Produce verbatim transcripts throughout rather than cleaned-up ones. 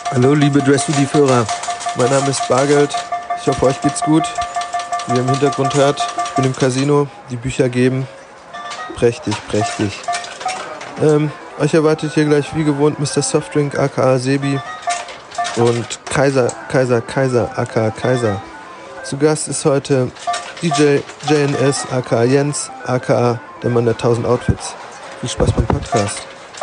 Hallo liebe Dressready-Führer, mein Name ist Bargeld, ich hoffe euch geht's gut. Wie ihr im Hintergrund hört, ich bin im Casino, die Bücher geben, prächtig, prächtig. Ähm, euch erwartet hier gleich wie gewohnt Mister Softdrink aka Sebi und Kaiser, Kaiser, Kaiser aka Kaiser. Zu Gast ist heute D J J N S aka Jens aka der Mann der tausend Outfits. Viel Spaß beim Podcast.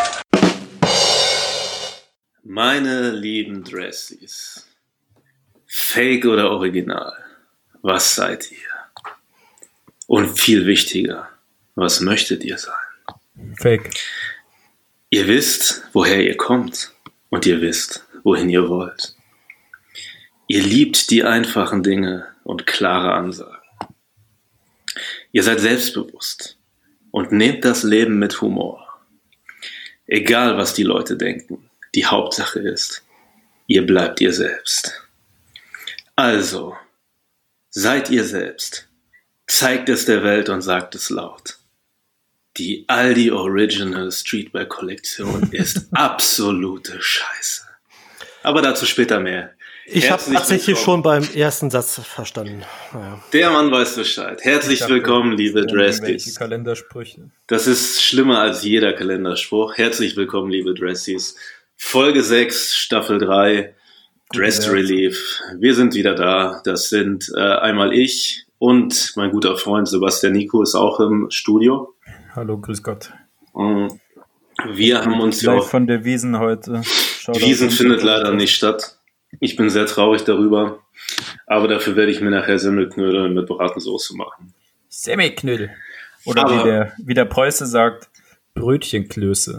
Meine lieben Dressies, Fake oder Original, was seid ihr? Und viel wichtiger, was möchtet ihr sein? Fake. Ihr wisst, woher ihr kommt und ihr wisst, wohin ihr wollt. Ihr liebt die einfachen Dinge und klare Ansagen. Ihr seid selbstbewusst und nehmt das Leben mit Humor. Egal, was die Leute denken. Die Hauptsache ist, ihr bleibt ihr selbst. Also, seid ihr selbst. Zeigt es der Welt und sagt es laut. Die Aldi Original Streetwear Kollektion ist absolute Scheiße. Aber dazu später mehr. Ich habe tatsächlich schon beim ersten Satz verstanden. Naja. Der Mann weiß Bescheid. Herzlich dachte, willkommen, liebe Dressies. Kalendersprüche. Das ist schlimmer als jeder Kalenderspruch. Herzlich willkommen, liebe Dressies. Folge sechs, Staffel drei, Dress Relief. Wir sind wieder da. Das sind äh, einmal ich und mein guter Freund Sebastian Nico ist auch im Studio. Hallo, grüß Gott. Und wir haben uns ja auch... von der Wiesn heute. Die Wiesn findet leider nicht statt. Ich bin sehr traurig darüber. Aber dafür werde ich mir nachher Semmelknödel mit Bratensoße machen. Semmelknödel. Oder aber, wie, der, wie der Preuße sagt, Brötchenklöße.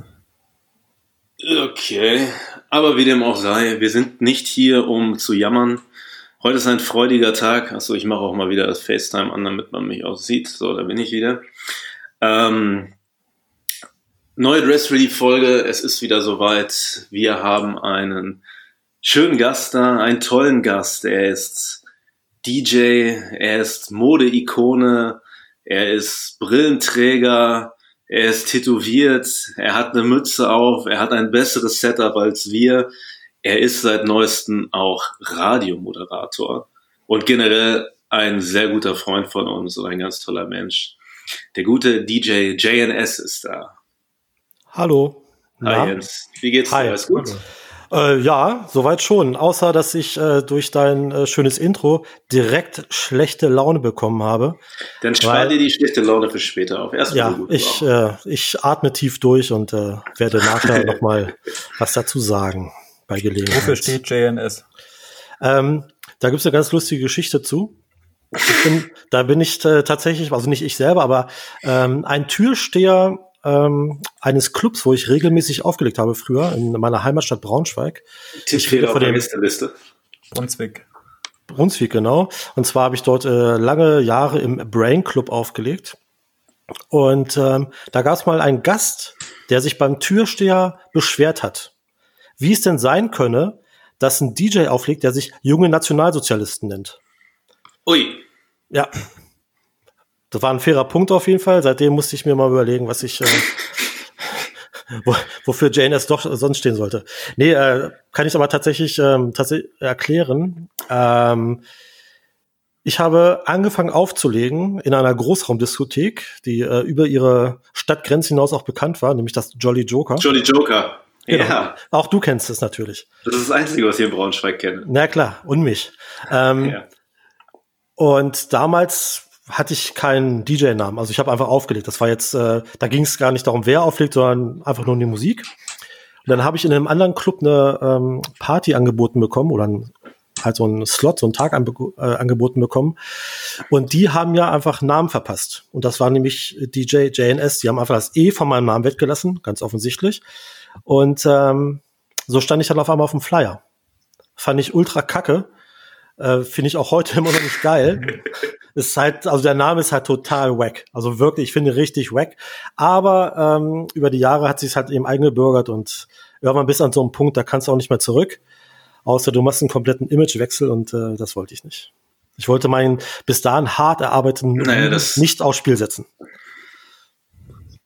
Okay, aber wie dem auch sei, wir sind nicht hier, um zu jammern. Heute ist ein freudiger Tag. Achso, ich mache auch mal wieder das FaceTime an, damit man mich auch sieht. So, da bin ich wieder. Ähm, neue Dress Relief Folge. Es ist wieder soweit. Wir haben einen schönen Gast da, einen tollen Gast. Er ist D J, er ist Mode-Ikone, er ist Brillenträger. Er ist tätowiert, er hat eine Mütze auf, er hat ein besseres Setup als wir. Er ist seit neuestem auch Radiomoderator und generell ein sehr guter Freund von uns und ein ganz toller Mensch. Der gute D J J N S ist da. Hallo. Hi Na? Jens, wie geht's dir? Hi. Alles gut? Äh, ja, soweit schon. Außer, dass ich äh, durch dein äh, schönes Intro direkt schlechte Laune bekommen habe. Dann spar dir die schlechte Laune für später auf. Erst ja, ich, äh, ich atme tief durch und äh, werde nachher nochmal was dazu sagen bei Gelegenheit. Wofür steht J N S? Ähm, da gibt's eine ganz lustige Geschichte zu. Ich bin, da bin ich äh, tatsächlich, also nicht ich selber, aber ähm, ein Türsteher ähm, eines Clubs, wo ich regelmäßig aufgelegt habe früher, in meiner Heimatstadt Braunschweig. Ich rede auf der Liste. Brunswick. Brunswick, genau. Und zwar habe ich dort äh, lange Jahre im Brain Club aufgelegt. Und ähm, da gab es mal einen Gast, der sich beim Türsteher beschwert hat, wie es denn sein könne, dass ein D J auflegt, der sich junge Nationalsozialisten nennt. Ui. Ja. Das war ein fairer Punkt auf jeden Fall. Seitdem musste ich mir mal überlegen, was ich, äh, wo, wofür J N S doch sonst stehen sollte. Nee, äh, kann ich aber tatsächlich, ähm, tatsächlich erklären. Ähm, ich habe angefangen aufzulegen in einer Großraumdiskothek, die äh, über ihre Stadtgrenze hinaus auch bekannt war, nämlich das Jolly Joker. Jolly Joker. Genau. Ja. Auch du kennst es natürlich. Das ist das Einzige, was ich in Braunschweig kenne. Na klar, und mich. Ähm, ja. Und damals hatte ich keinen D J-Namen. Also ich habe einfach aufgelegt. Das war jetzt, äh, da ging es gar nicht darum, wer auflegt, sondern einfach nur um die Musik. Und dann habe ich in einem anderen Club eine ähm, Party angeboten bekommen oder ein, halt so einen Slot, so einen Tag anbe- äh, angeboten bekommen. Und die haben ja einfach Namen verpasst. Und das war nämlich D J J N S. Die haben einfach das E von meinem Namen weggelassen, ganz offensichtlich. Und ähm, so stand ich dann auf einmal auf dem Flyer. Fand ich ultra kacke. Äh, Finde ich auch heute immer noch nicht geil. Ist halt, also der Name ist halt total wack. Also wirklich, ich finde richtig wack. Aber ähm, über die Jahre hat sich halt eben eingebürgert und irgendwann bis an so einem Punkt, da kannst du auch nicht mehr zurück. Außer du machst einen kompletten Imagewechsel und äh, das wollte ich nicht. Ich wollte meinen bis dahin hart erarbeiteten naja, das nicht aufs Spiel setzen.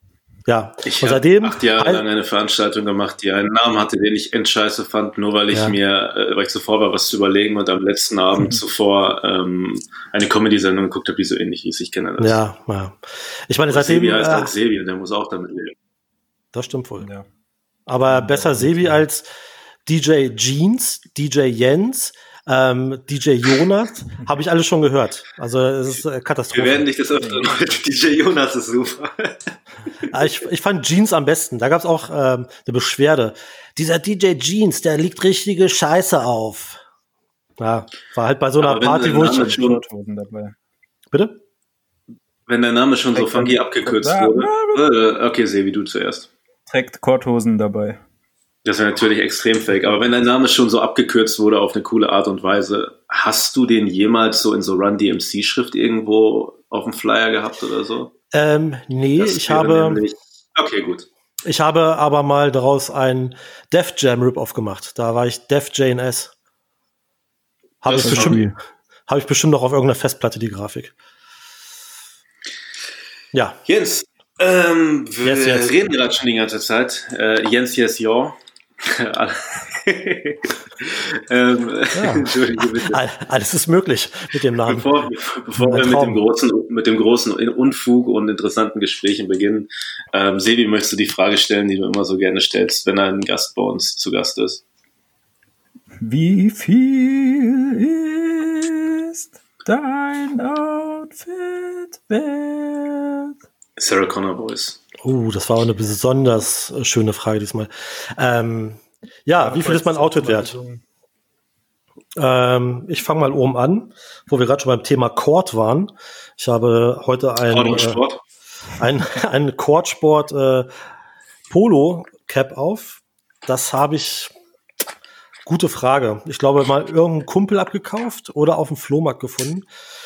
Ja, Ich und habe seitdem acht Jahre halt- lang eine Veranstaltung gemacht, die einen Namen hatte, den ich endscheiße fand, nur weil ich Ja. mir, äh, weil ich zuvor war, was zu überlegen und am letzten Abend Mhm. zuvor ähm, eine Comedy-Sendung geguckt habe, die so ähnlich hieß. Ich kenne das. Ja, ja. Ich meine, Aber seitdem, Sebi heißt äh, halt Sebi und der muss auch damit leben. das stimmt wohl. Ja. Aber besser Sebi als D J Jeans, D J Jens, ähm, D J Jonas, habe ich alles schon gehört. Also es ist äh, Wir Katastrophe. werden dich des Öfteren heute. D J Jonas ist super. Ah, Ich, ich fand Jeans am besten. Da gab's auch ähm, eine Beschwerde. Dieser D J Jeans, der liegt richtige Scheiße auf. Ja, war halt bei so einer Aber wenn Party, der wo Name ich... schon- Korthosen dabei. Bitte? Wenn dein Name schon so Trägt funky dann- abgekürzt Ja. wurde. Äh, okay, Sebi, du zuerst. Trägt Korthosen dabei. Das wäre natürlich extrem fake. Aber wenn dein Name schon so abgekürzt wurde auf eine coole Art und Weise, hast du den jemals so in so Run D M C-Schrift irgendwo auf dem Flyer gehabt oder so? Ähm, nee, Das ich wäre habe, nämlich- Okay, gut. ich habe aber mal daraus ein Def Jam Rip-Off gemacht. Da war ich Def J N S. Habe ich, Das ist bestimmt, hab ich bestimmt noch auf irgendeiner Festplatte die Grafik. Ja, Jens, ähm, wir Yes, yes. reden gerade schon die ganze Zeit. Äh, Jens, yes, ja. ähm, Ja. Entschuldige bitte. all- alles ist möglich mit dem Namen. Bevor, bevor Ein wir mit Traum. dem, großen, mit dem großen Unfug und interessanten Gesprächen beginnen, ähm, Sebi, möchtest du die Frage stellen, die du immer so gerne stellst, wenn ein Gast bei uns zu Gast ist? Wie viel ist dein Outfit wert? Sarah Connor Boys. Uh, das war auch eine besonders äh, schöne Frage diesmal. Ähm, ja, wie viel ist mein Outfit wert? Ähm, ich fange mal oben an, wo wir gerade schon beim Thema Cord waren. Ich habe heute ein, Sport und äh, Sport. ein, ein Cordsport äh, Polo Cap auf. Das habe ich, gute Frage. Ich glaube mal irgendeinen Kumpel abgekauft oder auf dem Flohmarkt gefunden.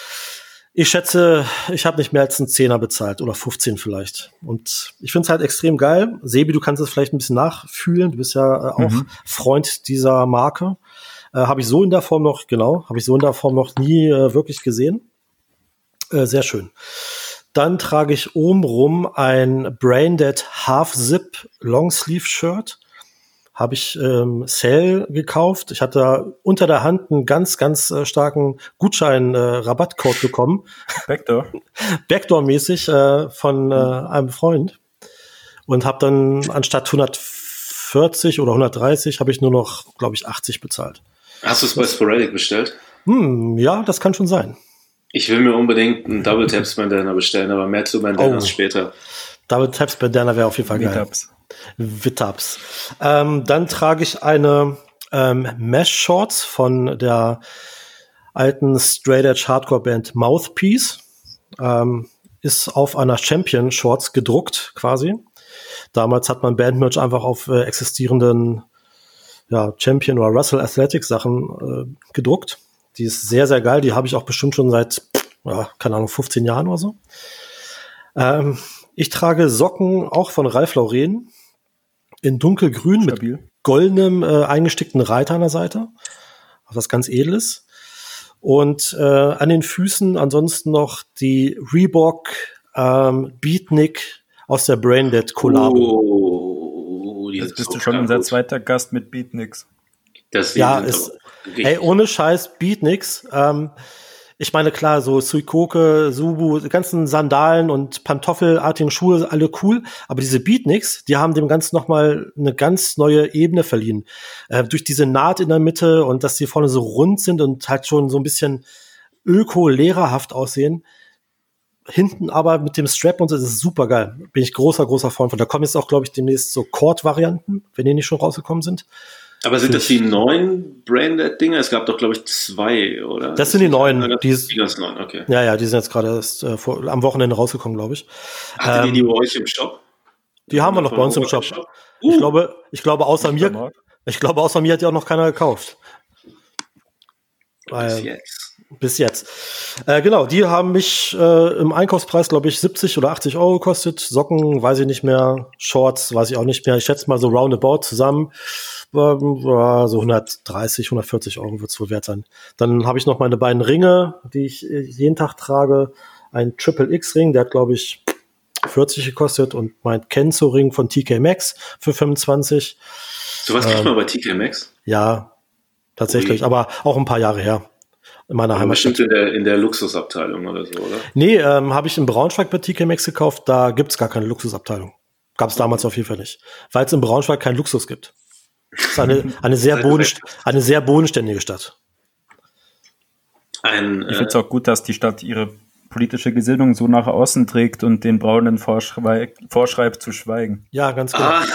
Ich schätze, ich habe nicht mehr als einen Zehner bezahlt oder fünfzehn vielleicht. Und ich finde es halt extrem geil. Sebi, du kannst es vielleicht ein bisschen nachfühlen. Du bist ja äh, auch Mhm. Freund dieser Marke. Äh, habe ich so in der Form noch, genau, habe ich so in der Form noch nie äh, wirklich gesehen. Äh, sehr schön. Dann trage ich obenrum ein Braindead Half-Zip Longsleeve-Shirt. Habe ich ähm, Sale gekauft. Ich hatte da unter der Hand einen ganz, ganz äh, starken Gutschein-Rabattcode bekommen. Backdoor. Backdoor-mäßig äh, von äh, einem Freund. Und habe dann anstatt hundertvierzig oder hundertdreißig habe ich nur noch, glaube ich, achtzig bezahlt. Hast du es bei Sporadic bestellt? Hm, ja, das kann schon sein. Ich will mir unbedingt einen Double Taps Bandana bestellen, aber mehr zu Bandanas Oh. später. Double Taps Bandana wäre auf jeden Fall geil. Meetups. Wittabs. Ähm, dann trage ich eine ähm, Mesh-Shorts von der alten Straight Edge Hardcore Band Mouthpiece. Ähm, ist auf einer Champion Shorts gedruckt quasi. Damals hat man Bandmerch einfach auf äh, existierenden ja, Champion oder Russell Athletics Sachen äh, gedruckt. Die ist sehr, sehr geil. Die habe ich auch bestimmt schon seit, ja, keine Ahnung, fünfzehn Jahren oder so. Ähm, ich trage Socken auch von Ralph Lauren in dunkelgrün mit Stabil. goldenem äh, eingestickten Reiter an der Seite. Was ganz Edles. Und äh, an den Füßen ansonsten noch die Reebok ähm, Beatnik aus der Braindead Collabo. Oh, die Jetzt ist bist so du schon klar unser gut. zweiter Gast mit Beatniks. Das Ja, sind ist- aber richtig- Ey, ohne Scheiß, Beatniks. Ähm, ich meine, klar, so Suikoke, Subu, die ganzen Sandalen und Pantoffelartigen Schuhe, alle cool. Aber diese Beatniks, die haben dem Ganzen nochmal eine ganz neue Ebene verliehen. Äh, durch diese Naht in der Mitte und dass die vorne so rund sind und halt schon so ein bisschen öko-lehrerhaft aussehen. Hinten aber mit dem Strap und so, das ist super geil. Bin ich großer, großer Freund von. Da kommen jetzt auch, glaube ich, demnächst so Cord-Varianten, wenn die nicht schon rausgekommen sind. Aber sind das die neuen Branded-Dinger? Es gab doch, glaube ich, zwei, oder? Das sind die neuen, Ja, die Die, ist- die ganz neuen, okay. Ja, ja, die sind jetzt gerade erst äh, vor, am Wochenende rausgekommen, glaube ich. Hattet Ähm, ihr die bei euch im Shop? Die haben wir noch bei uns im Shop. Uh, Ich glaube, ich glaube, außer mir, ich glaube, außer mir hat die auch noch keiner gekauft. bis Weil, jetzt. bis jetzt. Äh, genau, die haben mich äh, im Einkaufspreis, glaube ich, siebzig oder achtzig Euro gekostet. Socken, weiß ich nicht mehr. Shorts, weiß ich auch nicht mehr. Ich schätze mal so roundabout zusammen. Ähm, ja, so hundertdreißig, hundertvierzig Euro wird es wohl wert sein. Dann habe ich noch meine beiden Ringe, die ich äh, jeden Tag trage. Ein Triple X-Ring, der hat, glaube ich, vierzig gekostet und mein Kenzo-Ring von T K Maxx für fünfundzwanzig. So was kriegt Ähm, man bei T K Maxx? Ja, tatsächlich, Ui. aber auch ein paar Jahre her. In meiner Aber Heimatstadt. bestimmt in der, in der Luxusabteilung oder so, oder? Nee, ähm, habe ich in Braunschweig bei T K Maxx gekauft, da gibt's gar keine Luxusabteilung. Gab es damals auf jeden Fall nicht. Weil es in Braunschweig keinen Luxus gibt. Es ist eine, eine, sehr bodenst- eine sehr bodenständige Stadt. Ein, Ich äh, finde es auch gut, dass die Stadt ihre politische Gesinnung so nach außen trägt und den Braunen vorschrei- vorschreibt zu schweigen. Ja, ganz genau. ah.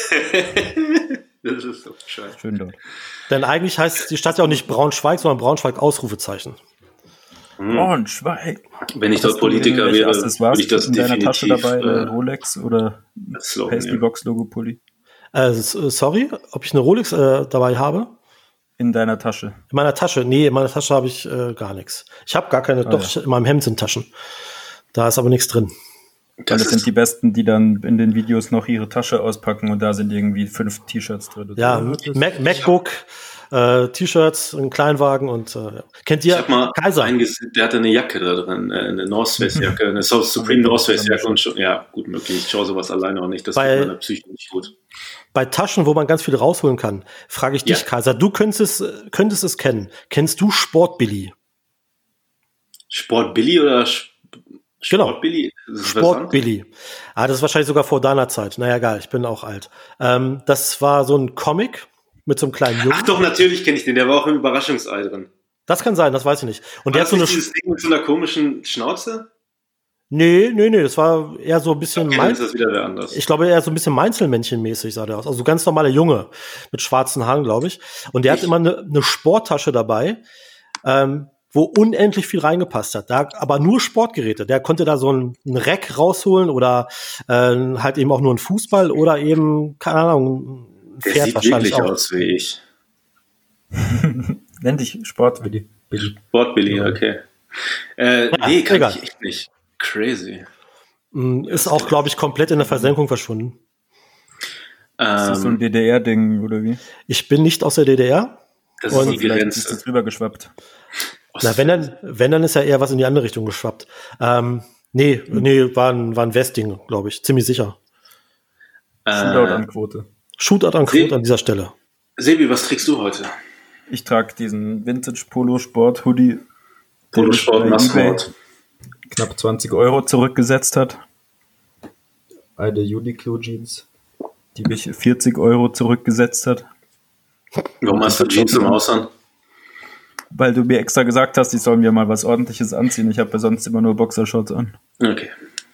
Das ist so scheiße. Schön dort. Denn eigentlich heißt die Stadt ja auch nicht Braunschweig, sondern Braunschweig Ausrufezeichen. Braunschweig. Wenn ich Hast dort du Politiker irgendwelche wäre, Accessoires würde ich das in deiner Tasche definitiv dabei, eine äh, Rolex oder als Slogan, Pastrybox-Logo-Pulli? Äh, s- äh, sorry, ob ich eine Rolex äh, dabei habe? In deiner Tasche. In meiner Tasche? Nee, in meiner Tasche habe ich äh, gar nichts. Ich habe gar keine, Ah, doch, ja. ich- in meinem Hemd sind Taschen. Da ist aber nichts drin. Das, Das das sind ist, die Besten, die dann in den Videos noch ihre Tasche auspacken und da sind irgendwie fünf T-Shirts drin. Ja, Das- Mac MacBook, äh, T-Shirts, ein Kleinwagen und äh, ja. Kennt ich ihr habe mal Kaiser? einen gesehen, der hatte eine Jacke da drin, äh, eine North Face Jacke, eine South Supreme North Face Jacke und schon, ja, gut möglich. Ich schaue sowas alleine auch nicht, das Bei- tut meiner Psyche nicht gut. Bei Taschen, wo man ganz viel rausholen kann, frage ich dich, Ja. Kaiser, du könntest es, könntest es kennen. Kennst du Sportbilly? Sport Billy oder Sch- Genau. Sport Billy? Das ist Sportbilly. Ah, das ist wahrscheinlich sogar vor deiner Zeit. Naja, egal, ich bin auch alt. Ähm, das war so ein Comic mit so einem kleinen Jungen. Ach doch, natürlich kenne ich den, der war auch im Überraschungsei drin. Das kann sein, das weiß ich nicht. Und War der hat das so eine. nicht dieses Ding mit so einer komischen Schnauze? Nee, nee, nee, das war eher so ein bisschen. Okay, mein, dann ist das wieder wer anders. ich glaube, eher so ein bisschen Meinzelmännchen-mäßig sah der aus. Also ganz normaler Junge mit schwarzen Haaren, glaube ich. Und der Ich- hat immer eine, eine Sporttasche dabei, ähm, wo unendlich viel reingepasst hat. Da, aber nur Sportgeräte. Der konnte da so ein, ein Rack rausholen oder äh, halt eben auch nur ein Fußball oder eben, keine Ahnung, ein Der Pferd sieht wahrscheinlich wirklich auch. aus wie ich. Nenn dich Sportbilly. Billy. Sport Billy, okay. Äh, Ja, nee, kann egal. ich echt nicht. Crazy. Mm, Ist auch, glaube ich, komplett in der Versenkung verschwunden. Ist das so ein Ähm, D D R-Ding oder wie? Ich bin nicht aus der D D R. das und ist die Vielleicht ist Grenze. das rübergeschwappt. Na, wenn dann, wenn dann ist ja eher was in die andere Richtung geschwappt. Ähm, nee, nee, war ein, war ein Westing, glaube ich, ziemlich sicher. Shootout Äh, an Quote. Shootout an Quote Sie- an dieser Stelle. Sebi, was trägst du heute? Ich trage diesen Vintage Polo Sport Hoodie, der mich Polosport, bei Massport. eBay knapp zwanzig Euro zurückgesetzt hat. Eine Uniqlo Jeans, die mich vierzig Euro zurückgesetzt hat. Warum hast du Jeans im Ausland? Weil du mir extra gesagt hast, ich soll mir mal was Ordentliches anziehen. Ich habe ja sonst immer nur Boxershorts an. Okay.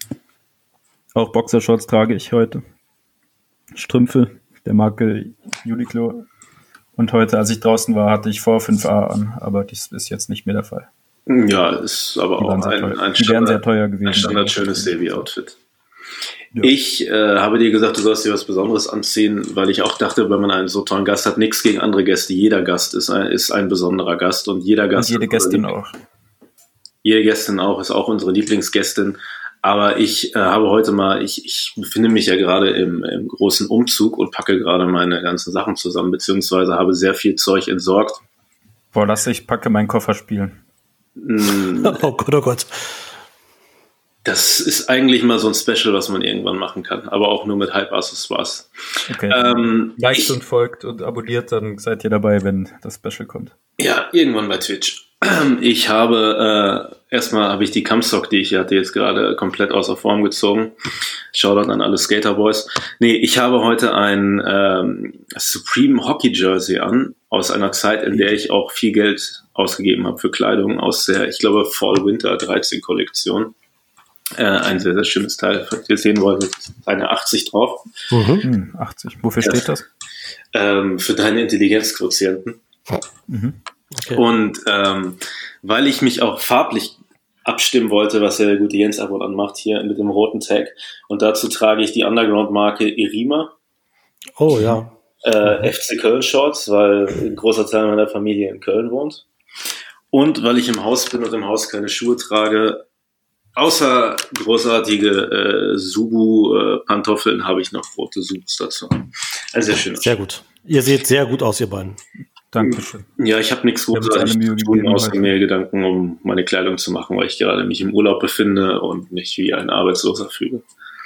Auch Boxershorts trage ich heute. Strümpfe der Marke Uniqlo. Und heute, als ich draußen war, hatte ich vor fünf A an, aber das ist jetzt nicht mehr der Fall. Ja, ist aber Die auch waren sehr ein, teuer. ein Die wären sehr Standard, teuer gewesen. ein Standard schönes Sebi-Outfit. Ja. Ich äh, habe dir gesagt, du sollst dir was Besonderes anziehen, weil ich auch dachte, wenn man einen so tollen Gast hat, nichts gegen andere Gäste. Jeder Gast ist ein, ist ein besonderer Gast und jeder Und Gast jede hat Gästin unsere auch. Jede Gästin auch, ist auch unsere Lieblingsgästin. Aber ich äh, habe heute mal, ich, ich befinde mich ja gerade im, im großen Umzug und packe gerade meine ganzen Sachen zusammen, beziehungsweise habe sehr viel Zeug entsorgt. Boah, lass ich packe meinen Koffer spielen. Mm, Oh Gott, oh Gott. Das ist eigentlich mal so ein Special, was man irgendwann machen kann, aber auch nur mit Halbaccessoires. Okay. Ähm, Liked ich, und folgt und abonniert, dann seid ihr dabei, wenn das Special kommt. Ja, irgendwann bei Twitch. Ich habe, äh, erstmal habe ich die Campsock, die ich hatte, jetzt gerade komplett außer Form gezogen. Shoutout an alle Skaterboys. Nee, ich habe heute ein ähm, Supreme Hockey Jersey an, aus einer Zeit, in der ich auch viel Geld ausgegeben habe für Kleidung, aus der, ich glaube, Fall-Winter dreizehn Kollektion. Äh, ein sehr, sehr schönes Teil, falls ihr es sehen wollt, mit eine achtzig drauf. Mhm. Hm, achtzig. Wofür Ja. steht das? Ähm, für deine Intelligenzquotienten. Mhm. Okay. Und ähm, weil ich mich auch farblich abstimmen wollte, was ja der gute Jens ab und an macht, hier mit dem roten Tag. Und dazu trage ich die Underground-Marke Irima, Oh ja. äh, F C Köln Shorts, weil ein großer Teil meiner Familie in Köln wohnt. Und weil ich im Haus bin und im Haus keine Schuhe trage, außer großartige äh, Subu-Pantoffeln, habe ich noch rote Subus dazu. Ein sehr schöner Sehr gut. Ihr seht sehr gut aus, ihr beiden. Dankeschön. Ja, ich habe nichts Wir haben uns großartig alle Mühe zu tun, gegeben außer heute. mir Gedanken um meine Kleidung zu machen, weil ich gerade mich im Urlaub befinde und mich wie ein Arbeitsloser fühle.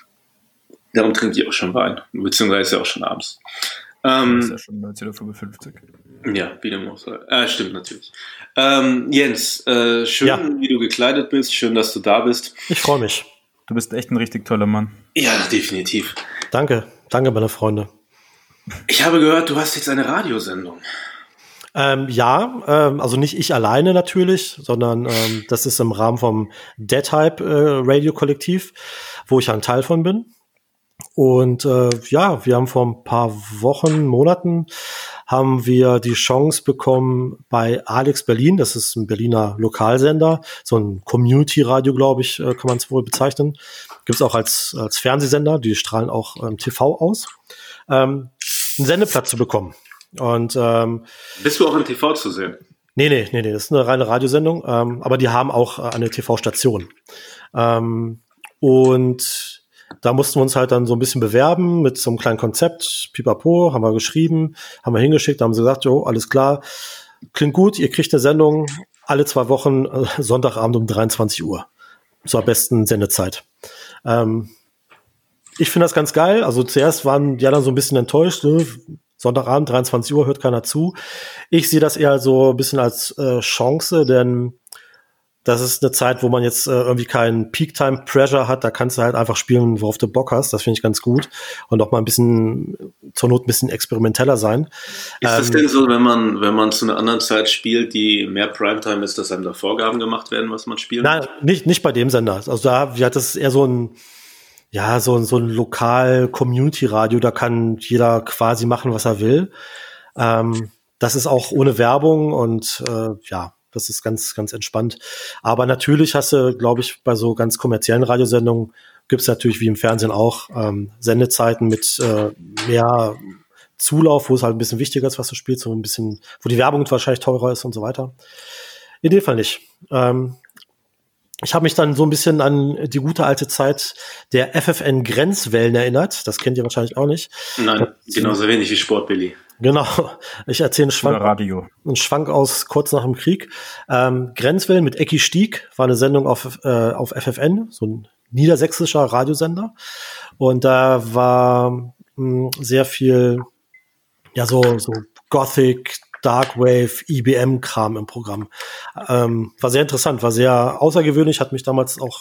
Darum trinke ich auch schon Wein, beziehungsweise ist ja auch schon abends. Ähm, Das ist ja schon neunzehn Uhr fünfundfünfzig. Ja, wie dem auch sei. Ah, stimmt natürlich. Ähm, Jens, äh, schön, Ja. wie du gekleidet bist. Schön, dass du da bist. Ich freue mich. Du bist echt ein richtig toller Mann. Ja, definitiv. Danke, danke, meine Freunde. Ich habe gehört, du hast jetzt eine Radiosendung. Ähm, ja, ähm, also nicht ich alleine natürlich, sondern ähm, das ist im Rahmen vom Dead Hype äh, Radio Kollektiv, wo ich ein Teil von bin. Und äh, ja, wir haben vor ein paar Wochen, Monaten, haben wir die Chance bekommen bei Alex Berlin, das ist ein Berliner Lokalsender, so ein Community-Radio, glaube ich, äh, kann man es wohl bezeichnen. Gibt es auch als, als Fernsehsender, die strahlen auch ähm, T V aus, ähm, einen Sendeplatz zu bekommen. Und ähm, Bist du auch im T V zu sehen? Nee, nee, nee, nee, das ist eine reine Radiosendung, ähm, aber die haben auch äh, eine T V-Station. Ähm, und da mussten wir uns halt dann so ein bisschen bewerben mit so einem kleinen Konzept, pipapo, haben wir geschrieben, haben wir hingeschickt, haben sie gesagt, jo, alles klar, klingt gut, ihr kriegt eine Sendung alle zwei Wochen, äh, Sonntagabend um dreiundzwanzig Uhr, zur besten Sendezeit. Ähm, ich finde das ganz geil, also zuerst waren die anderen so ein bisschen enttäuscht, ne? Sonntagabend, dreiundzwanzig Uhr, hört keiner zu. Ich sehe das eher so ein bisschen als äh, Chance, denn das ist eine Zeit, wo man jetzt äh, irgendwie keinen Peak-Time-Pressure hat. Da kannst du halt einfach spielen, worauf du Bock hast. Das finde ich ganz gut. Und auch mal ein bisschen, zur Not ein bisschen experimenteller sein. Ist das Ähm, denn so, wenn man, wenn man zu einer anderen Zeit spielt, die mehr Primetime ist, dass einem da Vorgaben gemacht werden, was man spielt? Nein, nicht, nicht bei dem Sender. Also da ja, das ist eher so ein, ja, so, ein- so ein Lokal-Community-Radio. Da kann jeder quasi machen, was er will. Ähm, das ist auch ohne Werbung und äh, ja, das ist ganz, ganz entspannt. Aber natürlich hast du, glaube ich, bei so ganz kommerziellen Radiosendungen gibt es natürlich wie im Fernsehen auch ähm, Sendezeiten mit äh, mehr Zulauf, wo es halt ein bisschen wichtiger ist, was du spielst, so ein bisschen, wo die Werbung wahrscheinlich teurer ist und so weiter. In dem Fall nicht. Ähm, ich habe mich dann so ein bisschen an die gute alte Zeit der F F N-Grenzwellen erinnert. Das kennt ihr wahrscheinlich auch nicht. Nein, genauso wenig wie Sportbilly. Genau. Ich erzähle einen Oder Schwank, Radio. einen Schwank aus kurz nach dem Krieg. Ähm, Grenzwellen mit Ecki Stieg war eine Sendung auf, äh, auf F F N, so ein niedersächsischer Radiosender. Und da war mh, sehr viel, ja, so, so Gothic, Darkwave, I B M-Kram im Programm. Ähm, war sehr interessant, war sehr außergewöhnlich, hat mich damals auch,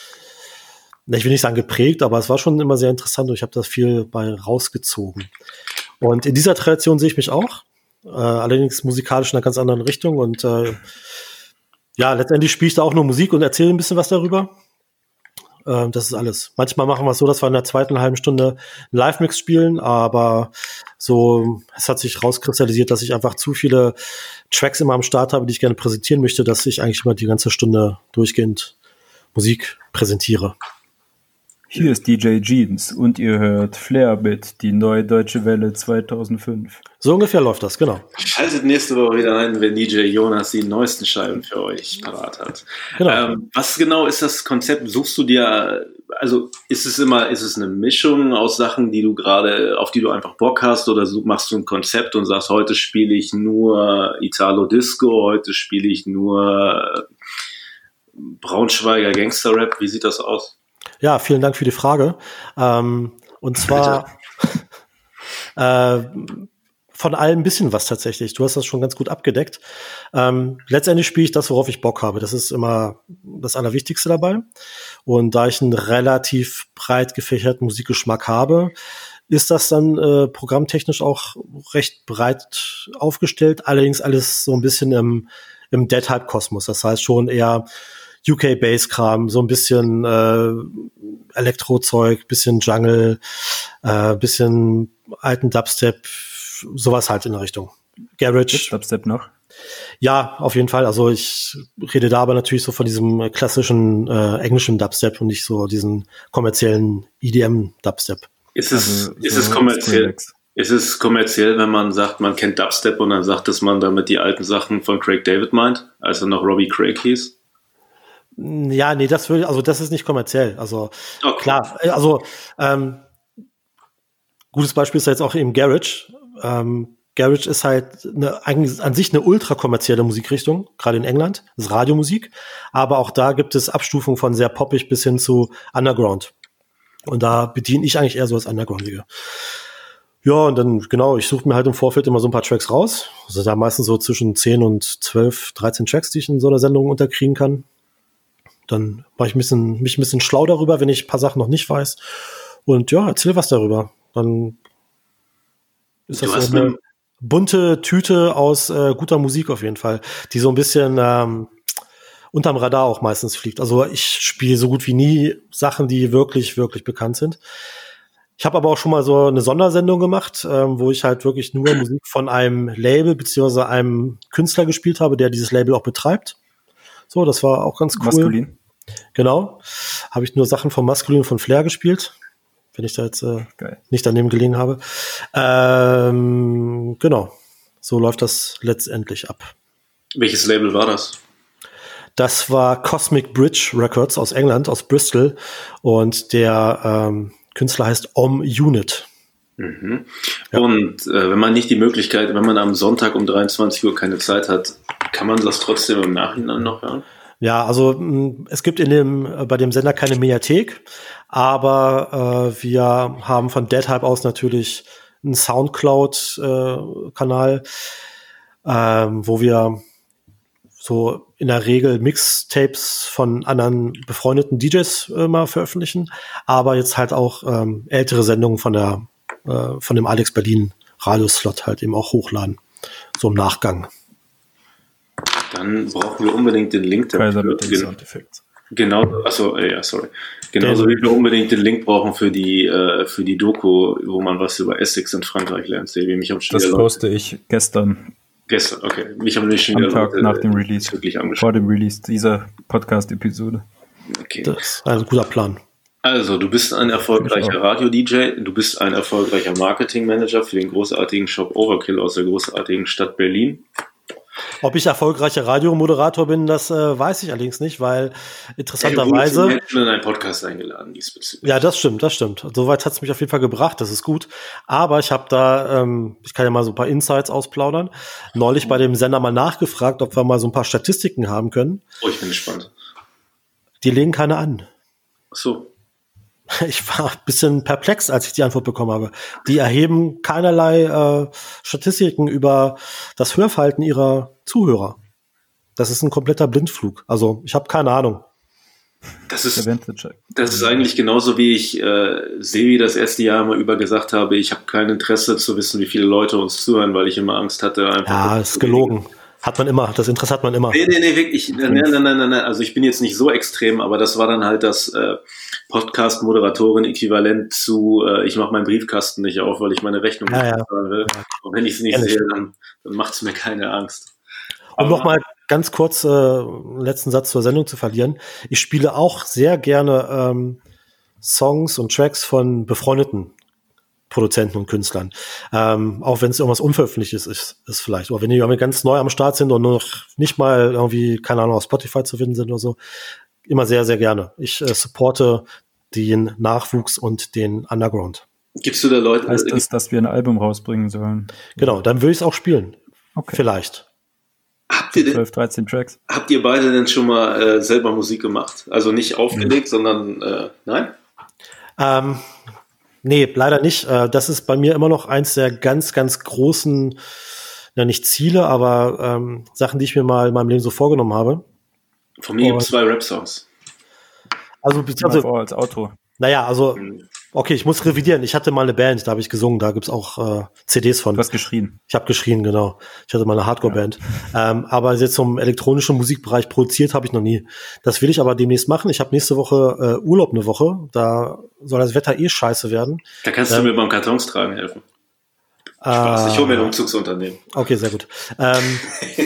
na, ich will nicht sagen geprägt, aber es war schon immer sehr interessant und ich habe da viel bei rausgezogen. Und in dieser Tradition sehe ich mich auch, äh, allerdings musikalisch in einer ganz anderen Richtung. Und äh, ja, letztendlich spiele ich da auch nur Musik und erzähle ein bisschen was darüber. Äh, das ist alles. Manchmal machen wir es so, dass wir in der zweiten halben Stunde einen Live-Mix spielen, aber so, es hat sich rauskristallisiert, dass ich einfach zu viele Tracks immer am Start habe, die ich gerne präsentieren möchte, dass ich eigentlich immer die ganze Stunde durchgehend Musik präsentiere. Hier ist D J Jeans und ihr hört Flairbit, die neue deutsche Welle zweitausendfünf. So ungefähr läuft das, genau. Schaltet nächste Woche wieder ein, wenn D J Jonas die neuesten Scheiben für euch parat hat. Genau. Ähm, was genau ist das Konzept? Suchst du dir, also ist es immer, ist es eine Mischung aus Sachen, die du gerade, auf die du einfach Bock hast, oder so, machst du ein Konzept und sagst, heute spiele ich nur Italo Disco, heute spiele ich nur Braunschweiger Gangster-Rap? Wie sieht das aus? Ja, vielen Dank für die Frage. Ähm, und zwar äh, von allem ein bisschen was tatsächlich. Du hast das schon ganz gut abgedeckt. Ähm, letztendlich spiele ich das, worauf ich Bock habe. Das ist immer das Allerwichtigste dabei. Und da ich einen relativ breit gefächerten Musikgeschmack habe, ist das dann äh, programmtechnisch auch recht breit aufgestellt. Allerdings alles so ein bisschen im, im Dead-Hype-Kosmos. Das heißt schon eher U K-Bass-Kram, so ein bisschen äh, Elektro-Zeug, bisschen Jungle, äh, bisschen alten Dubstep, sowas halt in der Richtung. Garage. Dubstep noch? Ja, auf jeden Fall. Also ich rede da aber natürlich so von diesem klassischen äh, englischen Dubstep und nicht so diesen kommerziellen E D M-Dubstep. Ist es, Also, ist so es kommerziell? Skrillex. Ist es kommerziell, wenn man sagt, man kennt Dubstep und dann sagt, dass man damit die alten Sachen von Craig David meint, als er noch Robbie Craig hieß? Ja, nee, das würde, also das ist nicht kommerziell. Also Okay. klar, also ähm, gutes Beispiel ist jetzt auch eben Garage. Ähm, Garage ist halt eine, eigentlich an sich eine ultra kommerzielle Musikrichtung, gerade in England, das ist Radiomusik, aber auch da gibt es Abstufungen von sehr poppig bis hin zu Underground. Und da bediene ich eigentlich eher so das Undergroundige. Ja, und dann, genau, ich suche mir halt im Vorfeld immer so ein paar Tracks raus. Also da meistens so zwischen zehn und zwölf, dreizehn Tracks, die ich in so einer Sendung unterkriegen kann. Dann mache ich ein bisschen, mich ein bisschen schlau darüber, wenn ich ein paar Sachen noch nicht weiß. Und ja, erzähl was darüber. Dann ist Du das hast so eine mir- bunte Tüte aus äh, guter Musik auf jeden Fall, die so ein bisschen ähm, unterm Radar auch meistens fliegt. Also ich spiele so gut wie nie Sachen, die wirklich, wirklich bekannt sind. Ich habe aber auch schon mal so eine Sondersendung gemacht, ähm, wo ich halt wirklich nur Musik von einem Label beziehungsweise einem Künstler gespielt habe, der dieses Label auch betreibt. So, das war auch ganz cool. Maskulin. Genau. Habe ich nur Sachen von Maskulin und von Flair gespielt, wenn ich da jetzt äh, Geil. nicht daneben gelegen habe. Ähm, genau. So läuft das letztendlich ab. Welches Label war das? Das war Cosmic Bridge Records aus England, aus Bristol. Und der ähm, Künstler heißt Om Unit. Mhm. Ja. Und äh, wenn man nicht die Möglichkeit, wenn man am Sonntag um dreiundzwanzig Uhr keine Zeit hat, kann man das trotzdem im Nachhinein noch hören? Ja, also mh, es gibt in dem äh, bei dem Sender keine Mediathek, aber äh, wir haben von Dead Hype aus natürlich einen Soundcloud-Kanal, äh, ähm, wo wir so in der Regel Mixtapes von anderen befreundeten D Js äh, mal veröffentlichen, aber jetzt halt auch ähm, ältere Sendungen von der äh, von dem Alex Berlin Radioslot halt eben auch hochladen, so im Nachgang. Dann brauchen wir unbedingt den Link Kaiser dafür. mit den Gen- Soundeffekten. Genau, achso, äh, ja, sorry. Genauso wie wir unbedingt den Link brauchen für die, äh, für die Doku, wo man was über Essex in Frankreich lernt. Sebi, mich haben schon Das wieder Leute, poste ich gestern gestern, okay, mich haben nämlich schon am wieder Tag Leute nach dem Release, wirklich vor angeschaut. dem Release dieser Podcast-Episode. Okay. Das ist ein guter Plan. Also, du bist ein erfolgreicher Ich auch. Radio-D J, du bist ein erfolgreicher Marketing-Manager für den großartigen Shop Overkill aus der großartigen Stadt Berlin. Ob ich erfolgreicher Radiomoderator bin, das äh, weiß ich allerdings nicht, weil Du wurdest interessanterweise, Menschen in einen Podcast eingeladen diesbezüglich. ja, das stimmt, das stimmt. Soweit hat es mich auf jeden Fall gebracht, das ist gut. Aber ich habe da, ähm, ich kann ja mal so ein paar Insights ausplaudern, neulich bei dem Sender mal nachgefragt, ob wir mal so ein paar Statistiken haben können. Oh, ich bin gespannt. Die legen keine an. Ach so. Ich war ein bisschen perplex, als ich die Antwort bekommen habe. Die erheben keinerlei äh, Statistiken über das Hörverhalten ihrer Zuhörer. Das ist ein kompletter Blindflug. Also ich habe keine Ahnung. Das Der ist, Vintage. das ist eigentlich genauso, wie ich äh, Sebi das erste Jahr mal über gesagt habe, ich habe kein Interesse zu wissen, wie viele Leute uns zuhören, weil ich immer Angst hatte. Einfach Ja, ist gelogen. Hat man immer. Das Interesse hat man immer. Nee, nee, nee, wirklich. Nein, nein, nein, nein, nein. Also ich bin jetzt nicht so extrem, aber das war dann halt das äh, Podcast-Moderatorin-Äquivalent zu, äh, ich mache meinen Briefkasten nicht auf, weil ich meine Rechnung Ja, nicht ja. bezahlen will. Und wenn ich es nicht Ehrlich. sehe, dann, dann macht es mir keine Angst. Um nochmal ganz kurz äh, einen letzten Satz zur Sendung zu verlieren. Ich spiele auch sehr gerne ähm, Songs und Tracks von befreundeten Produzenten und Künstlern. Ähm, auch wenn es irgendwas Unveröffentlichtes ist, ist vielleicht. Oder wenn die irgendwie ganz neu am Start sind und nur noch nicht mal irgendwie, keine Ahnung, auf Spotify zu finden sind oder so. Immer sehr, sehr gerne. Ich äh, supporte den Nachwuchs und den Underground. Gibst du da Leute, Heißt äh, das, dass wir ein Album rausbringen sollen? Genau, dann würde ich es auch spielen. Okay. Vielleicht. habt, ihr denn, zwölf, dreizehn Tracks. habt ihr beide denn schon mal äh, selber Musik gemacht? Also nicht aufgelegt, sondern äh, nein? Ähm, nee, leider nicht. Äh, das ist bei mir immer noch eins der ganz, ganz großen, ja nicht Ziele, aber ähm, Sachen, die ich mir mal in meinem Leben so vorgenommen habe. Von mir gibt es Und- zwei Rap-Songs. Also, Mal beziehungsweise, vor als Auto. naja, also, okay, ich muss revidieren. Ich hatte mal eine Band, da habe ich gesungen, da gibt's auch äh, C Ds von. Du hast geschrien. Ich habe geschrien, genau. Ich hatte mal eine Hardcore-Band. Ähm, aber jetzt zum elektronischen Musikbereich produziert habe ich noch nie. Das will ich aber demnächst machen. Ich habe nächste Woche äh, Urlaub eine Woche. Da soll das Wetter eh scheiße werden. Da kannst Ähm, du mir beim Kartons tragen helfen. Spaß, ich hole mir ein Äh, Umzugsunternehmen. okay, sehr gut. Ähm,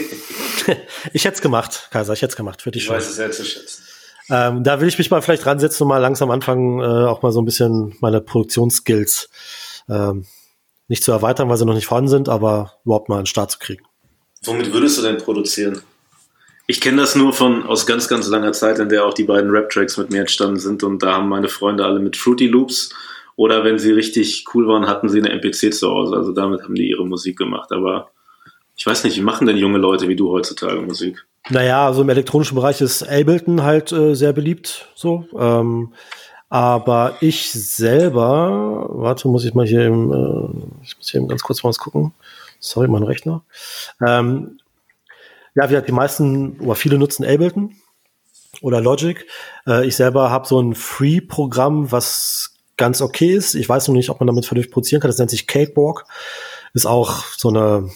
ich hätte es gemacht, Kaiser, ich hätte es gemacht. Für dich Ich schon. weiß es sehr zu schätzen. Ähm, da will ich mich mal vielleicht ransetzen und mal langsam anfangen, äh, auch mal so ein bisschen meine Produktionsskills ähm, nicht zu erweitern, weil sie noch nicht vorhanden sind, aber überhaupt mal an den Start zu kriegen. Womit würdest du denn produzieren? Ich kenne das nur von aus ganz, ganz langer Zeit, in der auch die beiden Rap-Tracks mit mir entstanden sind und da haben meine Freunde alle mit Fruity Loops oder wenn sie richtig cool waren, hatten sie eine M P C zu Hause. Also damit haben die ihre Musik gemacht. Aber ich weiß nicht, wie machen denn junge Leute wie du heutzutage Musik? Naja, also im elektronischen Bereich ist Ableton halt äh, sehr beliebt, so. Ähm, Aber ich selber, warte, muss ich mal hier eben, äh, ich muss hier eben ganz kurz mal was gucken. Sorry, mein Rechner. Ähm, ja, wir die meisten oder viele nutzen Ableton oder Logic. Äh, ich selber habe so ein Free-Programm, was ganz okay ist. Ich weiß noch nicht, ob man damit vernünftig produzieren kann. Das nennt sich Cakewalk. Ist auch so eine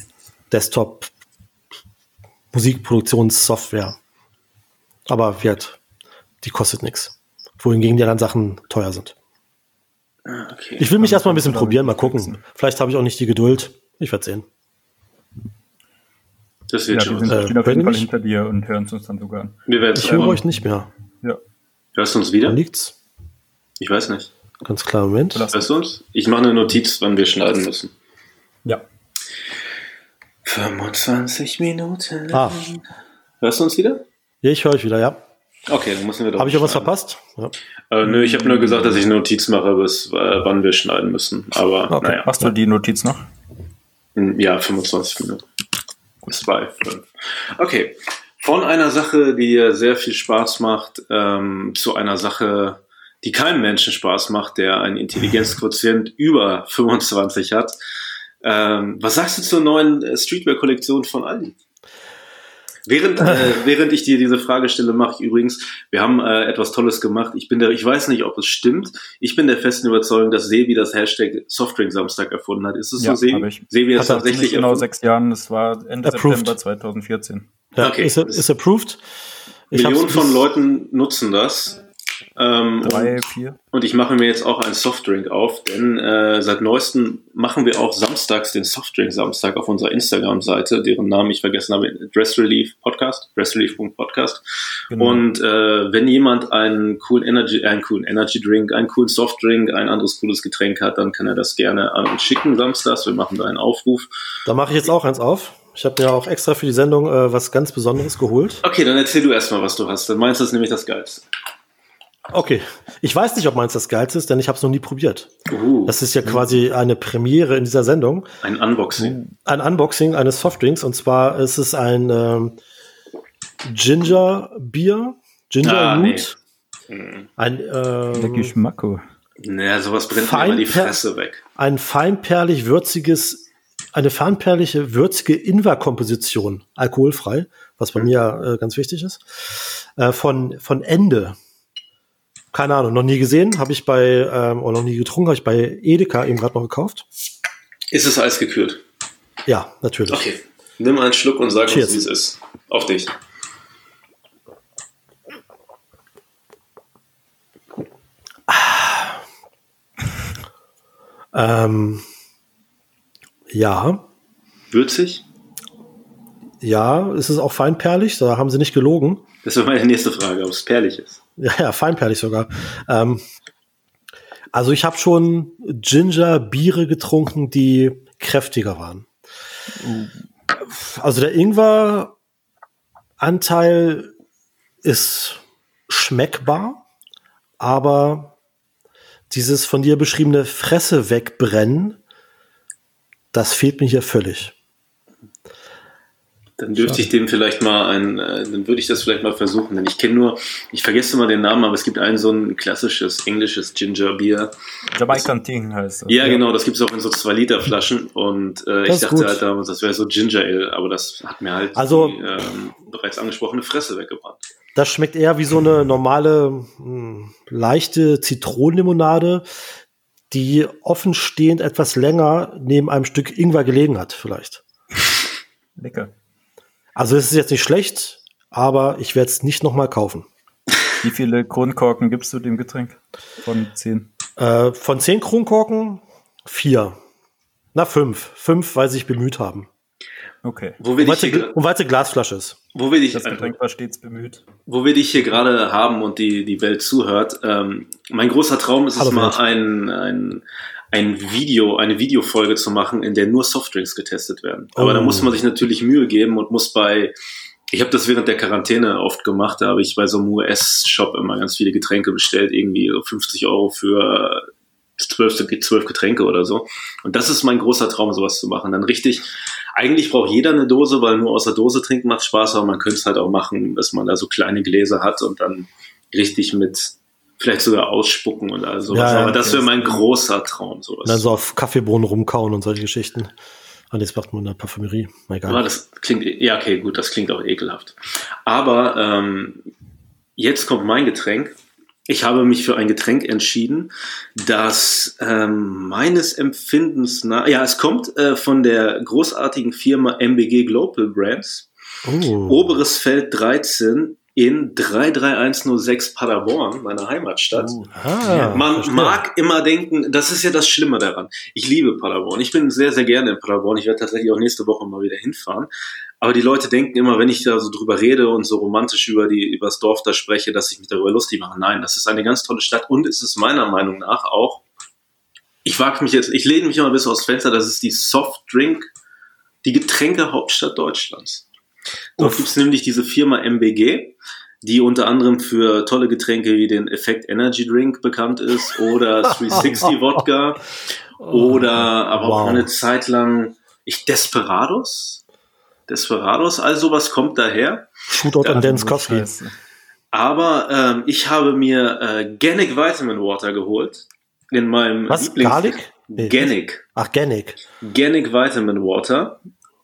Desktop-Musikproduktionssoftware. Aber wird, die kostet nichts. Wohingegen die anderen Sachen teuer sind. Ah, okay. Ich will mich erstmal ein bisschen probieren, mal gucken. Vielleicht habe ich auch nicht die Geduld. Ich werde sehen. Das wird Ja, wir schon. sind Äh, wieder auf jeden wenn Fall ich- hinter dir und hören uns dann sogar an. Wir werden Ich höre euch nicht mehr. Ja. Hörst du uns Wo wieder? liegt's? Ich weiß nicht. Ganz klar, Moment. Lass- Hörst du uns? Ich mache eine Notiz, wann wir schneiden müssen. Ja. fünfundzwanzig Minuten. Ah, Hörst du uns wieder? ja, ich höre euch wieder, ja. Okay, dann müssen wir doch. Habe ich auch was schneiden. verpasst? Ja. Äh, nö, ich habe nur gesagt, dass ich eine Notiz mache, bis äh, wann wir schneiden müssen. Aber Okay. naja. Machst du die Notiz noch? Hm, Ja, fünfundzwanzig Minuten. Zwei, fünf. Okay. Von einer Sache, die dir sehr viel Spaß macht, ähm, zu einer Sache, die keinem Menschen Spaß macht, der einen Intelligenzquotient über fünfundzwanzig hat. Ähm, was sagst du zur neuen äh, Streetwear-Kollektion von Aldi? Während, äh, während ich dir diese Frage stelle, mache ich übrigens, wir haben äh, etwas Tolles gemacht. Ich bin der, ich weiß nicht, ob es stimmt. Ich bin der festen Überzeugung, dass Sebi das Hashtag Softdrink Samstag erfunden hat. Ist es Ja, so, Sebi? hab ich. Sebi hat Hat es er tatsächlich Nicht genau erfunden. sechs Jahren, das war Ende Approved. September zwanzig vierzehn. Ja, Okay. ist, ist approved. Ich Millionen hab's von bis- Leuten nutzen das. Ähm, Drei, und, vier. und ich mache mir jetzt auch einen Softdrink auf, denn äh, seit neuestem machen wir auch samstags den Softdrink Samstag auf unserer Instagram-Seite, deren Namen ich vergessen habe, Dress Relief Podcast, dressrelief.podcast. Genau. Und äh, wenn jemand einen coolen Energy, einen coolen Energy Drink, einen coolen Softdrink, ein anderes cooles Getränk hat, dann kann er das gerne an uns schicken samstags. Wir machen da einen Aufruf. Da mache ich jetzt auch eins auf. Ich habe mir auch extra für die Sendung äh, was ganz Besonderes geholt. Okay, dann erzähl du erstmal, was du hast. Dann meinst du das nämlich das Geilste. Okay. Ich weiß nicht, ob meins das Geilste ist, denn ich habe es noch nie probiert. Uh, Das ist ja quasi eine Premiere in dieser Sendung. ein Unboxing. Ein Unboxing eines Softdrinks. Und zwar ist es ein ähm, Ginger Bier. Ginger Ah, Root. Hm. Ein, Der ähm, Geschmacko. Naja, sowas brennt mir Fein immer die per- Fresse weg. ein feinperlig würziges, eine feinperlige würzige Ingwer-Komposition, alkoholfrei, was bei mir äh, ganz wichtig ist, äh, von, von Ende. Keine Ahnung, noch nie gesehen, habe ich bei, ähm, oder noch nie getrunken, habe ich bei Edeka eben gerade noch gekauft. Ist es eisgekühlt? Ja, natürlich. Okay. Nimm einen Schluck und sag Cheers. uns, wie es ist. Auf dich. Ähm, ja, Würzig? ja, es ist auch feinperlig, da haben sie nicht gelogen. Das wäre meine nächste Frage, ob es perlig ist. Ja, ja, feinperlig sogar. Ähm, also ich habe schon Ginger-Biere getrunken, die kräftiger waren. Also der Ingwer-Anteil ist schmeckbar, aber dieses von dir beschriebene Fresse wegbrennen, das fehlt mir hier völlig. Dann dürfte ich dem vielleicht mal ein, äh, dann würde ich das vielleicht mal versuchen, denn ich kenne nur, ich vergesse immer den Namen, aber es gibt ein so ein klassisches englisches Ginger-Bier. Jamaican King heißt das. Ja, genau, das gibt es auch in so zwei Liter Flaschen und äh, ich Das ist dachte gut. halt damals, das wäre so Ginger Ale, aber das hat mir halt Also- die ähm, bereits angesprochene Fresse weggebrannt. Das schmeckt eher wie so eine normale, mh, leichte Zitronenlimonade, die offenstehend etwas länger neben einem Stück Ingwer gelegen hat, vielleicht. Lecker. Also es ist jetzt nicht schlecht, aber ich werde es nicht nochmal kaufen. Wie viele Kronkorken gibst du dem Getränk? Von zehn. Äh, von zehn Kronkorken, vier. Na, fünf. Fünf, weil sie sich bemüht haben. Okay. Wo wir Und weil dich hier, sie- gra- und weil es eine Glasflasche ist. wo wir dich, Das Getränk war stets bemüht. wo wir dich hier gerade haben und die, die Welt zuhört, ähm, mein großer Traum ist es Hallo mal Welt. ein, ein, ein Video, eine Videofolge zu machen, in der nur Softdrinks getestet werden. Aber Oh. da muss man sich natürlich Mühe geben und muss bei, ich habe das während der Quarantäne oft gemacht, da habe ich bei so einem U S-Shop immer ganz viele Getränke bestellt, irgendwie so fünfzig Euro für zwölf, zwölf Getränke oder so. Und das ist mein großer Traum, sowas zu machen. Dann richtig, eigentlich braucht jeder eine Dose, weil nur aus der Dose trinken macht Spaß, aber man könnte es halt auch machen, dass man da so kleine Gläser hat und dann richtig mit Vielleicht sogar ausspucken und all sowas. Ja, Aber das wäre mein okay. großer Traum. Sowas. Und dann so auf Kaffeebohnen rumkauen und solche Geschichten. Ah, das macht man in der Parfümerie. Egal. Aber das klingt, ja, okay, gut, das klingt auch ekelhaft. Aber ähm, jetzt kommt mein Getränk. Ich habe mich für ein Getränk entschieden, das ähm, meines Empfindens nach, ja, es kommt äh, von der großartigen Firma M B G Global Brands. Oh. Oberes Feld dreizehn in drei drei eins null sechs Paderborn, meiner Heimatstadt. Oh. Ah, Man verstehe. mag immer denken, das ist ja das Schlimme daran. Ich liebe Paderborn. Ich bin sehr, sehr gerne in Paderborn. Ich werde tatsächlich auch nächste Woche mal wieder hinfahren. Aber die Leute denken immer, wenn ich da so drüber rede und so romantisch über die, über das Dorf da spreche, dass ich mich darüber lustig mache. Nein, das ist eine ganz tolle Stadt und es ist meiner Meinung nach auch, ich wage mich jetzt, ich lehne mich immer ein bisschen aus Fenster, das ist die Softdrink, die Getränkehauptstadt Deutschlands. Dort gibt es nämlich diese Firma M B G, die unter anderem für tolle Getränke wie den Effekt Energy Drink bekannt ist oder dreihundertsechzig Wodka oder aber Wow. auch eine Zeit lang ich Desperados. Desperados, all sowas kommt daher. Shootout Ja, an Dan Skowski. Scheiße. Aber ähm, ich habe mir äh, Genic Vitamin Water geholt. In meinem Was? Lieblings- Garlic? Nee. Genic. Ach, Genic. Genic Vitamin Water.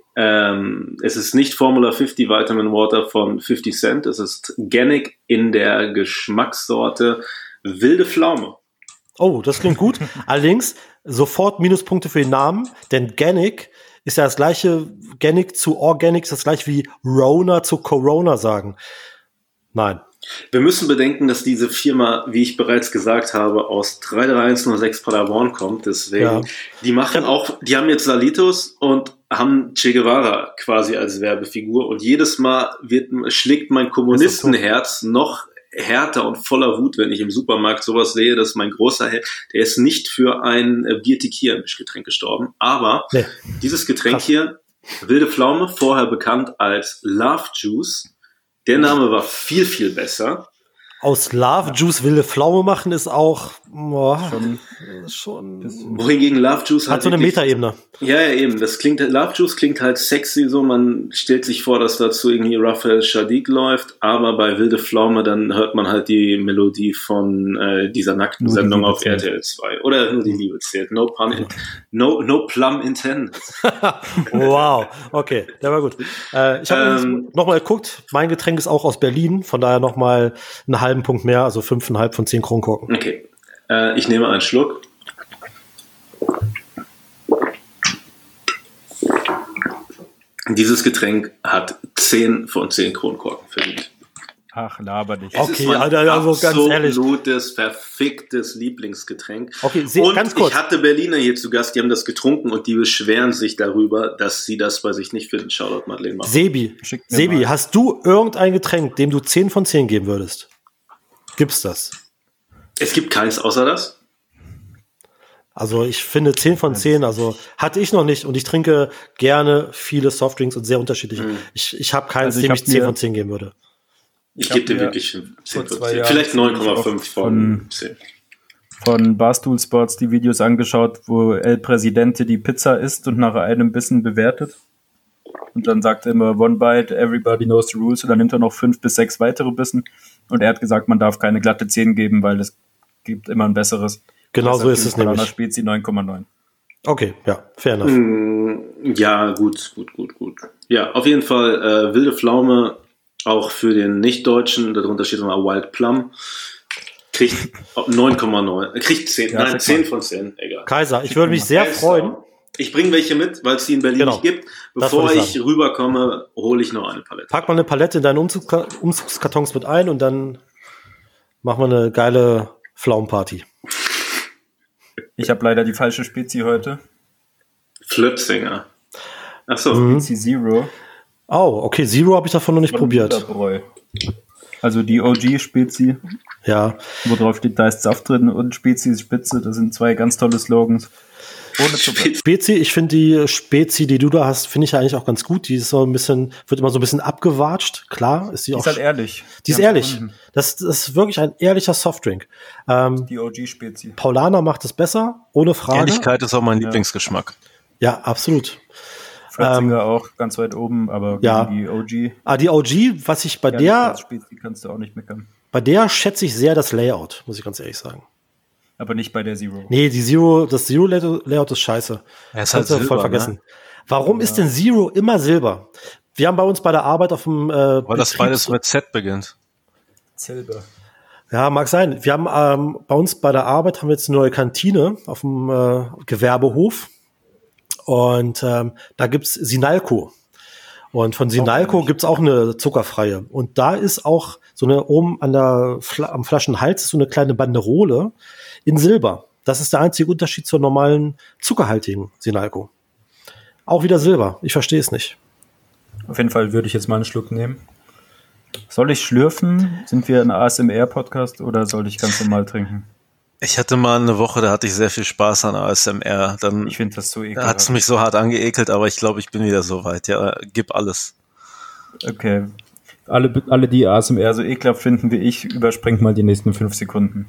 Ähm, es ist nicht Formula fünfzig Vitamin Water von fifty Cent. Es ist Genic in der Geschmackssorte Wilde Pflaume. Oh, das klingt gut. Allerdings sofort Minuspunkte für den Namen, denn Genic ist ja das gleiche, Genic zu Organic ist das gleiche wie Rona zu Corona sagen. Nein. Wir müssen bedenken, dass diese Firma, wie ich bereits gesagt habe, aus drei drei eins null sechs Paderborn kommt. Deswegen, Ja. die machen auch, die haben jetzt Salitos und haben Che Guevara quasi als Werbefigur. Und jedes Mal wird, schlägt mein Kommunistenherz noch härter und voller Wut, wenn ich im Supermarkt sowas sehe, dass mein großer Held, der ist nicht für ein äh, Bier-Tequila-Mischgetränk gestorben. Aber Nee. dieses Getränk Krass. hier, Wilde Pflaume, vorher bekannt als Love Juice, der Name war viel, viel besser. Aus Love Juice wilde Pflaume machen ist auch boah, Schon schon Wohingegen Love Juice hat so eine wirklich- Metaebene. Ja, ja, eben. Das klingt, Love Juice klingt halt sexy, so. Man stellt sich vor, dass dazu irgendwie Raphael Sadiq läuft, aber bei Wilde Pflaume, dann hört man halt die Melodie von äh, dieser nackten Nur die Sendung Liebe auf zählt. R T L zwei. Oder nur die Liebe zählt. No pun, in, no, no plum intended. Wow, okay, der war gut. Äh, ich habe Ähm, nochmal geguckt, mein Getränk ist auch aus Berlin, von daher nochmal einen halben Punkt mehr, also fünfeinhalb von zehn Kronkorken. Okay. Äh, ich nehme einen Schluck. Dieses Getränk hat zehn von zehn Kronkorken verdient. Ach, laber dich. Es Okay, ist mein Alter, also ganz ehrlich. absolutes, verficktes Lieblingsgetränk. Okay, se- und ganz kurz. ich hatte Berliner hier zu Gast, die haben das getrunken und die beschweren sich darüber, dass sie das bei sich nicht finden. Shoutout Madeleine machen. Sebi, Schickt mir Sebi, mal. hast du irgendein Getränk, dem du zehn von zehn geben würdest? Gibt's das? Es gibt keins außer das. Also ich finde zehn von zehn, also hatte ich noch nicht und ich trinke gerne viele Softdrinks und sehr unterschiedliche. Mhm. Ich, ich habe keins, Also ich dem hab ich zehn mir- von zehn geben würde. Ich, Ich gebe hab dir mir wirklich zehn vor von zwei zehn. Jahren Vielleicht neun Komma ziemlich fünf oft von von- zehn. Von Barstool Sports die Videos angeschaut, wo El Presidente die Pizza isst und nach einem Bissen bewertet. Und dann sagt er immer, one bite, everybody knows the rules. Und dann nimmt er noch fünf bis sechs weitere Bissen. Und er hat gesagt, man darf keine glatte zehn geben, weil es gibt immer ein besseres. Genau so Deshalb ist es gibt Banana nämlich. Spezi neun Komma neun. Okay, ja, fair enough. Mm, Ja, gut, gut, gut, gut. Ja, auf jeden Fall äh, wilde Pflaume, auch für den Nicht-Deutschen, darunter steht nochmal Wild Plum, kriegt neun Komma neun, äh, kriegt zehn, Ja, nein, schick zehn mal. von zehn, egal. Kaiser, ich würde mich sehr Kaiser. freuen. Ich bringe welche mit, weil es die in Berlin Genau, nicht gibt. das Bevor wollte ich ich rüberkomme, hole ich noch eine Palette. Pack mal eine Palette in deinen Umzugska Umzugskartons mit ein und dann machen wir eine geile Pflaumenparty. Ich habe leider die falsche Spezi heute. Flötzinger. Achso, Mhm. Spezi Zero. Oh, okay, Zero habe ich davon noch nicht von probiert. Wunderbräu. Also die O G-Spezi, Ja, wo drauf steht, da ist Saft drin und Spezi ist Spitze. Das sind zwei ganz tolle Slogans. Ohne Zucker. Spezi, ich finde die Spezi, die du da hast, finde ich ja eigentlich auch ganz gut. Die ist so ein bisschen, wird immer so ein bisschen abgewatscht. Klar, ist die, Die auch. ist halt ehrlich. die ist haben ehrlich. gefunden. Das, das ist wirklich ein ehrlicher Softdrink. Ähm, Die O G-Spezi. Paulaner macht es besser, ohne Frage. Ehrlichkeit ist auch mein Lieblingsgeschmack. Ja, absolut. Fratzinger ähm, auch ganz weit oben, aber ja. die O G. Ah, die O G, was ich bei der, die kannst du auch nicht meckern. Bei der schätze ich sehr das Layout, muss ich ganz ehrlich sagen. Aber nicht bei der Zero. Nee, die Zero, das Zero-Layout ist scheiße. Ja, ist halt Silber, voll vergessen. Ne? Warum ja. ist denn Zero immer Silber? Wir haben bei uns bei der Arbeit auf dem äh, Weil das beides mit Z beginnt. Silber. Ja, mag sein. Wir haben ähm, bei uns bei der Arbeit haben wir jetzt eine neue Kantine auf dem äh, Gewerbehof. Und ähm, da gibt's Sinalco. Und von Sinalco oh, gibt's auch eine zuckerfreie. Und da ist auch so eine, oben an der Fla- am Flaschenhals ist so eine kleine Banderole in Silber. Das ist der einzige Unterschied zur normalen zuckerhaltigen Sinalco. Auch wieder Silber. Ich verstehe es nicht. Auf jeden Fall würde ich jetzt mal einen Schluck nehmen. Soll ich schlürfen? Sind wir ein A S M R-Podcast oder soll ich ganz normal trinken? Ich hatte mal eine Woche, da hatte ich sehr viel Spaß an A S M R. Dann ich finde das so ekelhaft. Da hat es mich so hart angeekelt, aber ich glaube, ich bin wieder so weit. Ja, gib alles. Okay. Alle, alle, die A S M R so ekelhaft finden wie ich, überspringt mal die nächsten fünf Sekunden.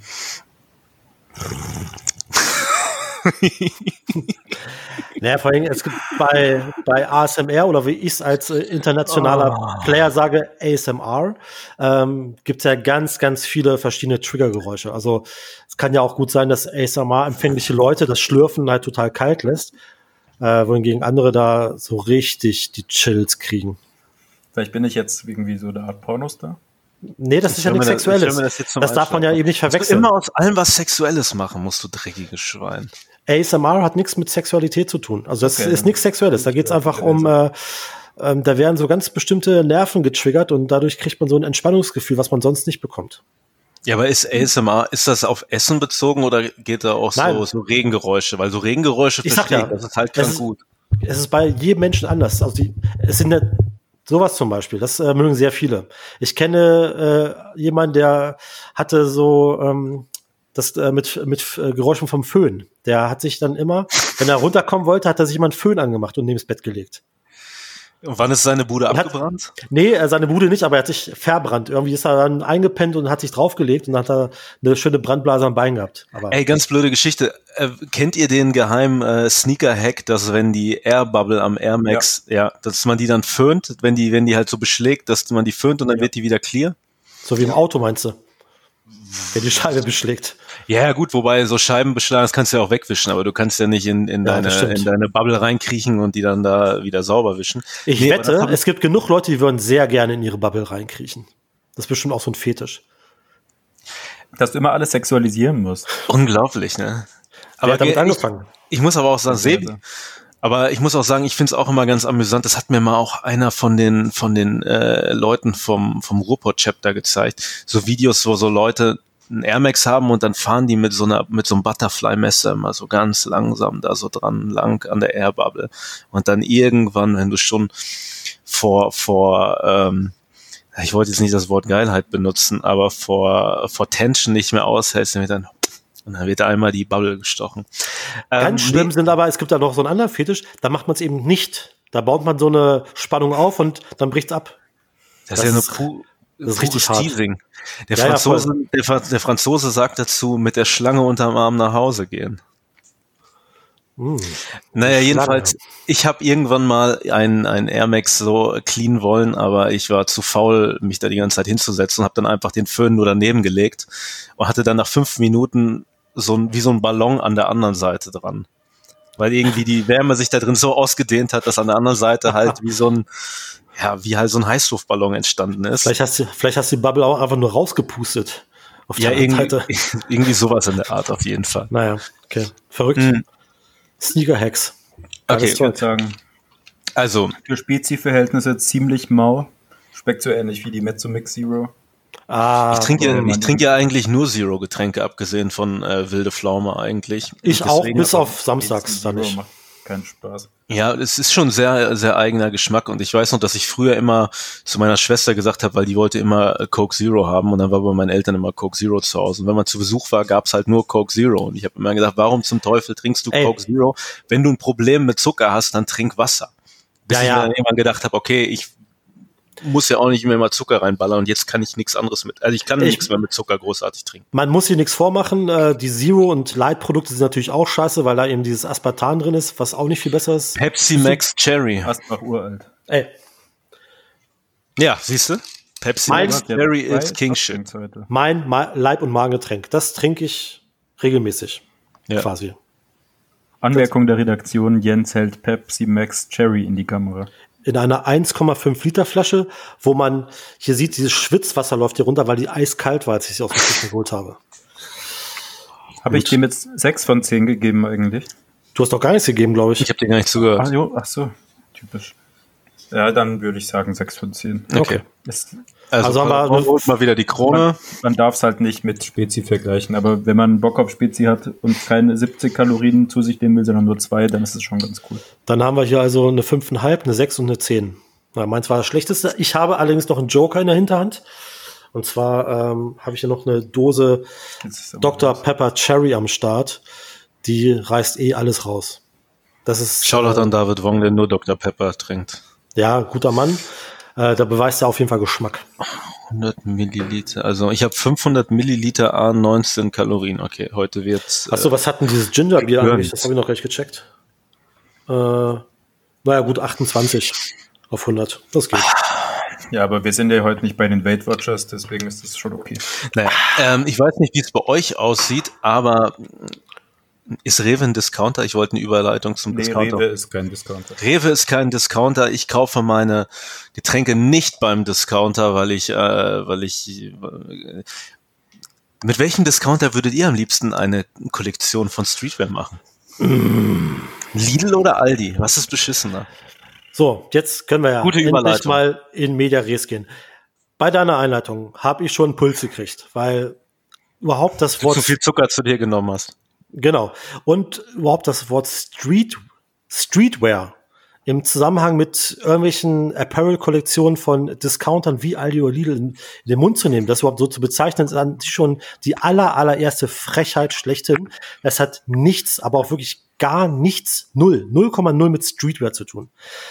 Naja, vor allem, es gibt bei, bei A S M R oder wie ich es als äh, internationaler oh. Player sage, A S M R, ähm, gibt es ja ganz, ganz viele verschiedene Triggergeräusche. Also es kann ja auch gut sein, dass A S M R-empfängliche Leute das Schlürfen halt total kalt lässt, äh, wohingegen andere da so richtig die Chills kriegen. Vielleicht bin ich jetzt irgendwie so eine Art Pornostar? Nee, das ich ist ja nichts Sexuelles. Das, das darf man ja eben nicht verwechseln. Du immer aus allem was Sexuelles machen, musst du dreckiges Schwein. A S M R hat nichts mit Sexualität zu tun. Also das okay, ist nichts Sexuelles. Da geht es einfach um, äh, äh, da werden so ganz bestimmte Nerven getriggert und dadurch kriegt man so ein Entspannungsgefühl, was man sonst nicht bekommt. Ja, aber ist A S M R, ist das auf Essen bezogen oder geht da auch so, so Regengeräusche? Weil so Regengeräusche ich verstehe ja, das ist halt ganz gut. Es ist bei jedem Menschen anders. Also die, es sind ja sowas zum Beispiel, das äh, mögen sehr viele. Ich kenne äh, jemanden, der hatte so ähm, das äh, mit mit äh, Geräuschen vom Föhn. Der hat sich dann immer, wenn er runterkommen wollte, hat er sich immer einen Föhn angemacht und neben das Bett gelegt. Und wann ist seine Bude und abgebrannt? Hat, nee, äh, seine Bude nicht, aber er hat sich verbrannt. Irgendwie ist er dann eingepennt und hat sich draufgelegt und dann hat er eine schöne Brandblase am Bein gehabt. Aber ey, ganz blöde Geschichte. Äh, kennt ihr den geheimen äh, Sneaker-Hack, dass wenn die Air Bubble am Air Max, ja. ja, dass man die dann föhnt, wenn die, wenn die halt so beschlägt, dass man die föhnt und dann ja. wird die wieder clear? So wie im Auto, meinst du? Wenn die Scheibe beschlägt. Ja, ja, gut, wobei so Scheiben beschlagen, das kannst du ja auch wegwischen, aber du kannst ja nicht in, in, ja, deine, in deine Bubble reinkriechen und die dann da wieder sauber wischen. Ich nee, wette, es gibt genug Leute, die würden sehr gerne in ihre Bubble reinkriechen. Das ist bestimmt auch so ein Fetisch. Dass du immer alles sexualisieren musst. Unglaublich, ne? Aber Wer hat damit angefangen? Ich, ich muss aber auch sagen, Sebi, aber ich muss auch sagen, ich finde es auch immer ganz amüsant. Das hat mir mal auch einer von den von den äh, Leuten vom vom Ruhrpott-Chapter gezeigt. So Videos, wo so Leute ein Air Max haben und dann fahren die mit so einer mit so einem Butterfly-Messer immer so ganz langsam da so dran lang an der Air Bubble und dann irgendwann, wenn du schon vor vor ähm, ich wollte jetzt nicht das Wort Geilheit benutzen, aber vor vor Tension nicht mehr aushältst, dann wird dann und dann wird einmal die Bubble gestochen. Ganz ähm, schlimm sind aber, es gibt da noch so einen anderen Fetisch, da macht man es eben nicht. Da baut man so eine Spannung auf und dann bricht's ab. Das, das ist ja nur pu- das ist richtig hart. Teasing. Der, ja, Franzose, ja, der, der Franzose sagt dazu, mit der Schlange unterm Arm nach Hause gehen. Mm, naja, jedenfalls, ich habe irgendwann mal einen, einen Air Max so clean wollen, aber ich war zu faul, mich da die ganze Zeit hinzusetzen und habe dann einfach den Föhn nur daneben gelegt und hatte dann nach fünf Minuten so ein, wie so ein Ballon an der anderen Seite dran. Weil irgendwie die Wärme sich da drin so ausgedehnt hat, dass an der anderen Seite halt wie so ein, ja, wie halt so ein Heißluftballon entstanden ist. Vielleicht hast du, vielleicht hast du die Bubble auch einfach nur rausgepustet. Auf ja, der irgendwie, Seite. irgendwie sowas in der Art auf jeden Fall. Naja, okay. Verrückt. Mhm. Sneaker-Hacks. Okay, ich würde sagen, also für Spezi-Verhältnisse ziemlich mau. Schmeckt so ähnlich wie die Mezzomix Zero. Ah, ich trinke ja, ich trinke ja eigentlich nur Zero-Getränke, abgesehen von äh, wilde Pflaume eigentlich. Ich auch, bis auf samstags dann nicht. Macht keinen Spaß. Ja, es ist schon sehr, sehr eigener Geschmack und ich weiß noch, dass ich früher immer zu meiner Schwester gesagt habe, weil die wollte immer Coke Zero haben und dann war bei meinen Eltern immer Coke Zero zu Hause und wenn man zu Besuch war, gab's halt nur Coke Zero und ich habe immer gedacht, warum zum Teufel trinkst du Ey. Coke Zero? Wenn du ein Problem mit Zucker hast, dann trink Wasser. Bis ja, ich ja. mir dann irgendwann gedacht habe, okay, ich muss ja auch nicht mehr mal Zucker reinballern und jetzt kann ich nichts anderes mit, also ich kann Ich- nichts mehr mit Zucker großartig trinken. Man muss hier nichts vormachen. Äh, die Zero- und Light-Produkte sind natürlich auch scheiße, weil da eben dieses Aspartan drin ist, was auch nicht viel besser ist. Pepsi Max Cherry. Asbach uralt. Ey, Ja, siehst du? Pepsi Mein- Max Cherry ist King Shit. Heute. mein Ma- Leib- und Magengetränk, das trinke ich regelmäßig. Ja. Quasi. Anmerkung der Redaktion, Jens hält Pepsi Max Cherry in die Kamera. In einer eins Komma fünf Liter Flasche, wo man hier sieht, dieses Schwitzwasser läuft hier runter, weil die eiskalt war, als ich sie aus dem Küchen geholt habe. Habe ich dem jetzt sechs von zehn gegeben eigentlich? Du hast doch gar nichts gegeben, glaube ich. Ich habe dir gar nicht zugehört. Ach, jo, ach so, typisch. Ja, dann würde ich sagen sechs von zehn. Okay. Es, Also, Also haben wir- Paul holt mal wieder die Krone. man man darf es halt nicht mit Spezi vergleichen, aber wenn man Bock auf Spezi hat und keine siebzig Kalorien zu sich nehmen will, sondern nur zwei, dann ist es schon ganz cool. Dann haben wir hier also eine fünf Komma fünf, eine sechs und eine zehn. Na, meins war das schlechteste. Ich habe allerdings noch einen Joker in der Hinterhand. Und zwar ähm, habe ich hier noch eine Dose Das ist aber- Doktor Pepper Cherry am Start. Die reißt eh alles raus. Das ist Shoutout äh, an David Wong, der nur Doktor Pepper trinkt. ja, guter Mann. Äh, da beweist er auf jeden Fall Geschmack. hundert Milliliter, also ich habe fünfhundert Milliliter A neunzehn Kalorien. Okay, heute wird's. Achso, was hat denn dieses Gingerbier gegönnt. eigentlich? Das habe ich noch gar nicht gecheckt. Äh, naja, gut, achtundzwanzig auf hundert. Das geht. Ja, aber wir sind ja heute nicht bei den Weight Watchers, deswegen ist das schon okay. Naja, ähm, ich weiß nicht, wie es bei euch aussieht, aber ist Rewe ein Discounter? Ich wollte eine Überleitung zum Nee, Discounter. Rewe ist kein Discounter. Rewe ist kein Discounter. Ich kaufe meine Getränke nicht beim Discounter, weil ich, äh, weil ich. Äh, mit welchem Discounter würdet ihr am liebsten eine Kollektion von Streetwear machen? Lidl oder Aldi? Was ist beschissener? So, jetzt können wir ja Gute endlich Überleitung. mal in Media Res gehen. Bei deiner Einleitung habe ich schon einen Puls gekriegt, weil überhaupt das Weil Wort du zu viel Zucker zu dir genommen hast. genau und überhaupt das Wort Street Streetwear im Zusammenhang mit irgendwelchen Apparel-Kollektionen von Discountern wie Aldi oder Lidl in, in den Mund zu nehmen, das überhaupt so zu bezeichnen, ist an sich schon die aller, allererste Frechheit schlechthin. Es hat nichts, aber auch wirklich gar nichts, null, null Komma null mit Streetwear zu tun.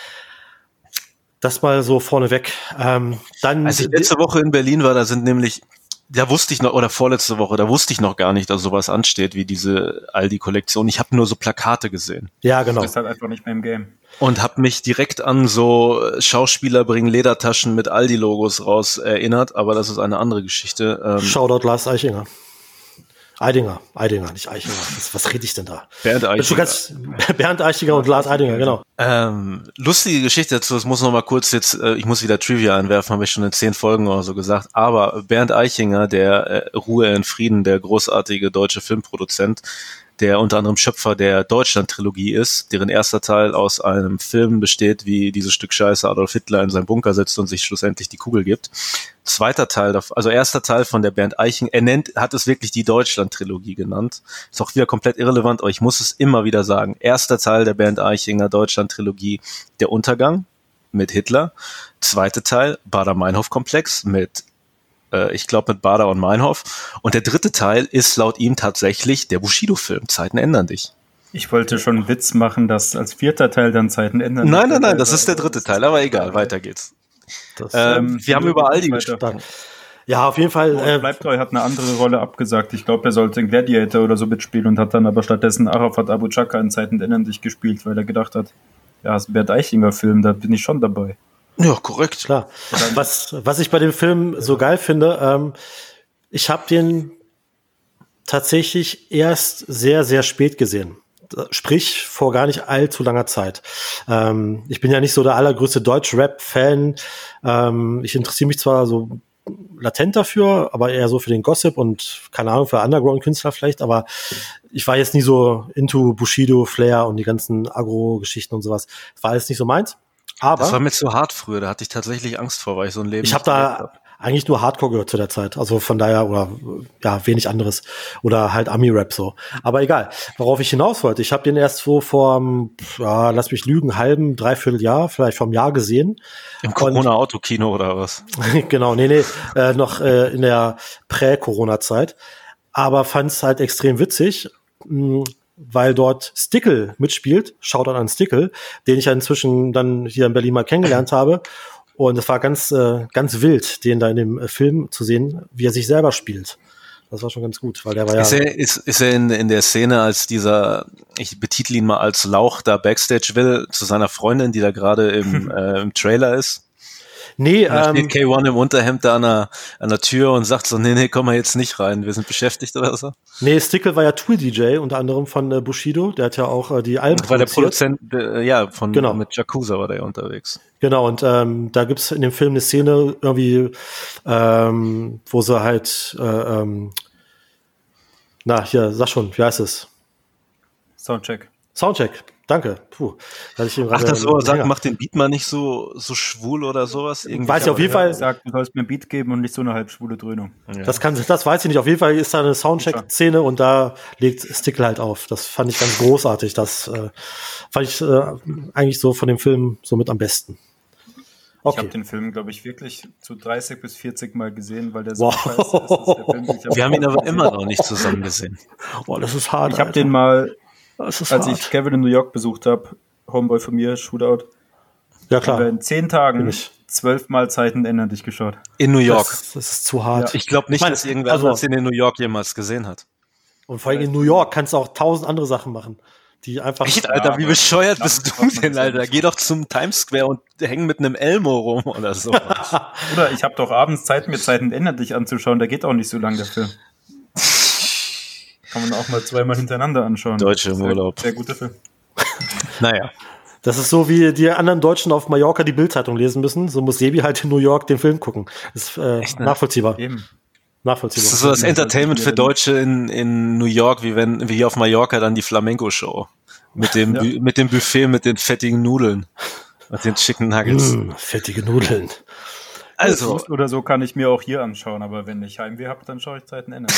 Das mal so vorneweg. Ähm, dann Als ich letzte Woche in Berlin war, da sind nämlich, da wusste ich noch, oder vorletzte Woche, da wusste ich noch gar nicht, dass sowas ansteht wie diese Aldi-Kollektion. Ich habe nur so Plakate gesehen ja, genau. Das ist halt einfach nicht mehr im Game. und habe mich direkt an so Schauspieler bringen Ledertaschen mit Aldi-Logos raus erinnert, aber das ist eine andere Geschichte. Ähm, Shoutout Lars Eichinger. Eidinger, Eidinger, nicht Eichinger. Was, was rede ich denn da? Bernd Du Eichinger. kannst, Bernd Eichinger und Lars Eidinger, genau. Ähm, lustige Geschichte dazu, das muss noch mal kurz jetzt, äh, ich muss wieder Trivia einwerfen, habe ich schon in zehn Folgen oder so gesagt, aber Bernd Eichinger, der äh, Ruhe in Frieden, der großartige deutsche Filmproduzent, der unter anderem Schöpfer der Deutschland-Trilogie ist, deren erster Teil aus einem Film besteht, wie dieses Stück Scheiße Adolf Hitler in seinen Bunker sitzt und sich schlussendlich die Kugel gibt. Zweiter Teil, also erster Teil von der Bernd Eichinger, er nennt, hat es wirklich die Deutschland-Trilogie genannt. Ist auch wieder komplett irrelevant, aber ich muss es immer wieder sagen. Erster Teil der Bernd Eichinger Deutschland-Trilogie, der Untergang mit Hitler. Zweiter Teil, Baader-Meinhof-Komplex mit ich glaube mit Bader und Meinhof. Und der dritte Teil ist laut ihm tatsächlich der Bushido-Film, Zeiten ändern dich. Ich wollte schon einen Witz machen, dass als vierter Teil dann Zeiten ändern. Nein, nein, nein, das ist der dritte Teil, aber egal, weiter geht's. Das, Ähm, wir haben über Aldi weiter. gesprochen. ja, auf jeden Fall. Äh, Äh, Bleibtreu hat eine andere Rolle abgesagt. Ich glaube, er sollte in Gladiator oder so mitspielen und hat dann aber stattdessen Arafat Abu Chaka in Zeiten ändern sich gespielt, weil er gedacht hat, ja, es ist ein Bernd Eichinger-Film, da bin ich schon dabei. Ja, korrekt. klar. Was, was ich bei dem Film so geil finde, ähm, ich habe den tatsächlich erst sehr, sehr spät gesehen. Sprich, vor gar nicht allzu langer Zeit. Ähm, ich bin ja nicht so der allergrößte Deutsch-Rap-Fan. Ähm, ich interessiere mich zwar so latent dafür, aber eher so für den Gossip und, keine Ahnung, für Underground-Künstler vielleicht, aber ich war jetzt nie so into Bushido, Flair und die ganzen Agro-Geschichten und sowas. Das war alles nicht so meins. Aber Das war mir zu hart früher, da hatte ich tatsächlich Angst vor, weil ich so ein Leben ich habe nicht erlebt da eigentlich nur Hardcore gehört zu der Zeit. Also von daher, oder ja, wenig anderes. Oder halt Ami-Rap so. Aber egal, worauf ich hinaus wollte. Ich habe den erst so vor, ja, lass mich lügen, halben, dreiviertel Jahr, vielleicht vom Jahr gesehen. Im Corona-Autokino oder was? Genau, nee, nee, äh, noch äh, in der Prä-Corona-Zeit. Aber fand es halt extrem witzig, mh, weil dort Stickel mitspielt. Shoutout an Stickel, den ich ja inzwischen dann hier in Berlin mal kennengelernt habe. Und es war ganz, äh, ganz wild, den da in dem äh, Film zu sehen, wie er sich selber spielt. Das war schon ganz gut, weil der war ja... Ist er, ist, ist er in, in der Szene, als dieser, ich betitel ihn mal als Lauch, da Backstage will, zu seiner Freundin, die da gerade im, äh, im Trailer ist? Nee, da ähm, steht K eins im Unterhemd da an der, an der Tür und sagt so, nee, nee, komm mal jetzt nicht rein, wir sind beschäftigt oder so. Nee, Stickle war ja Tour-D J, unter anderem von äh, Bushido, der hat ja auch äh, die Alben Das war der Produzent, äh, ja, von genau. mit Yakuza war der unterwegs. Genau, und ähm, da gibt's in dem Film eine Szene irgendwie, ähm, wo sie halt, äh, ähm, na, hier, sag schon, wie heißt es? Soundcheck. Soundcheck, danke. Puh. Hatte ich eben Ach, gerade das so, sagt, länger. mach den Beat mal nicht so, so schwul oder sowas. Irgendwie. Weiß ich auf jeden Fall. Er sagt, du sollst mir ein Beat geben und nicht so eine halbschwule Dröhnung. Ja. Das kann, das weiß ich nicht. Auf jeden Fall ist da eine Soundcheck-Szene und da legt Stickle halt auf. Das fand ich ganz großartig. Das äh, fand ich äh, eigentlich so von dem Film so mit am besten. Ich Okay. habe den Film, glaube ich, wirklich zu dreißig bis vierzig Mal gesehen, weil der so Wow. scheiße ist. Dass der Film sich Wir haben ihn aber immer noch nicht zusammen gesehen. Boah, das ist hart. Ich habe Alter. den mal, Das ist als hart. ich Kevin in New York besucht habe, Homeboy von mir, Shootout, ja haben wir klar. in zehn Tagen Bin ich. zwölf Mal Zeiten ändern dich geschaut. In New York. Das, das ist zu hart. Ich glaube nicht, Ich meine, dass irgendwer also- anders den in New York jemals gesehen hat. Und vor allem in New York kannst du auch tausend andere Sachen machen, die einfach. Echt, Alter, wie aber bescheuert das bist ist du was man denn, gesehen Alter? hat. Geh doch zum Times Square und häng mit einem Elmo rum oder so. Oder ich habe doch abends Zeit, mir Zeiten ändert dich anzuschauen, der geht auch nicht so lang, der Film. Kann man auch mal zweimal hintereinander anschauen. Deutsche im Sehr- Urlaub. Sehr guter Film. Naja. Das ist so, wie die anderen Deutschen auf Mallorca die Bildzeitung lesen müssen. So muss Sebi halt in New York den Film gucken. Das ist äh, Echt, ne? nachvollziehbar. Eben. Nachvollziehbar. Das ist so das Entertainment für Deutsche in, in New York, wie wenn, wie hier auf Mallorca dann die Flamenco-Show. Mit dem, Ja. Bü- mit dem Buffet, mit den fettigen Nudeln. Und den Chicken Nuggets. Mm, fettige Nudeln. Also, Oder so kann ich mir auch hier anschauen, aber wenn ich Heimweh habe, dann schaue ich Zeiten ändern.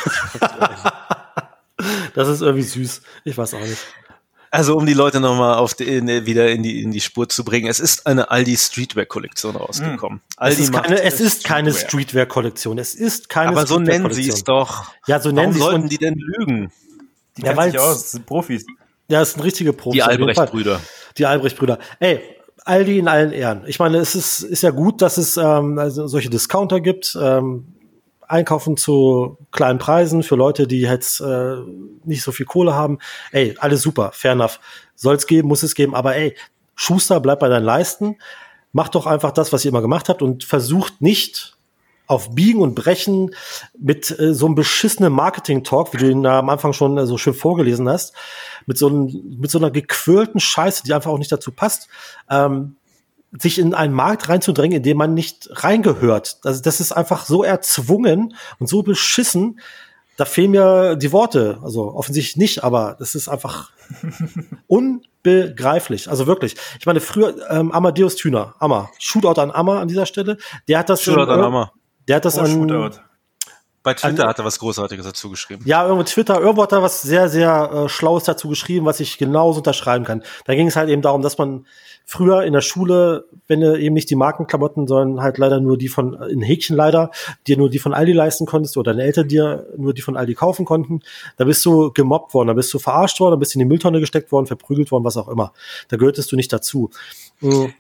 Das ist irgendwie süß. Ich weiß auch nicht. also um die Leute nochmal auf die, in, wieder in die, in die Spur zu bringen. Es ist eine Aldi Streetwear-Kollektion rausgekommen. Es Aldi ist macht keine, es ist keine Streetwear. Streetwear-Kollektion. Es ist keine Aber so nennen sie Streetwear-Kollektion. es doch. Ja, so nennen Warum sie es. sollten Und- die denn lügen? Die Ja, kennen sich weil's- aus, das sind Profis. Ja, es sind richtige Profis. Die auf jeden Fall. Albrecht-Brüder. Die Albrecht-Brüder. Ey, Aldi in allen Ehren. Ich meine, es ist, ist ja gut, dass es ähm, also solche Discounter gibt. Ähm, einkaufen zu kleinen Preisen für Leute, die jetzt äh, nicht so viel Kohle haben. Ey, alles super, fair enough. Soll es geben, muss es geben. Aber ey, Schuster, bleib bei deinen Leisten. Macht doch einfach das, was ihr immer gemacht habt und versucht nicht auf Biegen und Brechen mit äh, so einem beschissenen Marketing-Talk, wie du ihn da am Anfang schon äh, so schön vorgelesen hast, mit so, einem, mit so einer gequirlten Scheiße, die einfach auch nicht dazu passt, ähm, sich in einen Markt reinzudrängen, in den man nicht reingehört. Also das ist einfach so erzwungen und so beschissen, da fehlen mir die Worte. Also offensichtlich nicht, aber das ist einfach unbegreiflich. Also wirklich. Ich meine, früher ähm, Amadeus Thüner, Amma, Shootout an Amma an dieser Stelle, der hat das Shootout in- an Hammer. Der hat das Oh, an, Shootout. Bei Twitter An- hat er was Großartiges dazu geschrieben. ja, irgendwo Twitter, irgendwo hat er was sehr, sehr äh, Schlaues dazu geschrieben, was ich genauso unterschreiben kann. Da ging es halt eben darum, dass man früher in der Schule, wenn du eben nicht die Markenklamotten, sondern halt leider nur die von, in Häkchen leider, dir nur die von Aldi leisten konntest oder deine Eltern dir nur die von Aldi kaufen konnten, da bist du gemobbt worden, da bist du verarscht worden, da bist du in die Mülltonne gesteckt worden, verprügelt worden, was auch immer. Da gehörtest du nicht dazu. Mhm.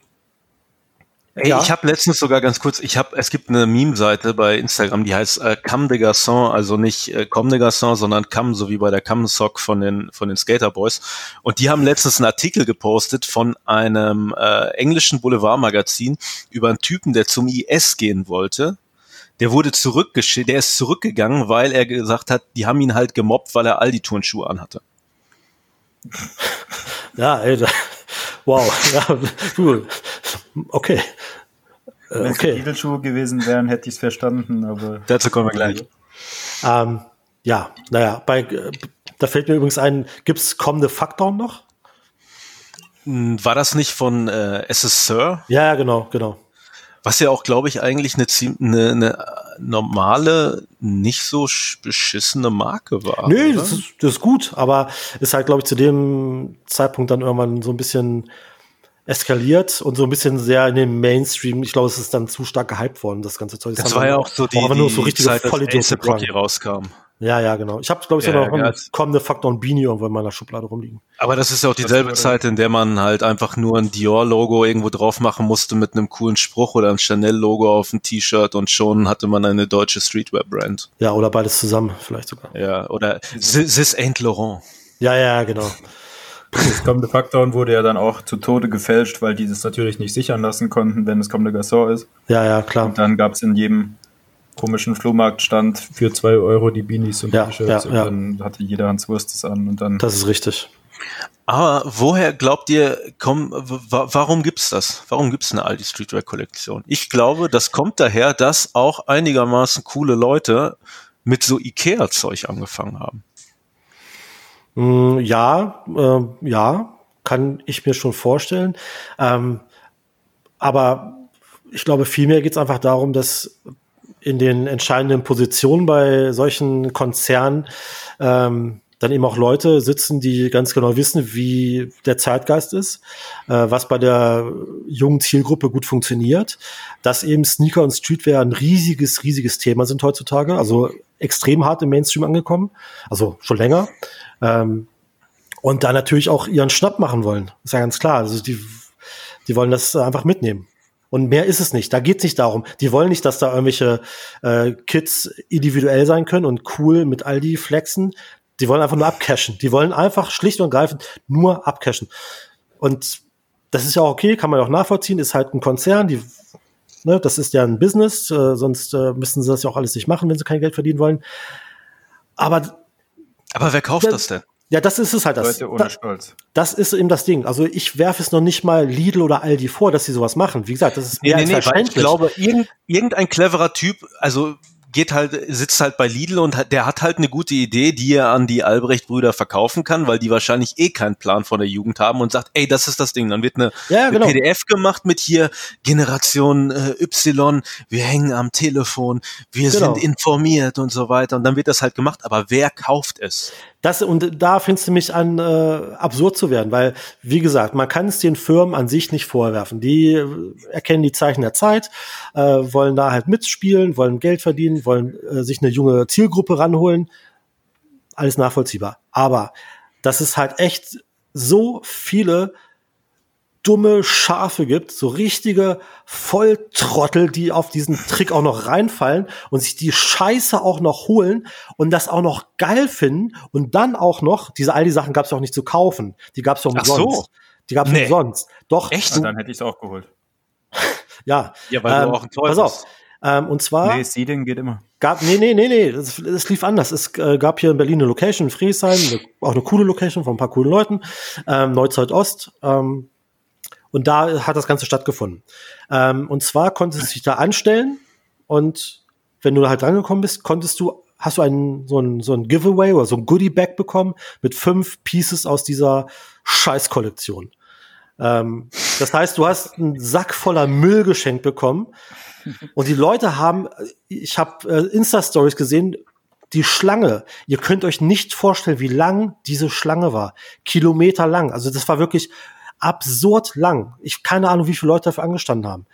Ey, Ja. ich habe letztens sogar ganz kurz, ich habe, es gibt eine Meme-Seite bei Instagram, die heißt äh, Comme des Garçons, also nicht äh, Comme des Garçons, sondern Come, so wie bei der Come-Sock von den von den Skater Boys. Und die haben letztens einen Artikel gepostet von einem äh, englischen Boulevardmagazin über einen Typen, der zum I S gehen wollte. Der wurde zurückgeschickt, der ist zurückgegangen, weil er gesagt hat, die haben ihn halt gemobbt, weil er Aldi-Turnschuhe anhatte. Ja, ey, da, wow, ja, du, okay. Äh, Wenn es okay. Eagelschuhe gewesen wären, hätte ich es verstanden, aber Dazu kommen wir gleich. Ähm, ja, naja, bei, äh, da fällt mir übrigens ein, gibt's Come the Fuck Down noch? Hm, War das nicht von äh, S S Sir? Ja, ja, genau, genau. Was ja auch, glaube ich, eigentlich eine, ziem- eine, eine normale, nicht so sch- beschissene Marke war. Nö, oder? das ist, das ist gut, aber ist halt, glaube ich, zu dem Zeitpunkt dann irgendwann so ein bisschen eskaliert und so ein bisschen sehr in den Mainstream. Ich glaube, es ist dann zu stark gehypt worden, das ganze Zeug. Das war ja auch so die, aber nur so die richtige Zeit, als Vollidioten A$AP Rocky rauskam. Ja, ja, genau. Ich habe, glaube ich, Ja, sogar noch ja, einen ja. kommende Faktor und Beanie irgendwo in meiner Schublade rumliegen. Aber das ist ja auch dieselbe Das wurde- Zeit, in der man halt einfach nur ein Dior-Logo irgendwo drauf machen musste mit einem coolen Spruch oder ein Chanel-Logo auf ein T-Shirt und schon hatte man eine deutsche Streetwear-Brand. Ja, oder beides zusammen vielleicht sogar. Ja, oder This this ain't Laurent. Ja, ja, genau. Das kommende Faktoren wurde ja dann auch zu Tode gefälscht, weil die das natürlich nicht sichern lassen konnten, wenn es kommende Gasson ist. Ja, ja, klar. Und dann gab es in jedem komischen Flohmarktstand für zwei Euro die Beanies und Ja, T-Shirts ja, und ja. dann hatte jeder Hans Wurstes an und dann Das ist richtig. Aber woher glaubt ihr, komm, wa- warum gibt's das? Warum gibt's eine Aldi Streetwear-Kollektion? Ich glaube, das kommt daher, dass auch einigermaßen coole Leute mit so Ikea-Zeug angefangen haben. Mm, Ja, äh, ja, kann ich mir schon vorstellen. Ähm, aber ich glaube, vielmehr geht es einfach darum, dass in den entscheidenden Positionen bei solchen Konzernen ähm, dann eben auch Leute sitzen, die ganz genau wissen, wie der Zeitgeist ist, äh, was bei der jungen Zielgruppe gut funktioniert, dass eben Sneaker und Streetwear ein riesiges, riesiges Thema sind heutzutage, also extrem hart im Mainstream angekommen, also schon länger. Ähm, und da natürlich auch ihren Schnapp machen wollen. Ist ja ganz klar. Also die, die wollen das einfach mitnehmen. Und mehr ist es nicht. Da geht es nicht darum. Die wollen nicht, dass da irgendwelche äh, Kids individuell sein können und cool mit Aldi flexen. Die wollen einfach nur abcashen. Die wollen einfach schlicht und ergreifend nur abcashen. Und das ist ja auch okay, kann man auch nachvollziehen. Ist halt ein Konzern, die, ne, das ist ja ein Business. Äh, sonst äh, müssten sie das ja auch alles nicht machen, wenn sie kein Geld verdienen wollen. Aber Aber wer kauft Ja, das denn? ja, das ist es halt. Das, Leute ohne da, Stolz. das ist eben das Ding. Also ich werfe es noch nicht mal Lidl oder Aldi vor, dass sie sowas machen. Wie gesagt, das ist Nee, mehr nee, als nee, weil ich verständlich. glaube, irgend, irgendein cleverer Typ, also geht halt, sitzt halt bei Lidl und hat, der hat halt eine gute Idee, die er an die Albrecht-Brüder verkaufen kann, weil die wahrscheinlich eh keinen Plan von der Jugend haben und sagt, ey, das ist das Ding. Dann wird eine, Ja, eine genau. P D F gemacht mit hier Generation äh, Y, wir hängen am Telefon, wir Genau. sind informiert und so weiter. Und dann wird das halt gemacht. Aber wer kauft es? Das, und da findest du mich an, äh, absurd zu werden, weil, wie gesagt, man kann es den Firmen an sich nicht vorwerfen. Die äh, erkennen die Zeichen der Zeit, äh, wollen da halt mitspielen, wollen Geld verdienen, wollen äh, sich eine junge Zielgruppe ranholen. Alles nachvollziehbar. Aber dass es halt echt so viele dumme Schafe gibt, so richtige Volltrottel, die auf diesen Trick auch noch reinfallen und sich die Scheiße auch noch holen und das auch noch geil finden und dann auch noch, diese all die Sachen gab es auch nicht zu kaufen, die gab es ja Ach so. umsonst. Die gab es Nee. umsonst. Doch, Echt? Ja, dann hätte ich es auch geholt. ja. Ja, weil ähm, du auch ein Teufel Pass auf. Ähm, und zwar Nee, Seeding geht immer. gab, nee, nee, nee, nee, das, das lief anders. Es äh, gab hier in Berlin eine Location, in Friedrichshain, eine, auch eine coole Location von ein paar coolen Leuten, ähm, Neuzeit Ost, ähm, und da hat das Ganze stattgefunden. Ähm, und zwar konntest du dich da anstellen und wenn du da halt rangekommen bist, konntest du, hast du einen, so ein, so ein Giveaway oder so ein Goodie-Bag bekommen mit fünf Pieces aus dieser Scheißkollektion. Ähm, das heißt, du hast einen Sack voller Müll geschenkt bekommen und die Leute haben, ich habe äh, Insta-Stories gesehen, die Schlange, ihr könnt euch nicht vorstellen, wie lang diese Schlange war. Kilometer lang. Also das war wirklich absurd lang. Ich keine Ahnung, wie viele Leute dafür angestanden haben.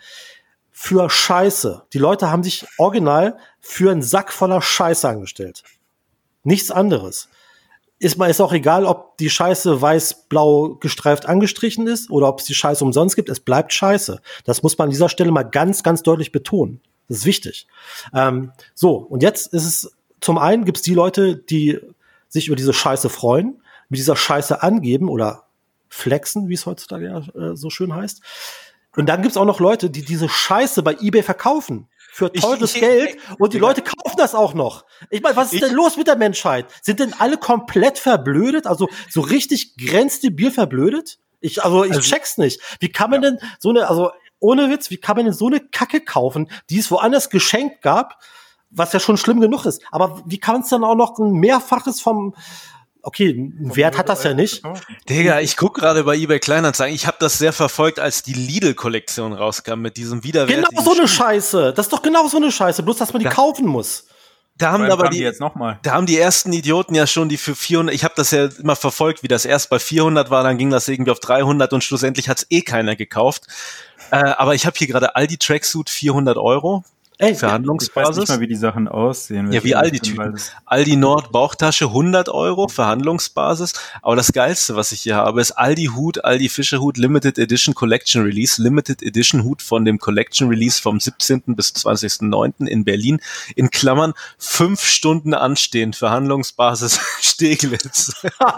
Für Scheiße. Die Leute haben sich original für einen Sack voller Scheiße angestellt. Nichts anderes. Ist mal ist auch egal, ob die Scheiße weiß-blau gestreift angestrichen ist oder ob es die Scheiße umsonst gibt. Es bleibt Scheiße. Das muss man an dieser Stelle mal ganz, ganz deutlich betonen. Das ist wichtig. Ähm, so, und jetzt ist es, zum einen gibt es die Leute, die sich über diese Scheiße freuen, mit dieser Scheiße angeben oder flexen, wie es heutzutage ja, äh, so schön heißt. Und dann gibt's auch noch Leute, die diese Scheiße bei eBay verkaufen. Für teures Ich- ich- Geld. Und die Leute kaufen das auch noch. Ich meine, was ist Ich- denn los mit der Menschheit? Sind denn alle komplett verblödet? Also so richtig grenzdebil verblödet? Ich, also ich check's nicht. Wie kann man denn so eine, also ohne Witz, wie kann man denn so eine Kacke kaufen, die es woanders geschenkt gab, was ja schon schlimm genug ist. Aber wie kann es dann auch noch ein Mehrfaches vom, okay, einen Wert hat das ja nicht. Digga, ich guck gerade bei eBay Kleinanzeigen. Ich habe das sehr verfolgt, als die Lidl-Kollektion rauskam mit diesem widerwärtigen Genau so eine Schuh. Scheiße. Das ist doch genau so eine Scheiße, bloß dass man die Da- kaufen muss. Da haben Vor allem aber kamen die, die jetzt nochmal. da haben die ersten Idioten ja schon die für vierhundert, ich habe das ja immer verfolgt, wie das erst bei vierhundert war, dann ging das irgendwie auf dreihundert und schlussendlich hat's eh keiner gekauft. Äh, aber ich habe hier gerade Aldi Tracksuit vierhundert Euro. Ey, Ich weiß Verhandlungsbasis. nicht mal, wie die Sachen aussehen. Ja, wie Aldi-Typen. Aldi Nord Bauchtasche hundert Euro, Verhandlungsbasis. Aber das Geilste, was ich hier habe, ist Aldi Hut, Aldi Fische Hut Limited Edition Collection Release. Limited Edition Hut von dem Collection Release vom siebzehnten bis zwanzigsten neunten in Berlin. In Klammern fünf Stunden anstehend. Verhandlungsbasis Steglitz.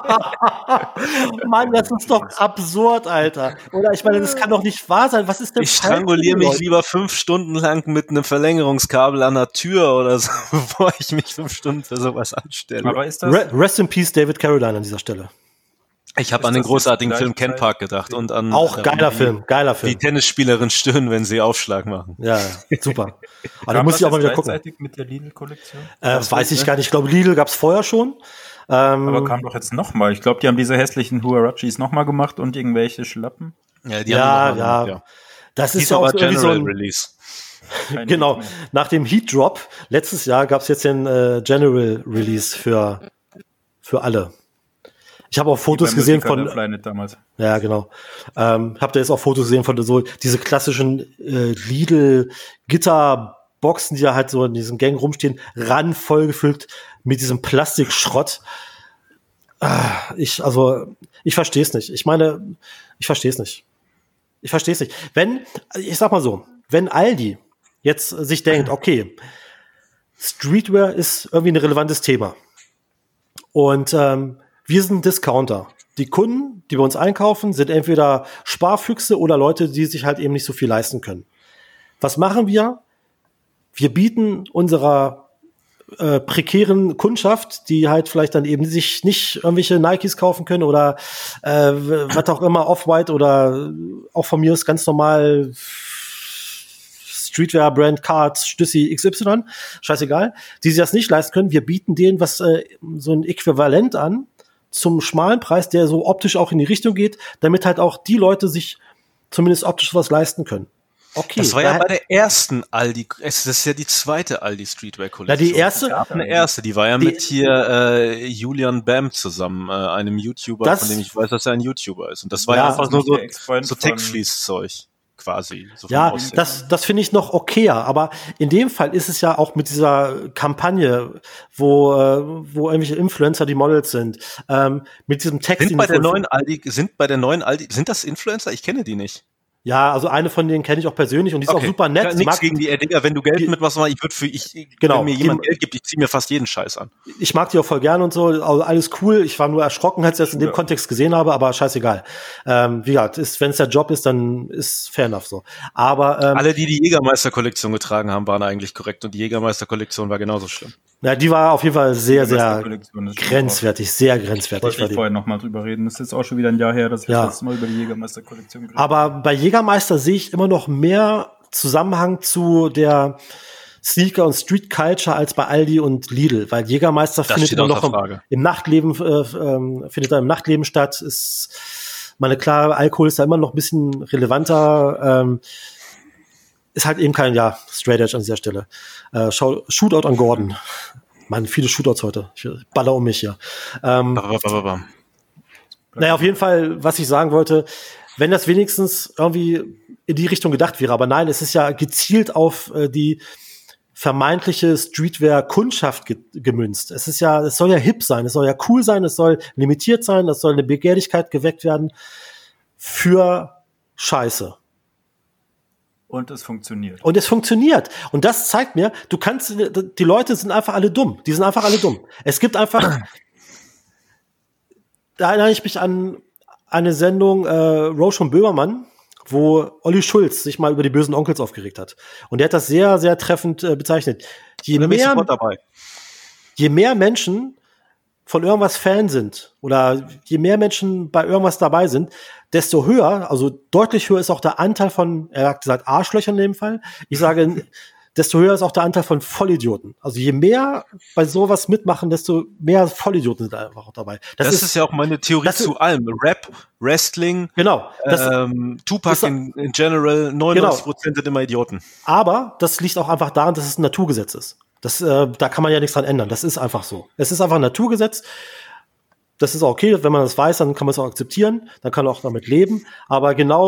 Mann, das ist doch absurd, Alter. Oder ich meine, das kann doch nicht wahr sein. Was ist denn Ich stranguliere mich lieber fünf Stunden lang mit einem Verlängerungskabel an der Tür oder so, bevor ich mich fünf Stunden für sowas anstelle. Aber ist das, Re- Rest in Peace, David Carradine an dieser Stelle. Ich habe Ist an den das großartigen jetzt Film Ken gleichzeitig- Park gedacht und an Auch äh, geiler wie, Film, geiler wie Film. Tennisspielerinnen stöhnen, wenn sie Aufschlag machen. Ja, ja, super. Aber da kam muss das ich auch mal jetzt wieder gucken. gleichzeitig mit der Lidl-Kollektion? Äh, Das weiß ich ne? gar nicht. Ich glaube, Lidl gab es vorher schon. Ähm, Aber kam doch jetzt nochmal. Ich glaube, die haben diese hässlichen Huarachis nochmal gemacht und irgendwelche Schlappen. Ja, die Ja, haben ja. noch mal, ja. das ist Hieß ja auch aber irgendwie so General ein, Release. Keine genau, mehr. nach dem Heat Drop letztes Jahr gab es jetzt den äh, General Release für, für alle. Ich habe auch Fotos Wie beim gesehen Musiker von, der Planet damals. ja genau, ähm, habt ihr jetzt auch Fotos gesehen von so diese klassischen äh, Lidl Gitterboxen, die da halt so in diesen Gang rumstehen, ran vollgefüllt mit diesem Plastikschrott. Ah, ich, also, ich verstehe es nicht. Ich meine, ich verstehe es nicht. Ich verstehe es nicht. Wenn, ich sag mal so, wenn Aldi jetzt sich denkt, okay, Streetwear ist irgendwie ein relevantes Thema und ähm, wir sind Discounter. Die Kunden, die bei uns einkaufen, sind entweder Sparfüchse oder Leute, die sich halt eben nicht so viel leisten können. Was machen wir? Wir bieten unserer äh, prekären Kundschaft, die halt vielleicht dann eben sich nicht irgendwelche Nikes kaufen können oder äh, was auch immer, Off-White oder auch von mir ist ganz normal Streetwear, Brand, Cards, Stüssi, X Y, scheißegal, die sich das nicht leisten können. Wir bieten denen was äh, so ein Äquivalent an zum schmalen Preis, der so optisch auch in die Richtung geht, damit halt auch die Leute sich zumindest optisch was leisten können. Okay. Das war ja da- bei der ersten Aldi, es- das ist ja die zweite Aldi Streetwear Na, Kollektion. die erste, Eine erste, die war ja Die- mit hier äh, Julian Bam zusammen, äh, einem YouTuber, Das- von dem ich weiß, dass er ein YouTuber ist. Und das war Ja, ja einfach nur so, der Ex-Freund so von- Tech-Fleece-Zeug quasi. So vom ja, Aussehen. das, das finde ich noch okayer, aber in dem Fall ist es ja auch mit dieser Kampagne, wo, äh, wo irgendwelche Influencer die Models sind, ähm, mit diesem Text. sind den bei die der voll- neuen Aldi, sind bei der neuen Aldi, sind das Influencer? Ich kenne die nicht. Ja, also eine von denen kenne ich auch persönlich und die ist auch super nett. Ja, Sie nichts mag, gegen die, äh, Digga, wenn du Geld die- mit was machst, ich würde für, ich, Genau, wenn mir die- jemand Geld gibt, ich ziehe mir fast jeden Scheiß an. ich mag die auch voll gern und so, also alles cool. Ich war nur erschrocken, als ich das in dem Ja. Kontext gesehen habe, aber scheißegal. Ähm, wie gesagt, ist, wenn es der Job ist, dann ist fair enough so. Aber ähm, Alle, die die Jägermeister-Kollektion getragen haben, waren eigentlich korrekt und die Jägermeister-Kollektion war genauso schlimm. ja, die war auf jeden Fall sehr, sehr Jägermeister-Kollektion ist schon grenzwertig, sehr auch- grenzwertig. Wollte war ich die. vorher nochmal drüber reden. Das ist jetzt auch schon wieder ein Jahr her, dass ich Ja. das letzte Mal über die Jägermeister-Kollektion geredet Aber bei Jägermeister sehe ich immer noch mehr Zusammenhang zu der Sneaker- und Street-Culture als bei Aldi und Lidl, weil Jägermeister Das findet steht immer noch außer im, Frage. im Nachtleben, äh, ähm, findet da im Nachtleben statt, ist, meine klar, Alkohol ist da immer noch ein bisschen relevanter, ähm, ist halt eben kein, ja, Straight Edge an dieser Stelle. Äh, Schau- Shootout an Gordon. Mann, viele Shootouts heute. Ich baller um mich hier. Ähm, Bababababam. naja, auf jeden Fall, was ich sagen wollte, wenn das wenigstens irgendwie in die Richtung gedacht wäre, aber nein, es ist ja gezielt auf äh, die vermeintliche Streetwear-Kundschaft ge gemünzt. Es ist ja, es soll ja hip sein, es soll ja cool sein, es soll limitiert sein, es soll eine Begehrlichkeit geweckt werden für Scheiße. Und es funktioniert. Und es funktioniert. Und das zeigt mir, du kannst, die Leute sind einfach alle dumm. Die sind einfach alle dumm. Es gibt einfach, da erinnere ich mich an eine Sendung äh, Roche und Böhmermann, wo Olli Schulz sich mal über die bösen Onkels aufgeregt hat. Und der hat das sehr, sehr treffend äh, bezeichnet. Je Da bin ich mehr, sofort dabei. je mehr Menschen von irgendwas Fan sind oder je mehr Menschen bei irgendwas dabei sind, desto höher, also deutlich höher ist auch der Anteil von, er hat gesagt Arschlöchern in dem Fall, ich sage, desto höher ist auch der Anteil von Vollidioten. Also je mehr bei sowas mitmachen, desto mehr Vollidioten sind einfach auch dabei. Das, ist, ist ja auch meine Theorie das zu ist- allem. Rap, Wrestling, Genau. Das, ähm, Tupac das- in, in general, neunundneunzig Prozent sind immer Idioten. aber das liegt auch einfach daran, dass es ein Naturgesetz ist. Das, äh, da kann man ja nichts dran ändern. Das ist einfach so. Es ist einfach ein Naturgesetz. Das ist auch okay, wenn man das weiß, dann kann man es auch akzeptieren, dann kann man auch damit leben. Aber genau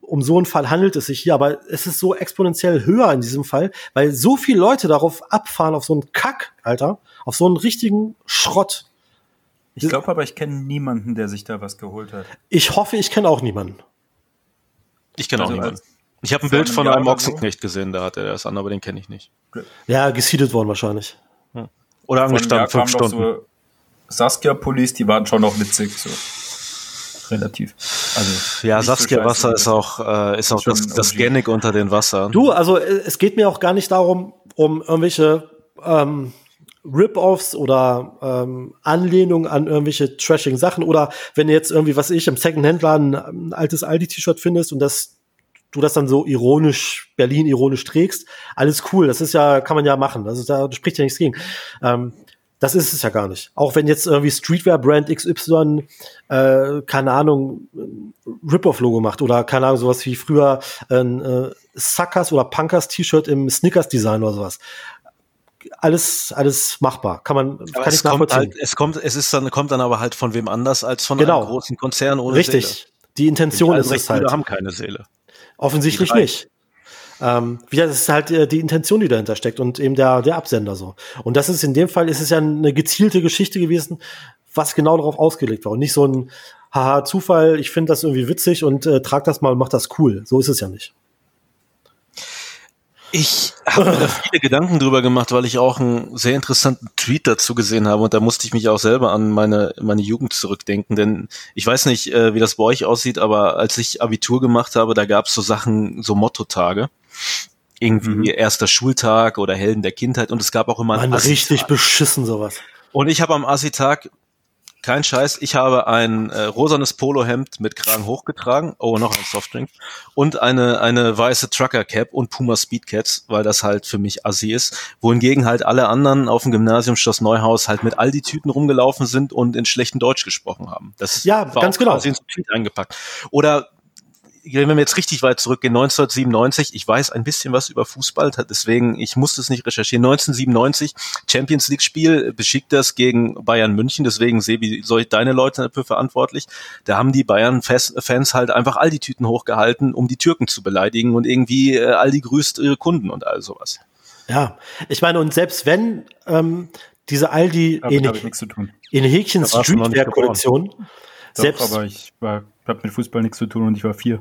um so einen Fall handelt es sich hier, aber es ist so exponentiell höher in diesem Fall, weil so viele Leute darauf abfahren, auf so einen Kack, Alter, auf so einen richtigen Schrott. Ich glaube aber, ich kenne niemanden, der sich da was geholt hat. Ich hoffe, ich kenne auch niemanden. Ich kenne auch Also niemanden. als- Ich habe ein vor Bild einem von Jahr einem oder so? Ochsenknecht gesehen, da hat er das an, aber den kenne ich nicht. Ja, geseedet worden wahrscheinlich. Oder Vor einem angestanden, Jahr fünf kamen doch Stunden. so Saskia-Pullis, die waren schon noch witzig, so. Relativ. Also, Ja, nicht so Saskia-Wasser scheiße, ist auch, äh, ist auch schon das, ein das O G. Genic unter den Wassern. Du, also äh, es geht mir auch gar nicht darum, um irgendwelche ähm, Rip-Offs oder ähm, Anlehnungen an irgendwelche trashing Sachen oder wenn du jetzt irgendwie, was ich, im Second-Hand-Laden ein altes Aldi-T-Shirt findest und das du das dann so ironisch, Berlin ironisch trägst, alles cool, das ist ja, kann man ja machen, also da spricht ja nichts gegen. Ähm, das ist es ja gar nicht. Auch wenn jetzt irgendwie Streetwear-Brand X Y, äh, keine Ahnung, ein Rip-Off-Logo macht oder keine Ahnung, sowas wie früher ein äh, Suckers oder Punkers-T-Shirt im Snickers-Design oder sowas. Alles, alles machbar. Kann man, Aber kann es ich kommt nachvollziehen. halt, es kommt, es ist dann, kommt dann aber halt von wem anders als von Genau. einem großen Konzern ohne Richtig. Seele. Die Intention Die ist es Albrecht-Brüder halt. haben keine Seele. Offensichtlich Die drei. nicht. Ähm, wieder, das ist halt äh, die Intention, die dahinter steckt und eben der, der Absender so. Und das ist in dem Fall, ist es ja eine gezielte Geschichte gewesen, was genau darauf ausgelegt war. Und nicht so ein haha, Zufall, ich finde das irgendwie witzig und äh, trag das mal und mach das cool. So ist es ja nicht. Ich habe mir da viele Gedanken drüber gemacht, weil ich auch einen sehr interessanten Tweet dazu gesehen habe und da musste ich mich auch selber an meine meine Jugend zurückdenken, denn ich weiß nicht, äh, wie das bei euch aussieht, aber als ich Abitur gemacht habe, da gab es so Sachen, so Mottotage, irgendwie Mhm. erster Schultag oder Helden der Kindheit und es gab auch immer einen Man, Assi-Tag. richtig beschissen sowas. Und ich habe am Assi-Tag, kein Scheiß, ich habe ein äh, rosanes Polohemd mit Kragen hochgetragen, oh, noch ein Softdrink, und eine eine weiße Trucker-Cap und Puma Speedcats, weil das halt für mich Assi ist, wohingegen halt alle anderen auf dem Gymnasium Schloss Neuhaus halt mit Aldi-Tüten rumgelaufen sind und in schlechtem Deutsch gesprochen haben. Das Ja, war ganz auch genau. quasi ins Tweet eingepackt. Oder wenn wir jetzt richtig weit zurückgehen, neunzehnhundertsiebenundneunzig, ich weiß ein bisschen was über Fußball, deswegen, ich musste es nicht recherchieren, neunzehnhundertsiebenundneunzig, Champions League Spiel, Besiktas gegen Bayern München, deswegen, Sebi, soll ich deine Leute dafür verantwortlich, da haben die Bayern-Fans halt einfach all die Tüten hochgehalten, um die Türken zu beleidigen und irgendwie äh, Aldi grüßt ihre Kunden und all sowas. Ja, ich meine, und selbst wenn ähm, diese Aldi Damit in, habe ich nichts zu tun. in Häkchen Da warst du noch nicht Streetwear-Kollektion, Doch, selbst, aber ich war, habe mit Fußball nichts zu tun und ich war vier.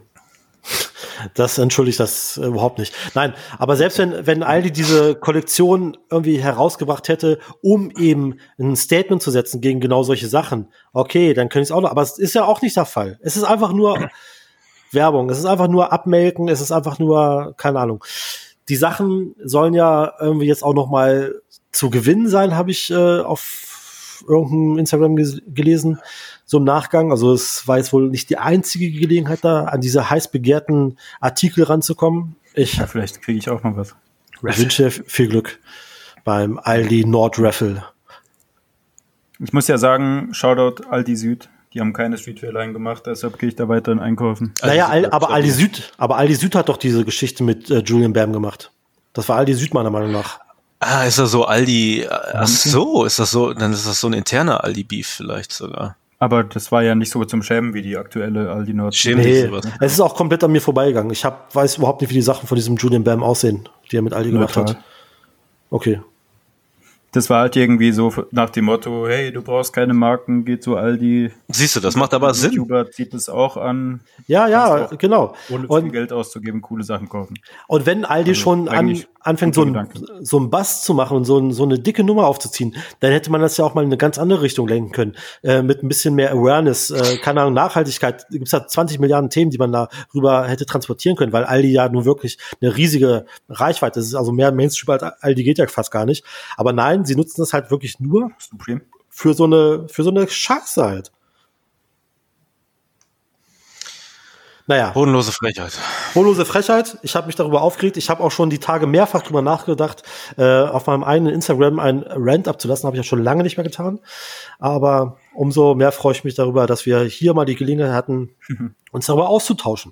das entschuldigt das äh, überhaupt nicht. Nein, aber selbst wenn, wenn Aldi diese Kollektion irgendwie herausgebracht hätte, um eben ein Statement zu setzen gegen genau solche Sachen, okay, dann könnte ich es auch noch, aber es ist ja auch nicht der Fall. Es ist einfach nur Werbung, es ist einfach nur Abmelken, es ist einfach nur, keine Ahnung. Die Sachen sollen ja irgendwie jetzt auch noch mal zu gewinnen sein, habe ich äh, auf irgendeinem Instagram ges- gelesen, so im Nachgang. Also es war jetzt wohl nicht die einzige Gelegenheit da, an diese heiß begehrten Artikel ranzukommen. Ich Ja, vielleicht kriege ich auch noch was. wünsche dir viel Glück beim Aldi Nord Raffle. Ich muss ja sagen, Shoutout Aldi Süd. Die haben keine Streetwear-Line gemacht, deshalb gehe ich da weiterhin einkaufen. Naja, Aldi Al, Süd, aber glaub Aldi ich. Süd, aber Aldi Süd hat doch diese Geschichte mit äh, Julian Bam gemacht. Das war Aldi Süd meiner Meinung nach. Ah, ist das so Aldi, ach so, ist das so, dann ist das so ein interner Aldi-Beef vielleicht sogar. Aber das war ja nicht so zum Schämen wie die aktuelle Aldi Nord. Schämen Nee, dich sowas. es ist auch komplett an mir vorbeigegangen. Ich hab, weiß überhaupt nicht, wie die Sachen von diesem Julian Bam aussehen, die er mit Aldi gemacht Neutral. hat. Okay. Das war halt irgendwie so nach dem Motto, hey, du brauchst keine Marken, geh zu Aldi. Siehst du, das macht aber Sinn. YouTuber zieht es auch an, Ja, ja, Kannst du auch genau. ohne viel Und, Geld auszugeben, coole Sachen kaufen. und wenn Aldi Also, schon an, eigentlich anfängt, so gute ein, Gedanke. so ein Bass zu machen und so, ein, so eine dicke Nummer aufzuziehen, dann hätte man das ja auch mal in eine ganz andere Richtung lenken können. Äh, mit ein bisschen mehr Awareness, äh, keine Ahnung, Nachhaltigkeit. Gibt es da zwanzig Milliarden Themen, die man da rüber hätte transportieren können, weil Aldi ja nun wirklich eine riesige Reichweite, das ist also mehr Mainstream als Aldi geht ja fast gar nicht. Aber nein, sie nutzen das halt wirklich nur Supreme. für so eine, für so eine Scheiße halt. Naja, Bodenlose Frechheit. bodenlose Frechheit. Ich habe mich darüber aufgeregt. Ich habe auch schon die Tage mehrfach drüber nachgedacht, äh, auf meinem eigenen Instagram ein Rant abzulassen. Habe ich ja schon lange nicht mehr getan. Aber umso mehr freue ich mich darüber, dass wir hier mal die Gelegenheit hatten, uns darüber auszutauschen.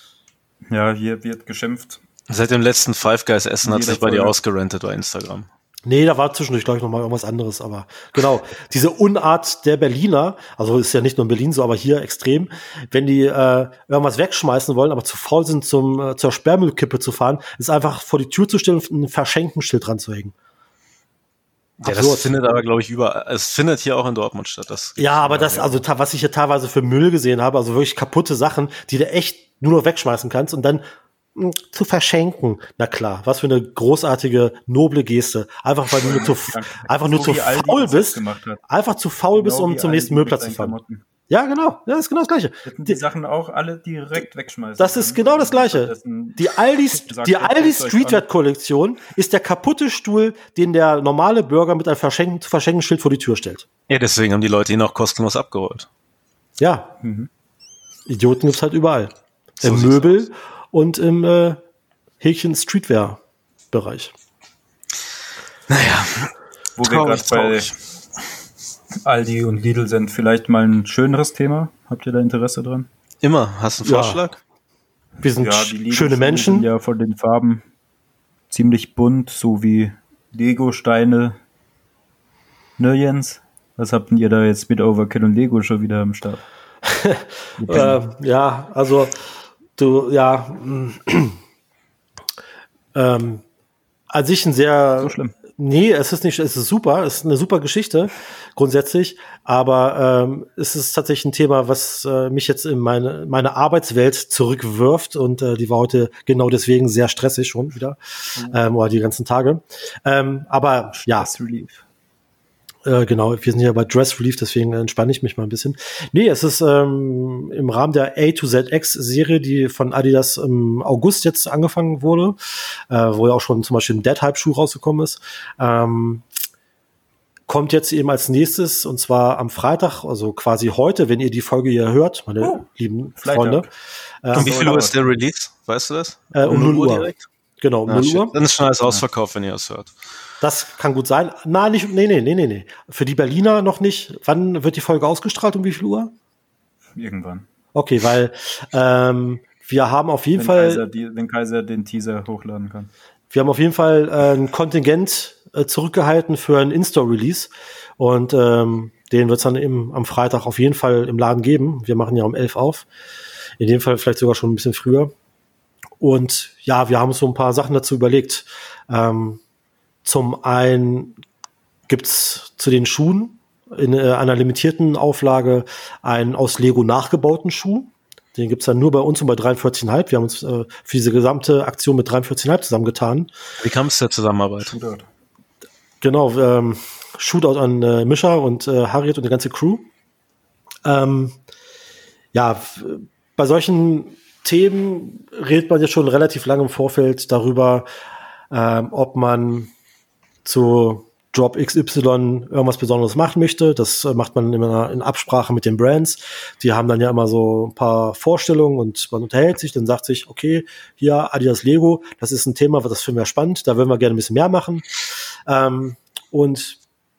Ja, hier wird geschimpft. Seit dem letzten Five Guys Essen hat Jeder sich bei dir Folge. ausgerentet bei Instagram. Nee, da war zwischendurch, glaube ich, noch mal irgendwas anderes. Aber genau, diese Unart der Berliner, also ist ja nicht nur in Berlin so, aber hier extrem, wenn die äh, irgendwas wegschmeißen wollen, aber zu faul sind, zum äh, zur Sperrmüllkippe zu fahren, ist einfach vor die Tür zu stellen und ein Verschenkenschild dran zu hängen. Ja, das findet aber, glaube ich, überall. Es findet hier auch in Dortmund statt. Das Ja, aber das, also ta- was ich hier teilweise für Müll gesehen habe, also wirklich kaputte Sachen, die du echt nur noch wegschmeißen kannst und dann mh, zu verschenken. Na klar, was für eine großartige, noble Geste. Einfach weil du nur zu, einfach nur So zu wie Aldi faul das jetzt bist. gemacht hat. Einfach zu faul bist, Genau um wie zum Aldi nächsten mit Müllplatz zu seinen fahren. Klamotten. Ja, genau. Ja, das ist genau das Gleiche. Hätten die Sachen auch alle direkt wegschmeißen. Das ist können. genau das Gleiche. Stattdessen Die Aldi, sagt, die ey, Aldi guckt euch Streetwear-Kollektion ist der kaputte Stuhl, den der normale Bürger mit einem Verschenken, Verschenkenschild vor die Tür stellt. Ja, deswegen haben die Leute ihn auch kostenlos abgeholt. Ja. Idioten gibt's halt überall. So Im sieht's Möbel aus. und im äh, Häkchen Streetwear-Bereich. Naja, Wo wir gerade bei Aldi und Lidl sind, vielleicht mal ein schöneres Thema. Habt ihr da Interesse dran? Immer. Hast du einen Ja. Vorschlag? Wir sind Ja, sch- die Lidl schöne sind Menschen. ja von den Farben ziemlich bunt, so wie Lego-Steine. Ne, Jens? Was habt denn ihr da jetzt mit Overkill und Lego schon wieder am Start? Äh, ja, also du, ja, ähm, an sich ein sehr So schlimm. Nee, es ist nicht, es ist super, es ist eine super Geschichte grundsätzlich, aber ähm, es ist tatsächlich ein Thema, was äh, mich jetzt in meine meine Arbeitswelt zurückwirft und äh, die war heute genau deswegen sehr stressig schon wieder, ähm, oder die ganzen Tage. Ähm, aber ja, Stress Relief. äh, genau, wir sind ja bei Dress Relief, deswegen entspanne ich mich mal ein bisschen. Nee, es ist ähm, im Rahmen der A to Z X-Serie, die von Adidas im August jetzt angefangen wurde, äh, wo ja auch schon zum Beispiel ein Dead-Hype-Schuh rausgekommen ist, ähm, kommt jetzt eben als nächstes, und zwar am Freitag, also quasi heute, wenn ihr die Folge hier hört, meine Oh, lieben Freitag. Freunde. Äh, Um wie so viel Uhr dauert. ist der Release? Weißt du das? Äh, um null Uhr. direkt? Genau, um Ah, null shit. Uhr. Dann ist schon alles ausverkauft, wenn ihr es hört. Das kann gut sein. Na, nicht, nee, nee, nee, nee, nee. Für die Berliner noch nicht. Wann wird die Folge ausgestrahlt? Um wie viel Uhr? Irgendwann. Okay, weil ähm, wir haben auf jeden Wenn Fall, Kaiser, die, wenn Kaiser den Teaser hochladen kann. wir haben auf jeden Fall äh, ein Kontingent äh, zurückgehalten für ein In-Store-Release und ähm, den wird es dann eben am Freitag auf jeden Fall im Laden geben. Wir machen ja um elf auf. In dem Fall vielleicht sogar schon ein bisschen früher. Und ja, wir haben uns so ein paar Sachen dazu überlegt. Ähm, zum einen gibt's zu den Schuhen in äh, einer limitierten Auflage einen aus Lego nachgebauten Schuh. Den gibt's dann nur bei uns und bei dreiundvierzig Komma fünf. Wir haben uns äh, für diese gesamte Aktion mit dreiundvierzig Komma fünf zusammengetan. Wie kam es zur Zusammenarbeit? Genau, ähm, Shootout an äh, Mischa und äh, Harriet und die ganze Crew. Ähm, ja, f- bei solchen Themen redet man ja schon relativ lange im Vorfeld darüber, ähm, ob man zu Drop X Y irgendwas Besonderes machen möchte. Das äh, macht man immer in Absprache mit den Brands. Die haben dann ja immer so ein paar Vorstellungen und man unterhält sich, dann sagt sich, okay, hier Adidas Lego, das ist ein Thema, das finden wir spannend, da würden wir gerne ein bisschen mehr machen. Ähm, und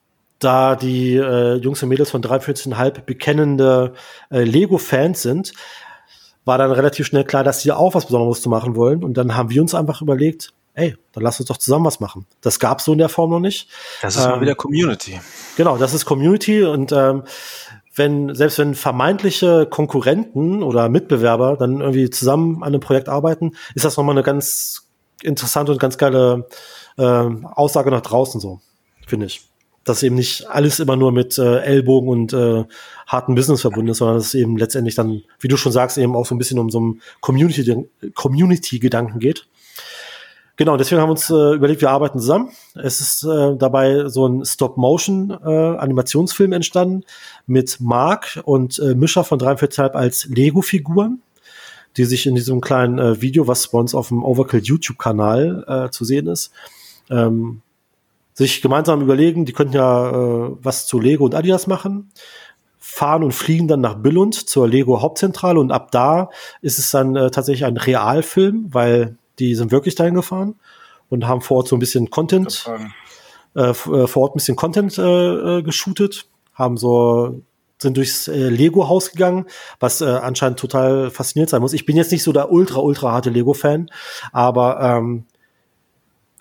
da die äh, Jungs und Mädels von dreiundvierzig Komma fünf bekennende äh, Lego-Fans sind, war dann relativ schnell klar, dass sie auch was Besonderes zu machen wollen. Und dann haben wir uns einfach überlegt, ey, dann lass uns doch zusammen was machen. Das gab's so in der Form noch nicht. Das ist Ähm, mal wieder Community. Genau, das ist Community und ähm, wenn, selbst wenn vermeintliche Konkurrenten oder Mitbewerber dann irgendwie zusammen an einem Projekt arbeiten, ist das nochmal eine ganz interessante und ganz geile ähm, Aussage nach draußen so, finde ich. Dass eben nicht alles immer nur mit äh, Ellbogen und äh, harten Business verbunden ist, sondern dass es eben letztendlich dann, wie du schon sagst, eben auch so ein bisschen um so einen Community, Community-Gedanken geht. Genau, deswegen haben wir uns äh, überlegt, wir arbeiten zusammen. Es ist äh, dabei so ein Stop-Motion-Animationsfilm äh, entstanden mit Marc und äh, Mischa von dreiundvierzig Komma fünf als Lego-Figuren, die sich in diesem kleinen äh, Video, was bei uns auf dem Overkill YouTube-Kanal äh, zu sehen ist, ähm, sich gemeinsam überlegen, die könnten ja äh, was zu Lego und Adidas machen, fahren und fliegen dann nach Billund zur Lego-Hauptzentrale und ab da ist es dann äh, tatsächlich ein Realfilm, weil die sind wirklich dahin gefahren und haben vor Ort so ein bisschen Content, äh, f- äh, vor Ort ein bisschen Content äh, äh, geshootet, haben so, sind durchs äh, Lego-Haus gegangen, was äh, anscheinend total fasziniert sein muss. Ich bin jetzt nicht so der ultra, ultra harte Lego-Fan, aber ähm,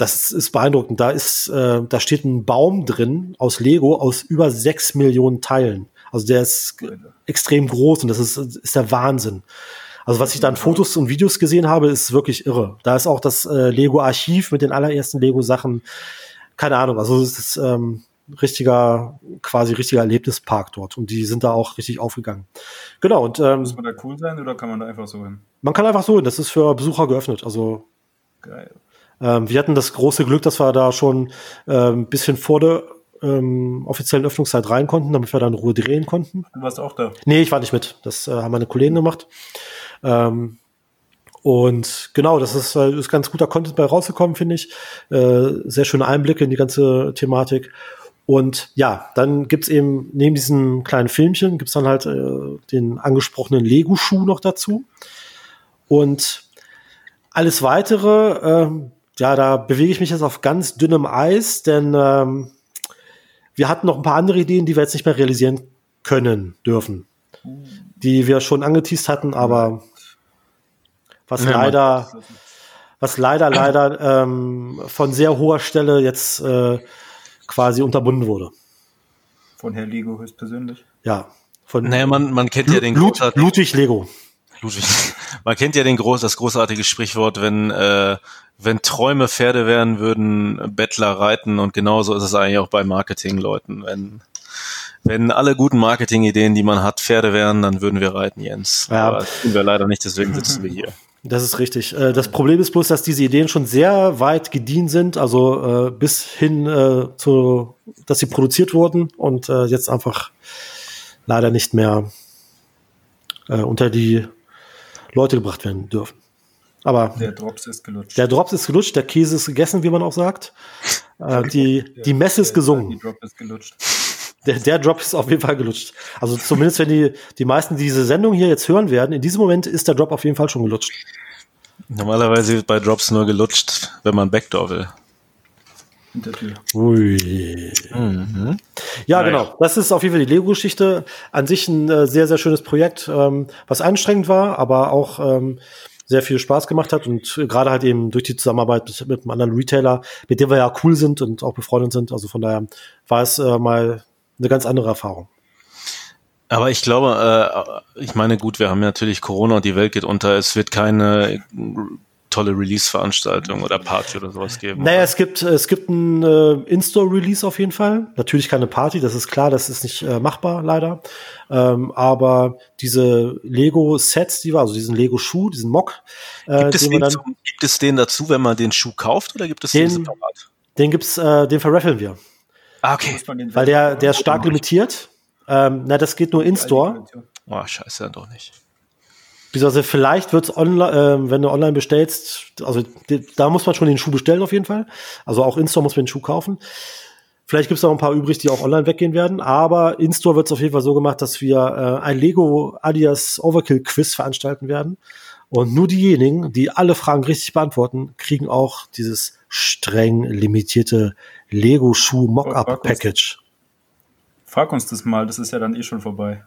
das ist beeindruckend. Da ist, äh, da steht ein Baum drin aus Lego aus über sechs Millionen Teilen. Also der ist extrem groß und das ist, ist der Wahnsinn. Also was ich da an Fotos und Videos gesehen habe, ist wirklich irre. Da ist auch das äh, Lego-Archiv mit den allerersten Lego-Sachen. Keine Ahnung, also es ist ähm, richtiger, quasi richtiger Erlebnispark dort. Und die sind da auch richtig aufgegangen. Genau. Und ähm, muss man da cool sein oder kann man da einfach so hin? Man kann einfach so hin. Das ist für Besucher geöffnet. Also geil. Ähm, wir hatten das große Glück, dass wir da schon äh, ein bisschen vor der ähm, offiziellen Öffnungszeit rein konnten, damit wir dann in Ruhe drehen konnten. Du warst auch da? Nee, ich war nicht mit. Das äh, haben meine Kollegen gemacht. Ähm, und genau, das ist, äh, ist ganz guter Content bei rausgekommen, finde ich. Äh, sehr schöne Einblicke in die ganze Thematik. Und ja, dann gibt's eben neben diesen kleinen Filmchen, gibt's dann halt äh, den angesprochenen Lego-Schuh noch dazu. Und alles Weitere, äh, ja, da bewege ich mich jetzt auf ganz dünnem Eis, denn ähm, wir hatten noch ein paar andere Ideen, die wir jetzt nicht mehr realisieren können, dürfen. Die wir schon angeteast hatten, aber was Ja, leider, was leider, leider ähm, von sehr hoher Stelle jetzt äh, quasi unterbunden wurde. Von Herr Lego höchstpersönlich? Ja. Von Naja, man, man kennt ja den Blut, großartigen, Ludwig Lego. Ludwig. Man kennt ja den groß, das großartige Sprichwort, wenn, äh, wenn Träume Pferde wären, würden Bettler reiten, und genauso ist es eigentlich auch bei Marketingleuten. Wenn, wenn alle guten Marketingideen, die man hat, Pferde wären, dann würden wir reiten, Jens. Ja. Aber das tun wir leider nicht, deswegen sitzen wir hier. Das ist richtig. Äh, Das Problem ist bloß, dass diese Ideen schon sehr weit gediehen sind, also äh, bis hin äh, zu, dass sie produziert wurden und äh, jetzt einfach leider nicht mehr äh, unter die Leute gebracht werden dürfen. Aber Der Drops ist gelutscht. der Drops ist gelutscht, der Käse ist gegessen, wie man auch sagt. Äh, die, die Messe ist Die gesungen. Drop ist gelutscht. Der, der Drop ist auf jeden Fall gelutscht. Also zumindest, wenn die, die meisten diese Sendung hier jetzt hören werden, in diesem Moment ist der Drop auf jeden Fall schon gelutscht. Normalerweise wird bei Drops nur gelutscht, wenn man Backdoor will. Hintertür. Ui. Mhm. Ja, Naja. genau. Das ist auf jeden Fall die Lego-Geschichte. An sich ein äh, sehr, sehr schönes Projekt, ähm, was anstrengend war, aber auch ähm, sehr viel Spaß gemacht hat und äh, gerade halt eben durch die Zusammenarbeit mit, mit einem anderen Retailer, mit dem wir ja cool sind und auch befreundet sind. Also von daher war es äh, mal eine ganz andere Erfahrung. Aber ich glaube, äh, ich meine, gut, wir haben ja natürlich Corona und die Welt geht unter. Es wird keine tolle Release-Veranstaltung oder Party oder sowas geben. Naja, oder? es gibt, es gibt ein äh, In-Store-Release auf jeden Fall. Natürlich keine Party, das ist klar, das ist nicht äh, machbar, leider. Ähm, aber diese Lego-Sets, die wir, also diesen Lego-Schuh, diesen Mock, äh, Gibt es, den wir den dann, zum, gibt es den dazu, wenn man den Schuh kauft, oder gibt es den, Den- separat? den gibt's, äh, den verraffeln wir. Ah, okay. Muss man den Weil der, der ist stark limitiert. Ähm, na, das geht nur in-Store. Oh, scheiße, dann doch nicht. Beziehungsweise vielleicht wird's online, äh, wenn du online bestellst, also die, da muss man schon den Schuh bestellen auf jeden Fall. Also auch in-Store muss man den Schuh kaufen. Vielleicht gibt's noch ein paar übrig, die auch online weggehen werden. Aber in-Store wird's auf jeden Fall so gemacht, dass wir äh, ein Lego Adidas Overkill Quiz veranstalten werden. Und nur diejenigen, die alle Fragen richtig beantworten, kriegen auch dieses streng limitierte Lego Schuh Oh, Mock-up frag uns. Package. Frag uns das mal, das ist ja dann eh schon vorbei.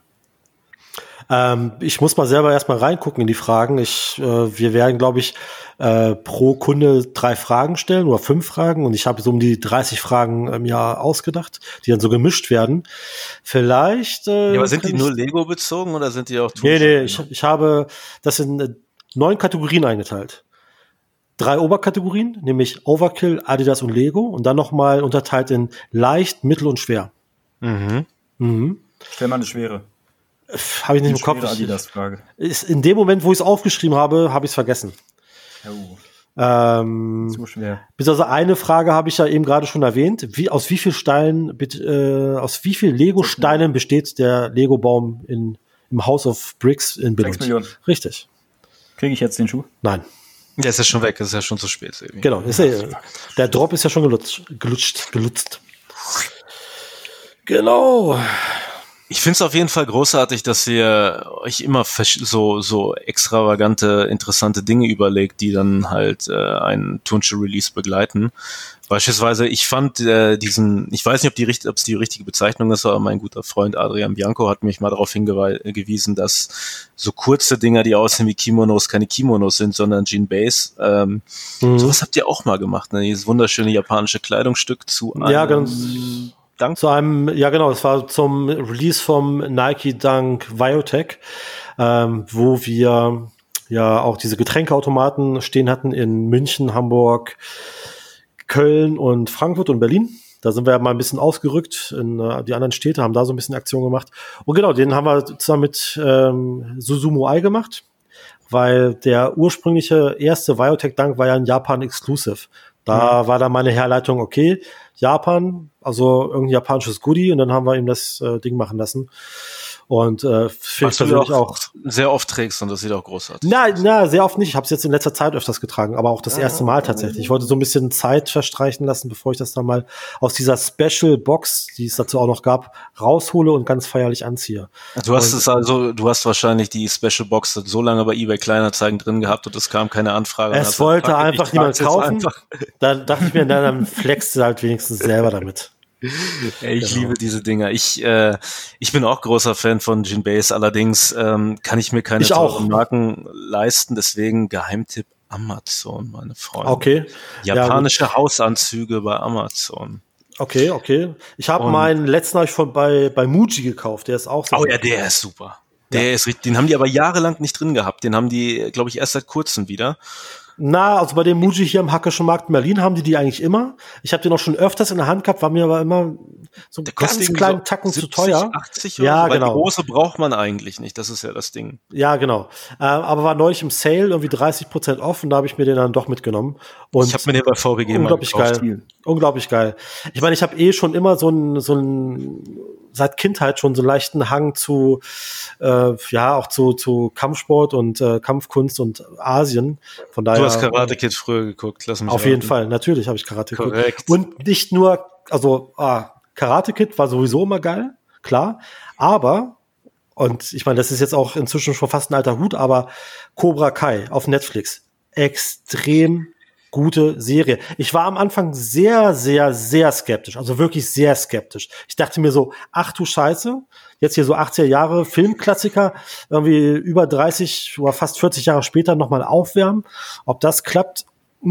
Ähm, ich muss mal selber erstmal reingucken in die Fragen. Ich, äh, wir werden, glaube ich, äh, pro Kunde drei Fragen stellen oder fünf Fragen. Und ich habe so um die dreißig Fragen im Jahr ausgedacht, die dann so gemischt werden. Vielleicht. Äh, Ja, aber sind kann die ich- nur Lego bezogen oder sind die auch Nee, nee, Toolsharing? ich, ich habe das in äh, neun Kategorien eingeteilt. Drei Oberkategorien, nämlich Overkill, Adidas und Lego. Und dann nochmal unterteilt in leicht, mittel und schwer. Mhm. Mhm. Stell mal eine schwere. Habe ich nicht Eine im Kopf. schwere Ich, Adidas-Frage. ist in dem Moment, wo ich es aufgeschrieben habe, habe ich es vergessen. Oh, Ähm, zu schwer. bis also eine Frage habe ich ja eben gerade schon erwähnt. Wie, aus wie viel Steinen, bit- äh, aus wie viel Lego-Steinen besteht der Lego-Baum in, im House of Bricks in Billund? Sechs Millionen. Richtig. Kriege ich jetzt den Schuh? Nein. Der ist ja schon weg, das ist ja schon zu spät. Sebi. Genau. Ist ja, der Drop ist ja schon gelutscht, gelutscht, gelutzt. Genau. Ich finde es auf jeden Fall großartig, dass ihr euch immer so so extravagante, interessante Dinge überlegt, die dann halt äh, einen Turnschuh-Release begleiten. Beispielsweise, ich fand äh, diesen, ich weiß nicht, ob die ob es die richtige Bezeichnung ist, aber mein guter Freund Adrian Bianco hat mich mal darauf hingewiesen, dass so kurze Dinger, die aussehen wie Kimonos, keine Kimonos sind, sondern Jinbeis. Ähm, mhm. Sowas habt ihr auch mal gemacht, ne? Dieses wunderschöne japanische Kleidungsstück zu einem ja, ganz Dunk. Zu einem, ja genau, es war zum Release vom Nike Dunk Viotech, ähm, wo wir ja auch diese Getränkeautomaten stehen hatten in München, Hamburg, Köln und Frankfurt und Berlin. Da sind wir mal ein bisschen ausgerückt in äh, die anderen Städte, haben da so ein bisschen Aktion gemacht. Und genau, den haben wir zusammen mit ähm, Susumu Ai gemacht, weil der ursprüngliche erste Viotech Dunk war ja ein Japan Exclusive. Da mhm. war dann meine Herleitung, okay, Japan, also irgendein japanisches Goodie, und dann haben wir ihm das äh, Ding machen lassen. Und äh, finde ich persönlich auch, auch sehr oft trägst, und das sieht auch großartig na, aus. Na, sehr oft nicht. Ich habe es jetzt in letzter Zeit öfters getragen, aber auch das ja, erste Mal tatsächlich. Ich wollte so ein bisschen Zeit verstreichen lassen, bevor ich das dann mal aus dieser Special Box, die es dazu auch noch gab, raushole und ganz feierlich anziehe. Du hast und, es also, du hast wahrscheinlich die Special Box so lange bei eBay Kleinanzeigen drin gehabt und es kam keine Anfrage. Es wollte gesagt, einfach niemand kaufen. Dann dachte ich mir, dann, dann flexst du halt wenigstens selber damit. Ich genau. liebe diese Dinger. Ich äh, ich bin auch großer Fan von Jinbeis, allerdings ähm, kann ich mir keine ich teuren Marken leisten, deswegen Geheimtipp Amazon, meine Freunde. Okay. Japanische ja, Hausanzüge bei Amazon. Okay, okay. Ich habe meinen letzten habe ich von bei bei Muji gekauft, der ist auch so. Oh ja, der ist super. Der ja. ist richtig, den haben die aber jahrelang nicht drin gehabt. Den haben die, glaube ich, erst seit kurzem wieder. Na, also bei dem Muji hier im Hackischen Markt in Berlin haben die die eigentlich immer. Ich habe den auch schon öfters in der Hand gehabt, war mir aber immer so ein ganz kleinen so Tacken siebzig, zu teuer. achtzig oder ja, so, weil genau. Die große braucht man eigentlich nicht, das ist ja das Ding. Ja, genau. Äh, aber war neulich im Sale, irgendwie dreißig Prozent off, und da habe ich mir den dann doch mitgenommen. Und ich habe mir den bei V W G unglaublich mal gekauft. geil. Unglaublich geil. Ich meine, ich habe eh schon immer so einen, so einen, seit Kindheit schon so einen leichten Hang zu, äh, ja, auch zu, zu Kampfsport und äh, Kampfkunst und Asien. Von daher. Du hast Karate Kid früher geguckt, lass mich Auf raten. jeden Fall, natürlich habe ich Karate Kid. Korrekt. Und nicht nur, also ah, Karate Kid war sowieso immer geil, klar, aber, und ich meine, das ist jetzt auch inzwischen schon fast ein alter Hut, aber Cobra Kai auf Netflix, extrem gute Serie. Ich war am Anfang sehr, sehr, sehr skeptisch, also wirklich sehr skeptisch. Ich dachte mir so, ach du Scheiße, jetzt hier so achtziger Jahre Filmklassiker, irgendwie über dreißig oder fast vierzig Jahre später nochmal aufwärmen. Ob das klappt,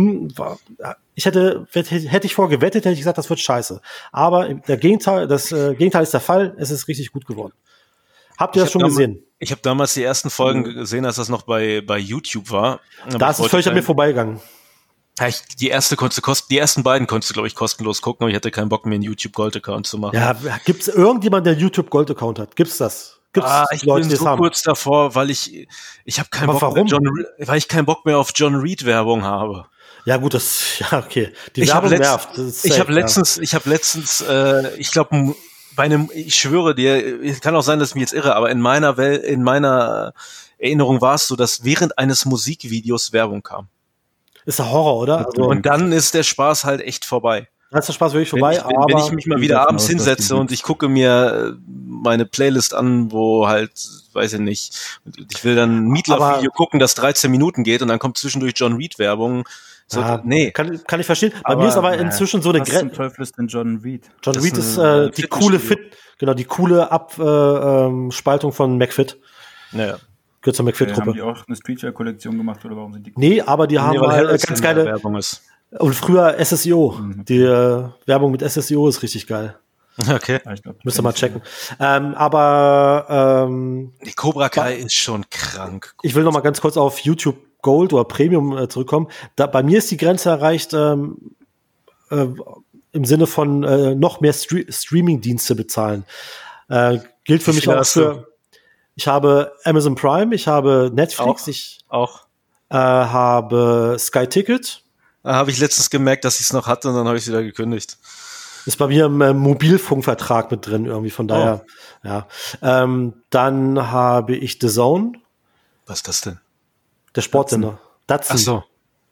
ich hätte, hätte ich vorgewettet, hätte ich gesagt, das wird scheiße. Aber der Gegenteil, das äh, Gegenteil ist der Fall, es ist richtig gut geworden. Habt ihr das schon gesehen? Ich habe damals die ersten Folgen gesehen, als das noch bei, bei YouTube war. Da ist es völlig an mir vorbeigegangen. Ja, ich, die erste konntest du kost, die ersten beiden konntest du, glaube ich, kostenlos gucken, aber ich hatte keinen Bock mehr, einen YouTube-Gold-Account zu machen. Ja, gibt's irgendjemand, der einen YouTube-Gold-Account hat? Gibt's das? Gibt's ah, ich Leute, bin so haben? kurz davor, weil ich, ich habe keinen aber Bock warum? mehr John, weil ich keinen Bock mehr auf John Reed Werbung habe. Ja gut, das, ja okay. Die ich Werbung letzt, nervt. Das ist ich safe, habe letztens, ja. ich habe letztens, äh, ich glaube, bei einem, ich schwöre dir, es kann auch sein, dass ich mich jetzt irre, aber in meiner Welt, in meiner Erinnerung war es so, dass während eines Musikvideos Werbung kam. Ist der Horror, oder? Also, und dann ist der Spaß halt echt vorbei. Dann ist der Spaß wirklich vorbei. Wenn ich, wenn, aber wenn ich mich mal wieder abends hinsetze und ich gucke mir meine Playlist an, wo halt, weiß ich nicht, ich will dann ein Meatloaf-Video gucken, das dreizehn Minuten geht und dann kommt zwischendurch John Reed-Werbung. So, ja, nee. Kann, kann ich verstehen. Bei aber, mir ist aber äh, inzwischen so eine Grenze. Was zum Teufel ist denn John Reed? John das Reed ist ist ein, äh, die coole Fit, genau, die coole Abspaltung äh, ähm, von McFit. Naja. Gehört zur McFit-Gruppe. Haben die auch eine Streetwear-Kollektion gemacht oder warum sind die? Nee, aber die haben nee, weil halt ganz geile Werbung ist. Und früher S S I O. Mhm. Die äh, Werbung mit S S I O ist richtig geil. Okay. Ja, ich glaub, Müsst ihr mal checken. Ähm, aber ähm, die Cobra Kai ist schon krank. Ich will noch mal ganz kurz auf YouTube Gold oder Premium äh, zurückkommen. Da, bei mir ist die Grenze erreicht ähm, äh, im Sinne von äh, noch mehr Stre- Streaming-Dienste bezahlen. Äh, gilt für Wie mich viel auch hast für. du? Ich habe Amazon Prime, ich habe Netflix, Auch. ich Auch. äh, habe Sky Ticket. Da habe ich letztens gemerkt, dass ich es noch hatte und dann habe ich es wieder gekündigt. Ist bei mir im äh, Mobilfunkvertrag mit drin irgendwie, von daher, oh. ja. Ähm, dann habe ich The Zone. Was ist das denn? Der Sportsender. Datsun. Ach so.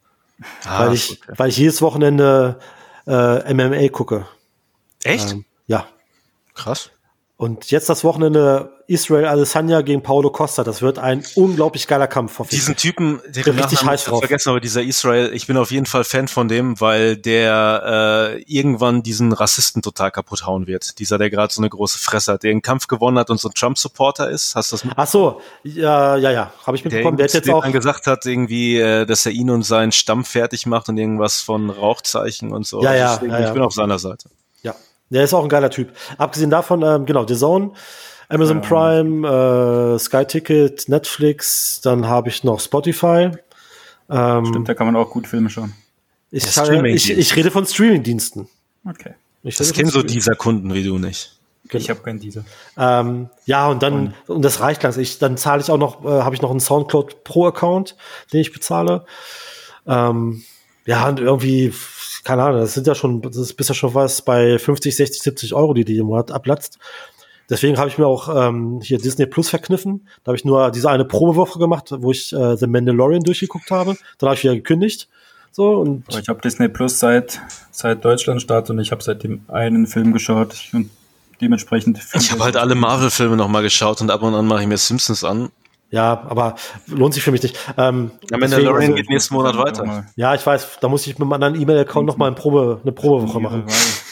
Ah, weil ich, okay. weil ich jedes Wochenende äh, M M A gucke. Echt? Ähm, ja. Krass. Und jetzt das Wochenende Israel Adesanya gegen Paulo Costa. Das wird ein unglaublich geiler Kampf. Auf Diesen Typen, den bin richtig heiß drauf. Vergessen, aber dieser Israel, ich bin auf jeden Fall Fan von dem, weil der äh, irgendwann diesen Rassisten total kaputt hauen wird. Dieser, der gerade so eine große Fresse hat, der einen Kampf gewonnen hat und so ein Trump-Supporter ist. Hast du das mitbekommen? Ach so, ja, ja, ja, habe ich mitbekommen. Der, der hat jetzt auch dann gesagt hat, irgendwie, äh, dass er ihn und seinen Stamm fertig macht und irgendwas von Rauchzeichen und so. Ja, ja, Deswegen, ja, ja. Ich bin auf seiner Seite. Ja, der ist auch ein geiler Typ. Abgesehen davon, ähm, genau, The Zone, Amazon ja. Prime, äh, Sky Ticket, Netflix, dann habe ich noch Spotify. Ähm, Stimmt, da kann man auch gut Filme schauen. Ich, ja, ich, ich rede von Streamingdiensten. Okay. Ich das kennen so dieser Kunden wie du nicht. Ich habe keinen dieser. Ähm, ja, und dann, und, und das reicht ganz. Ich, dann zahle ich auch noch, äh, habe ich noch einen Soundcloud Pro Account, den ich bezahle. Ähm, ja, und irgendwie, keine Ahnung, das sind ja schon, das ist bisher schon was bei fünfzig, sechzig, siebzig Euro, die die im Monat ablatzt. Deswegen habe ich mir auch ähm, hier Disney Plus verkniffen. Da habe ich nur diese eine Probewoche gemacht, wo ich äh, The Mandalorian durchgeguckt habe. Dann habe ich wieder gekündigt. So, und Aber ich habe Disney Plus seit, seit Deutschland-Start und ich habe seitdem einen Film geschaut und dementsprechend... Ich habe halt alle Marvel-Filme nochmal geschaut und ab und an mache ich mir Simpsons an. Ja, aber lohnt sich für mich nicht. Ähm, ja, Mandalorian also, geht nächsten Monat weiter. Ja, ich weiß, da muss ich mit einem anderen E-Mail-Account nochmal eine, Probe, eine Probewoche machen.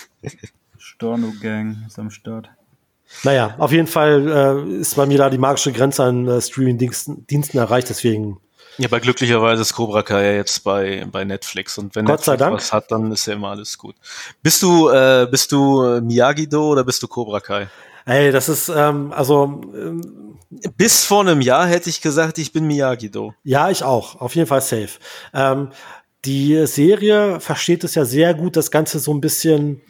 Storno Gang ist am Start. Naja, auf jeden Fall äh, ist bei mir da die magische Grenze an äh, Streaming-Diensten Diensten erreicht, deswegen. Ja, aber glücklicherweise ist Cobra Kai ja jetzt bei, bei Netflix und wenn Gott sei Netflix Dank. was hat, dann ist ja immer alles gut. Bist du, äh, bist du Miyagi-Do oder bist du Cobra Kai? Ey, das ist, ähm, also ähm, bis vor einem Jahr hätte ich gesagt, ich bin Miyagi-Do. Ja, ich auch, auf jeden Fall safe. Ähm, die Serie versteht es ja sehr gut, das Ganze so ein bisschen,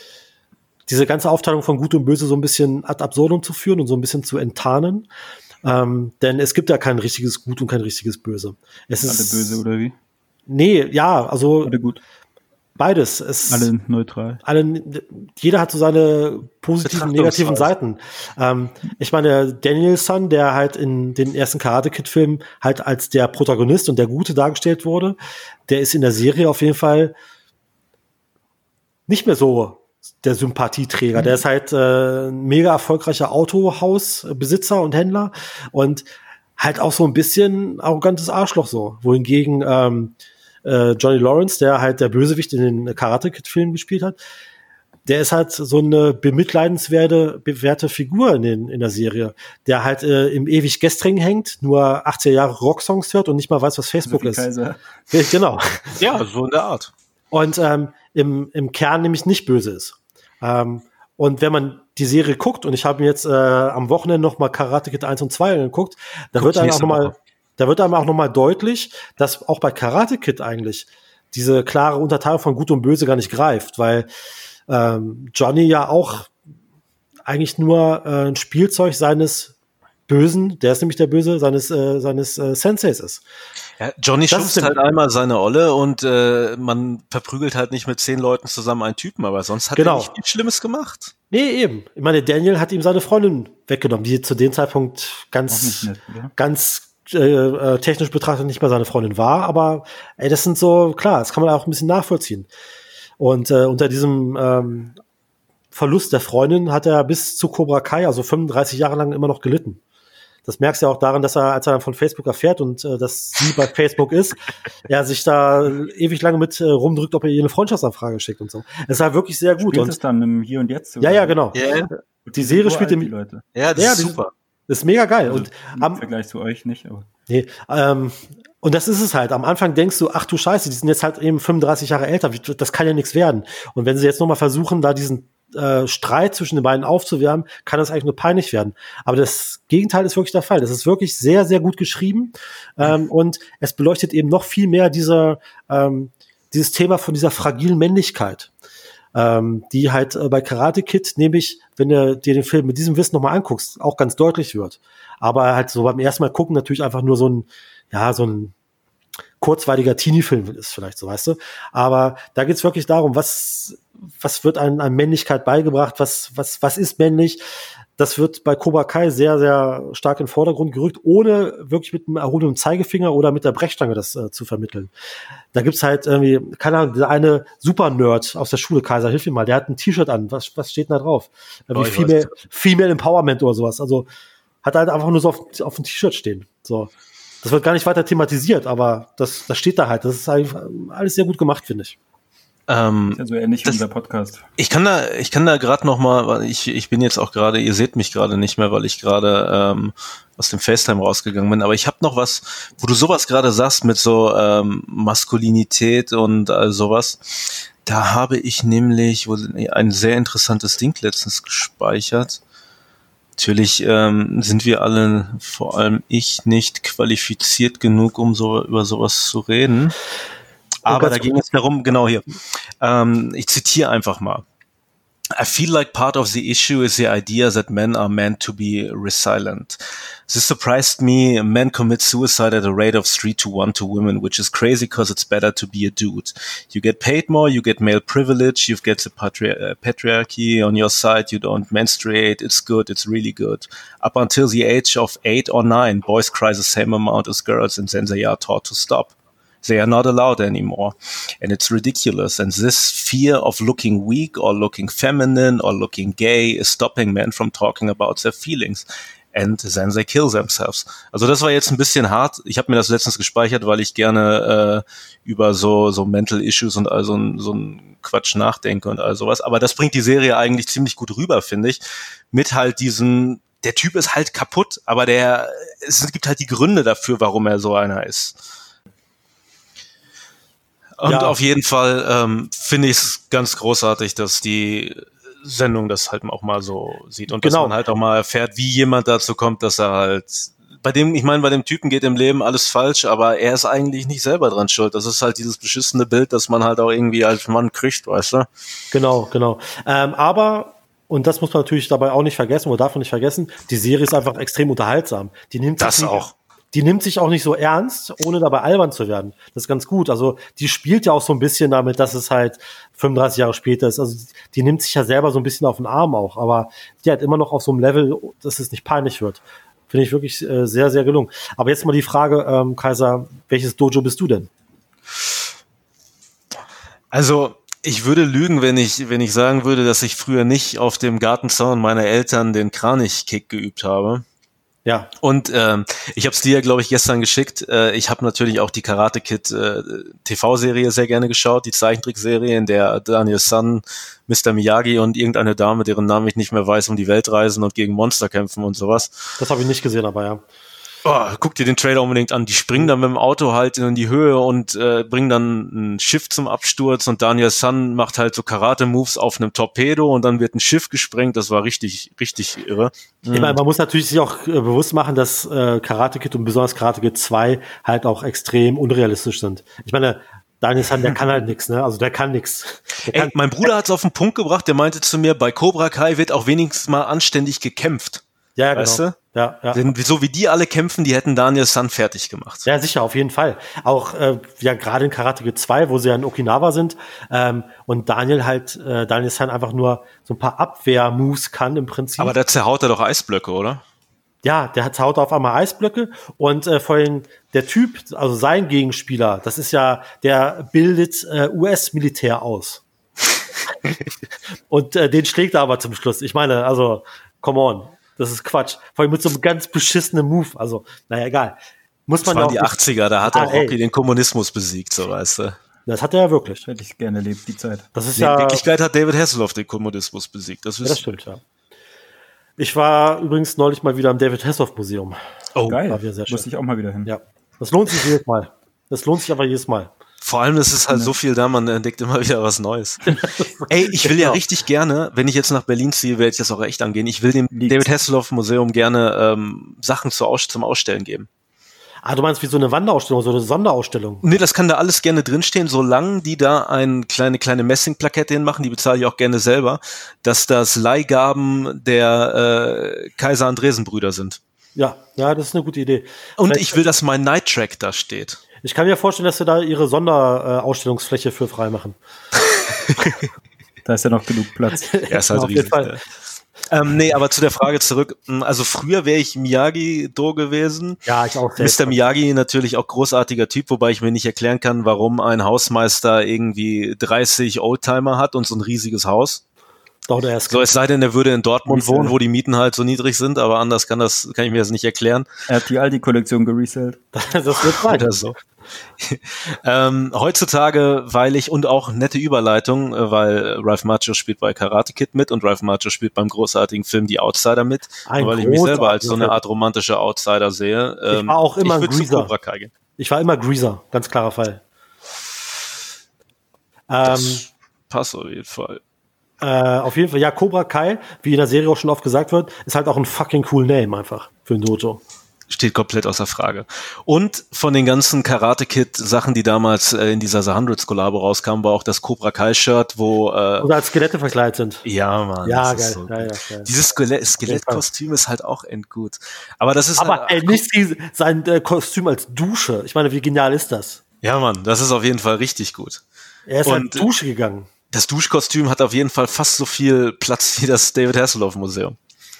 diese ganze Aufteilung von Gut und Böse so ein bisschen ad absurdum zu führen und so ein bisschen zu enttarnen. Ähm, denn es gibt ja kein richtiges Gut und kein richtiges Böse. Es Alle ist böse oder wie? Nee, ja, also Alle gut. Beides. Es alle neutral. Alle, jeder hat so seine positiven, negativen Seiten. Ähm, ich meine, Daniel San, der halt in den ersten Karate-Kid-Filmen halt als der Protagonist und der Gute dargestellt wurde, der ist in der Serie auf jeden Fall nicht mehr so der Sympathieträger. Mhm. Der ist halt äh, ein mega erfolgreicher Autohausbesitzer und Händler und halt auch so ein bisschen arrogantes Arschloch so. Wohingegen ähm, äh, Johnny Lawrence, der halt der Bösewicht in den Karate-Kid-Filmen gespielt hat, der ist halt so eine bemitleidenswerte bewährte Figur in, den, in der Serie, der halt äh, im ewig Gestreng hängt, nur achtziger Jahre Rocksongs hört und nicht mal weiß, was Facebook ist. Kaiser. Genau. Ja, so in der Art. Und ähm, im, im Kern nämlich nicht böse ist. Ähm, und wenn man die Serie guckt, und ich habe mir jetzt äh, am Wochenende noch mal Karate Kid eins und zwei angeguckt, da wird einem auch noch mal, da wird einem auch noch mal deutlich, dass auch bei Karate Kid eigentlich diese klare Unterteilung von Gut und Böse gar nicht greift, weil ähm, Johnny ja auch eigentlich nur äh, ein Spielzeug seines Bösen, der ist nämlich der Böse, seines, äh, seines äh, Senseis ist. Ja, Johnny schubst halt einmal seine Olle und äh, man verprügelt halt nicht mit zehn Leuten zusammen einen Typen, aber sonst hat genau. er nicht viel Schlimmes gemacht. Nee, eben. Ich meine, Daniel hat ihm seine Freundin weggenommen, die zu dem Zeitpunkt ganz, nett, ganz äh, technisch betrachtet nicht mehr seine Freundin war, aber ey, das sind so, klar, das kann man auch ein bisschen nachvollziehen. Und äh, unter diesem ähm, Verlust der Freundin hat er bis zu Cobra Kai, also fünfunddreißig Jahre lang, immer noch gelitten. Das merkst du ja auch daran, dass er, als er dann von Facebook erfährt und äh, dass sie bei Facebook ist, er sich da ewig lange mit äh, rumdrückt, ob er ihr eine Freundschaftsanfrage schickt und so. Es war wirklich sehr gut. Spielt es dann im Hier und Jetzt? Ja, ja, genau. Yeah. Die Serie spielt im... Leute. Ja, das ja, ist super. Das ist mega geil. Also, und im am Vergleich zu euch nicht, aber... Nee, ähm, und das ist es halt. Am Anfang denkst du, ach du Scheiße, die sind jetzt halt eben fünfunddreißig Jahre älter, das kann ja nichts werden. Und wenn sie jetzt nochmal versuchen, da diesen äh, Streit zwischen den beiden aufzuwärmen, kann das eigentlich nur peinlich werden. Aber das Gegenteil ist wirklich der Fall. Das ist wirklich sehr, sehr gut geschrieben. Ähm, und es beleuchtet eben noch viel mehr dieser, ähm, dieses Thema von dieser fragilen Männlichkeit. Ähm, die halt äh, bei Karate Kid, nämlich, wenn du dir den Film mit diesem Wissen nochmal anguckst, auch ganz deutlich wird. Aber halt so beim ersten Mal gucken natürlich einfach nur so ein, ja, so ein kurzweiliger Teenie-Film ist vielleicht so, weißt du. Aber da geht's wirklich darum, was, was wird an, an Männlichkeit beigebracht, was, was, was ist männlich? das wird bei Cobra Kai sehr, sehr stark in den Vordergrund gerückt, ohne wirklich mit einem erhobenen Zeigefinger oder mit der Brechstange das äh, zu vermitteln. Da gibt's halt irgendwie, keine Ahnung, der eine Super-Nerd aus der Schule, Kaiser, hilf mir mal, der hat ein T-Shirt an. Was, was steht denn da drauf? Äh, Oh, wie ich Female, Female Empowerment oder sowas. Also hat halt einfach nur so auf, auf dem T-Shirt stehen. So. Das wird gar nicht weiter thematisiert, aber das, das steht da halt. Das ist eigentlich alles sehr gut gemacht, finde ich. Ähm, Ist ja so ähnlich wie das- unser Podcast. Ich kann da, ich kann da gerade noch mal, weil ich, ich bin jetzt auch gerade, ihr seht mich gerade nicht mehr, weil ich gerade ähm, aus dem FaceTime rausgegangen bin. Aber ich habe noch was, wo du sowas gerade sagst mit so ähm, Maskulinität und all sowas. Da habe ich nämlich wo, ein sehr interessantes Ding letztens gespeichert. Natürlich ähm, sind wir alle, vor allem ich, nicht qualifiziert genug, um so über sowas zu reden. Aber da ging es darum, genau hier. Ähm, ich zitiere einfach mal. I feel like part of the issue is the idea that men are meant to be resilient. This surprised me. Men commit suicide at a rate of three to one to women, which is crazy because it's better to be a dude. You get paid more, you get male privilege, you get the patri- uh, patriarchy on your side, you don't menstruate, it's good, it's really good. Up until the age of eight or nine, boys cry the same amount as girls and then they are taught to stop. They are not allowed anymore. And it's ridiculous. And this fear of looking weak or looking feminine or looking gay is stopping men from talking about their feelings. And then they kill themselves. Also das war jetzt ein bisschen hart. Ich habe mir das letztens gespeichert, weil ich gerne äh, über so so Mental Issues und all so ein, so ein Quatsch nachdenke und all sowas. Aber das bringt die Serie eigentlich ziemlich gut rüber, finde ich. Mit halt diesen, der Typ ist halt kaputt, aber der, es gibt halt die Gründe dafür, warum er so einer ist. Und Ja. auf jeden Fall ähm, finde ich es ganz großartig, dass die Sendung das halt auch mal so sieht und Genau. dass man halt auch mal erfährt, wie jemand dazu kommt, dass er halt bei dem, ich meine, bei dem Typen geht im Leben alles falsch, aber er ist eigentlich nicht selber dran schuld. Das ist halt dieses beschissene Bild, das man halt auch irgendwie als Mann kriegt, weißt du? Genau, genau. Ähm, aber, und das muss man natürlich dabei auch nicht vergessen, oder darf man nicht vergessen, die Serie ist einfach extrem unterhaltsam. Die nimmt Das sich nicht, auch. Die nimmt sich auch nicht so ernst, ohne dabei albern zu werden. Das ist ganz gut. Also die spielt ja auch so ein bisschen damit, dass es halt fünfunddreißig Jahre später ist. Also die nimmt sich ja selber so ein bisschen auf den Arm auch, aber die hat immer noch auf so einem Level, dass es nicht peinlich wird. Finde ich wirklich äh, sehr, sehr gelungen. Aber jetzt mal die Frage, ähm, Kaiser, welches Dojo bist du denn? Also, ich würde lügen, wenn ich, wenn ich sagen würde, dass ich früher nicht auf dem Gartenzaun meiner Eltern den Kranichkick geübt habe. Ja, Und ähm, ich habe es dir, glaube ich, gestern geschickt. Äh, ich habe natürlich auch die Karate Kid äh, T V-Serie sehr gerne geschaut, die Zeichentrickserie, in der Daniel San, Mister Miyagi und irgendeine Dame, deren Namen ich nicht mehr weiß, um die Welt reisen und gegen Monster kämpfen und sowas. das habe ich nicht gesehen, aber ja. Oh, guck dir den Trailer unbedingt an. Die springen dann mit dem Auto halt in die Höhe und äh, bringen dann ein Schiff zum Absturz und Daniel San macht halt so Karate-Moves auf einem Torpedo und dann wird ein Schiff gesprengt. Das war richtig, richtig irre. Ich meine, man muss natürlich sich auch äh, bewusst machen, dass äh, Karate Kid und besonders Karate Kid zwei halt auch extrem unrealistisch sind. Ich meine, Daniel San, der kann halt nix, ne? Also der kann nix. Der Ey, kann, mein Bruder hat's auf den Punkt gebracht, der meinte zu mir, bei Cobra Kai wird auch wenigstens mal anständig gekämpft. ja, ja, weißt genau. du? Ja, ja. Denn so wie die alle kämpfen, die hätten Daniel San fertig gemacht. Ja, sicher, auf jeden Fall. Auch äh, ja gerade in Karate Kid zwei, wo sie ja in Okinawa sind ähm, und Daniel halt, äh, Daniel San einfach nur so ein paar Abwehr-Moves kann im Prinzip. Aber da zerhaut er doch Eisblöcke, oder? Ja, der hat haut auf einmal Eisblöcke und äh, vor allem der Typ, also sein Gegenspieler, das ist ja, der bildet äh, U S-Militär aus. Und äh, den schlägt er aber zum Schluss. Ich meine, also, come on, das ist Quatsch. Vor allem mit so einem ganz beschissenen Move. Also, naja, egal. Muss Das man waren auch die nicht- achtziger, da hat Ah, auch ey. Rocky den Kommunismus besiegt, so weißt du. Das hat er ja wirklich. Hätte ich gerne erlebt, die Zeit. Das ist Nee, in ja, Wirklichkeit hat David Hasselhoff den Kommunismus besiegt. Das ja, das ist stimmt, ja. Ich war übrigens neulich mal wieder im David Hasselhoff Museum. oh, Geil, war wieder sehr schön. muss ich auch mal wieder hin. Ja, das lohnt sich jedes Mal. Das lohnt sich aber jedes Mal. vor allem ist es halt so viel da, man entdeckt immer wieder was Neues. Ey, ich will ja Genau. richtig gerne, wenn ich jetzt nach Berlin ziehe, werde ich das auch echt angehen. Ich will dem Liegt's. David Hasselhoff Museum gerne ähm, Sachen zu Aus zum Ausstellen geben. Ah, du meinst wie so eine Wanderausstellung, so eine Sonderausstellung? Nee, das kann da alles gerne drinstehen, solange die da eine kleine, kleine Messingplakette hinmachen, die bezahle ich auch gerne selber, dass das Leihgaben der äh, Kaiser Andresen-Brüder sind. Ja, ja, das ist eine gute Idee. Und Vielleicht- ich will, dass mein Night Track da steht. Ich kann mir vorstellen, dass sie da ihre Sonderausstellungsfläche für freimachen. Da ist ja noch genug Platz. Er ist halt Auf jeden riesig. Fall. Ja. Ähm, nee, aber zu der Frage zurück. Also früher wäre ich Miyagi-Do gewesen. Ja, ich auch. Mister Miyagi natürlich auch großartiger Typ, wobei ich mir nicht erklären kann, warum ein Hausmeister irgendwie dreißig Oldtimer hat und so ein riesiges Haus. Doch, der ist So, es sei denn, er würde in Dortmund Resell. wohnen, wo die Mieten halt so niedrig sind, aber anders kann das, kann ich mir das nicht erklären. Er hat die Aldi-Kollektion geresellt. das wird sein. Oder so. ähm, heutzutage, weil ich, und auch nette Überleitung, äh, weil Ralph Macchio spielt bei Karate Kid mit und Ralph Macchio spielt beim großartigen Film Die Outsider mit, Ein weil ich mich selber als so großartiger eine Art romantischer Outsider sehe. Ähm, Ich war auch immer ich ein würd zu Greaser. Cobra Kai gehen. Ich war immer Greaser, ganz klarer Fall. Ähm, Das passt auf jeden Fall. äh, auf jeden Fall, ja, Cobra Kai, wie in der Serie auch schon oft gesagt wird, ist halt auch ein fucking cool Name einfach für ein Dojo. Steht komplett außer Frage. Und von den ganzen Karate Kid Sachen, die damals äh, in dieser The Hundreds Kollabo rauskamen, war auch das Cobra Kai Shirt, wo äh, Oder als Skelette verkleidet sind. ja, Mann. Ja, das ist geil. so Ja, ja, gut. geil. Dieses Skelett, Skelettkostüm ist halt auch endgut. Aber das ist Aber halt, ey, nicht die, sein äh, Kostüm als Dusche. Ich meine, wie genial ist das? ja, Mann, das ist auf jeden Fall richtig gut. Er ist Und- halt Dusche gegangen. Das Duschkostüm hat auf jeden Fall fast so viel Platz wie das David Hasselhoff Museum.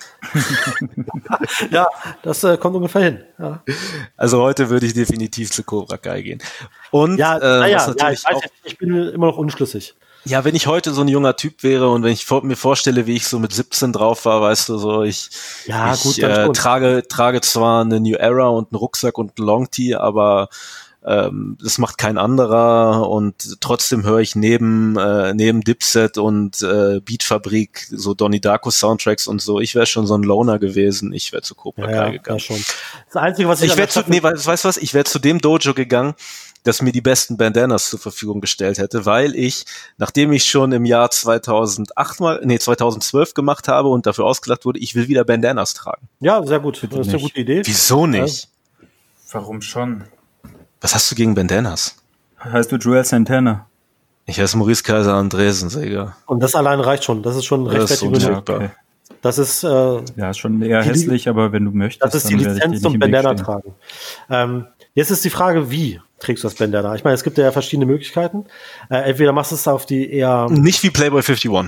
Ja, das äh, kommt ungefähr hin. Ja, Also heute würde ich definitiv zu Cobra Kai gehen. Und ja, äh, naja, was ja natürlich ich, weiß auch, nicht, ich bin immer noch unschlüssig. ja, wenn ich heute so ein junger Typ wäre und wenn ich vor, mir vorstelle, wie ich so mit siebzehn drauf war, weißt du, so ich, Ja, ich gut, dann äh, schon. trage, trage zwar eine New Era und einen Rucksack und ein Long-Tee, aber ähm, das macht kein anderer und trotzdem höre ich neben äh, neben Dipset und äh, Beatfabrik so Donnie Darko Soundtracks und so. Ich wäre schon so ein Loner gewesen. Ich wäre zu Cobra Ja, Kai ja, gegangen. ja, schon. Das Einzige, was ich, Ich an wäre der zu, Staffel- nee, weißt weißt du was? Ich wäre zu dem Dojo gegangen, das mir die besten Bandanas zur Verfügung gestellt hätte, weil ich, nachdem ich schon im Jahr zweitausendacht mal, nee, zweitausendzwölf gemacht habe und dafür ausgelacht wurde, ich will wieder Bandanas tragen. Ja, sehr gut. Bitte Das ist eine nicht. gute Idee. Wieso nicht? Warum schon? Was hast du gegen Bandanas? Heißt du Joel Santana? Ich heiße Maurice Kaiser Andresen, Sega. Und das allein reicht schon. Das ist schon Das ist rechtfertigend. so genug. okay. Das ist, äh, Ja, ist schon eher Die- hässlich, aber wenn du möchtest, das ist die dann werde ich dir Lizenz nicht zum im Weg Bandana stehen. tragen. Ähm, jetzt ist die Frage, wie trägst du das Bandana? Ich meine, es gibt ja verschiedene Möglichkeiten. Äh, entweder machst du es auf die eher, Nicht wie Playboy einundfünfzig.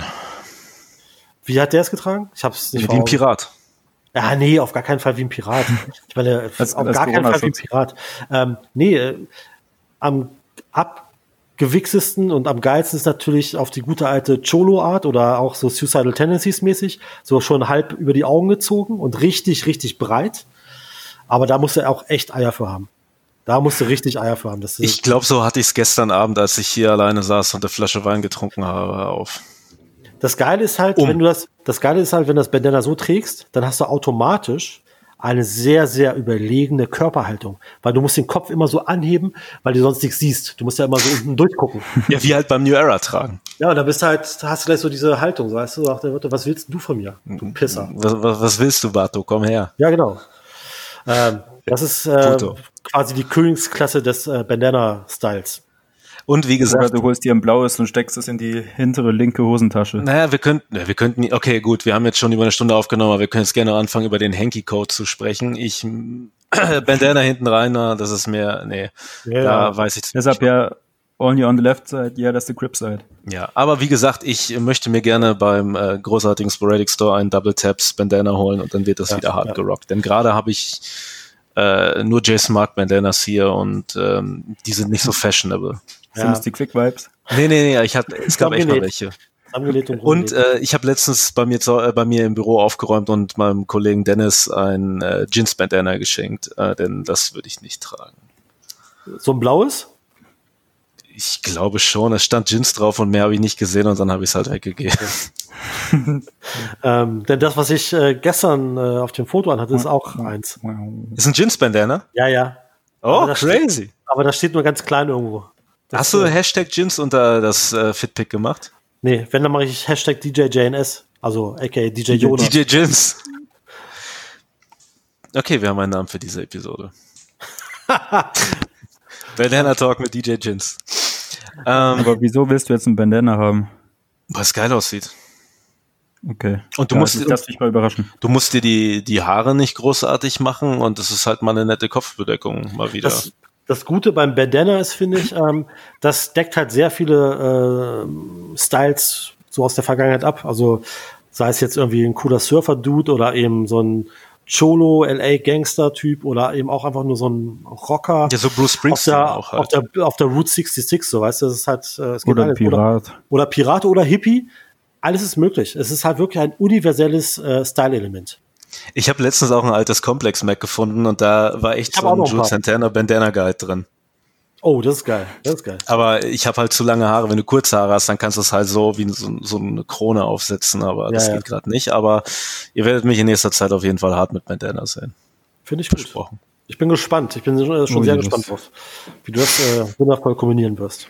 wie hat der es getragen? Ich hab's nicht Wie vor ein Augen. Pirat. Ja, nee, auf gar keinen Fall wie ein Pirat. Ich meine, Als- auf als gar keinen Fall wie ein Corona-Schutz. Pirat. Ähm, nee, äh, am abgewichsesten und am geilsten ist natürlich auf die gute alte Cholo-Art oder auch so Suicidal Tendencies mäßig, so schon halb über die Augen gezogen und richtig, richtig breit. Aber da musst du auch echt Eier für haben. Da musst du richtig Eier für haben. Das ist, Ich glaube, so hatte ich es gestern Abend, als ich hier alleine saß und eine Flasche Wein getrunken habe, auf. Das Geile ist halt, Um. wenn du das, das Geile ist halt, wenn du das Bandana so trägst, dann hast du automatisch eine sehr, sehr überlegene Körperhaltung. Weil du musst den Kopf immer so anheben, weil du sonst nichts siehst. Du musst ja immer so unten durchgucken. Ja, wie halt beim New Era tragen. Ja, und da bist du halt, hast du gleich so diese Haltung, so, weißt du, so nach der Motto, was willst du von mir, du Pisser? Was, was, was willst du, Bato? Komm her. Ja, genau. Ähm, das ist äh, Puto. quasi die Königsklasse des äh, Bandana-Styles. Und wie Oder gesagt, du holst dir ein blaues und steckst es in die hintere linke Hosentasche. naja, wir könnten, ja, wir könnten, okay, gut, wir haben jetzt schon über eine Stunde aufgenommen, aber wir können jetzt gerne anfangen, über den Hanky-Code zu sprechen. Ich, Bandana hinten rein, na, das ist mir, nee, Ja, da ja. weiß ich Deshalb ja only on the left side, yeah, that's the grip side. Ja, aber wie gesagt, ich möchte mir gerne beim äh, großartigen Sporadic Store einen Double Taps Bandana holen und dann wird das Ja, wieder hart ja. gerockt. Denn gerade habe ich äh, nur Jason Mark Bandanas hier und ähm, die sind nicht so fashionable. Ja. Sind es die Quick Vibes? Nee, nee, nee, ich hatte, es gab echt mal Zusammengenäht. welche. Angelegt und Und rumgelegt. äh, ich habe letztens bei mir, zu, äh, bei mir im Büro aufgeräumt und meinem Kollegen Dennis ein äh, Jeans-Bandana geschenkt, äh, denn das würde ich nicht tragen. So ein blaues? Ich glaube schon, es stand Jeans drauf und mehr habe ich nicht gesehen und dann habe ich es halt weggegeben. Ähm, denn das, was ich äh, gestern äh, auf dem Foto anhatte, ist auch eins. Ist ein Jeans-Bandana? Ja, ja. Oh, Aber das crazy. Aber das steht nur ganz klein irgendwo. Das, Hast du äh, Hashtag Jeans unter das äh, Fitpick gemacht? Nee, wenn, dann mache ich Hashtag D J J N S. Also, aka D J Yoda. D J Jeans. Okay, wir haben einen Namen für diese Episode. Bandana Talk mit D J Jeans. Ähm, Aber wieso willst du jetzt ein Bandana haben? weil es geil aussieht. Okay. Und du Ja, musst- das lass dich mal überraschen. Du musst dir die, die Haare nicht großartig machen und es ist halt mal eine nette Kopfbedeckung mal wieder. Das, das Gute beim Bandana ist, finde ich, ähm, das deckt halt sehr viele äh, Styles so aus der Vergangenheit ab. Also Sei es jetzt irgendwie ein cooler Surfer-Dude oder eben so ein Cholo, L A-Gangster-Typ oder eben auch einfach nur so ein Rocker. Ja, so Bruce Springsteen auf der, auch halt. Auf der, auf der Route sechsundsechzig, so, weißt du, das ist halt, äh, es geht Oder alles. Pirat. Oder, oder Pirat oder Hippie. Alles ist möglich. Es ist halt wirklich ein universelles äh, Style-Element. Ich habe letztens auch ein altes Complex-Mac gefunden und da war echt Ich hab so auch ein noch ein Jules paar. Santana Bandana Guide drin. Oh, das ist geil. Das ist geil. Aber ich habe halt zu lange Haare. Wenn du kurze Haare hast, dann kannst du es halt so wie so, so eine Krone aufsetzen, aber Ja, das ja. geht gerade nicht. Aber ihr werdet mich in nächster Zeit auf jeden Fall hart mit Bandana sehen. Finde ich gut. Versprochen. Ich bin gespannt. Ich bin schon, schon Oh, sehr das- gespannt drauf, wie du das äh, wundervoll kombinieren wirst.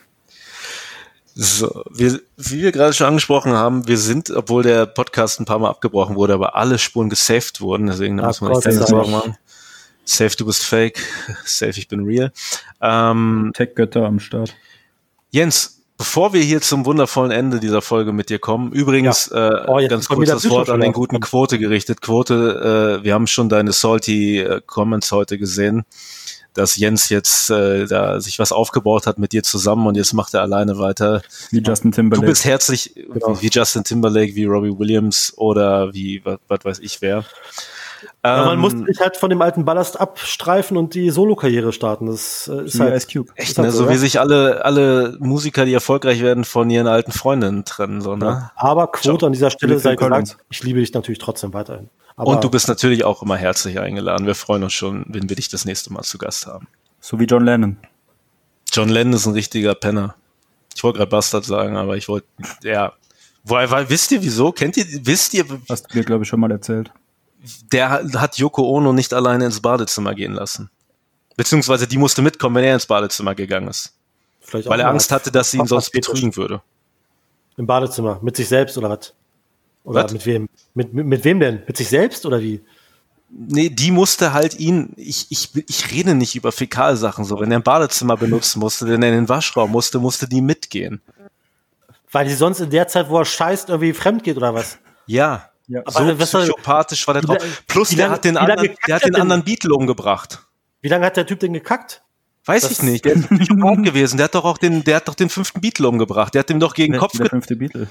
So, wir, wie wir gerade schon angesprochen haben, wir sind, obwohl der Podcast ein paar Mal abgebrochen wurde, aber alle Spuren gesaved wurden, deswegen da Ach muss man nicht Gott keine sei Sorgen Dank. machen. Safe, du bist fake. Safe, ich bin real. Ähm, Tech-Götter am Start. Jens, bevor wir hier zum wundervollen Ende dieser Folge mit dir kommen, übrigens äh, Oh, jetzt ganz ist bei kurz mir der das Wort an den Bildschirm guten schon Quote gerichtet. Quote, äh, wir haben schon deine salty äh, Comments heute gesehen, dass Jens jetzt äh, da sich was aufgebaut hat mit dir zusammen und jetzt macht er alleine weiter. Wie Justin Du Timberlake. bist herzlich, Genau. wie Justin Timberlake, wie Robbie Williams oder wie, was, was weiß ich wer. Ja, man Ähm, muss sich halt von dem alten Ballast abstreifen und die Solo-Karriere starten. Das äh, ist wie halt Ice Cube. Echt, ist halt ne? so, So ja. wie sich alle, alle Musiker, die erfolgreich werden, von ihren alten Freundinnen trennen, so, ne? Ja. Aber Quote an dieser Stelle Phil sei Collins. gesagt, ich liebe dich natürlich trotzdem weiterhin. Aber Und du bist natürlich auch immer herzlich eingeladen. Wir freuen uns schon, wenn wir dich das nächste Mal zu Gast haben. So wie John Lennon. John Lennon ist ein richtiger Penner. Ich wollte gerade Bastard sagen, aber ich wollte, ja. Weil, weil, wisst ihr wieso? Kennt ihr, wisst ihr, Hast du mir, glaube ich, schon mal erzählt. der hat Yoko Ono nicht alleine ins Badezimmer gehen lassen. Beziehungsweise die musste mitkommen, wenn er ins Badezimmer gegangen ist. vielleicht Weil auch er mal Angst hatte, dass sie ihn sonst Fetisch. betrügen würde. Im Badezimmer. Mit sich selbst oder was? Oder Was? mit wem? Mit, mit, mit wem denn? Mit sich selbst oder wie? Nee, die musste halt ihn, ich, ich, ich rede nicht über Fäkalsachen so. Wenn er ein Badezimmer benutzen musste, wenn er in den Waschraum musste, musste die mitgehen. Weil die sonst in der Zeit, wo er scheißt, irgendwie fremd geht oder was? Ja. Ja. So Aber was soll- psychopathisch war der wie drauf. lange- Plus wie der lange- hat den wie lange anderen, kackt der hat er den denn? anderen Beatle umgebracht. Wie lange hat der Typ denn gekackt? Weiß Das- ich nicht. Der ist Psychopath gewesen. Der hat doch auch den, der hat doch den fünften Beatle umgebracht. Der hat ihm doch gegen den Kopf der ge- fünfte Beatle.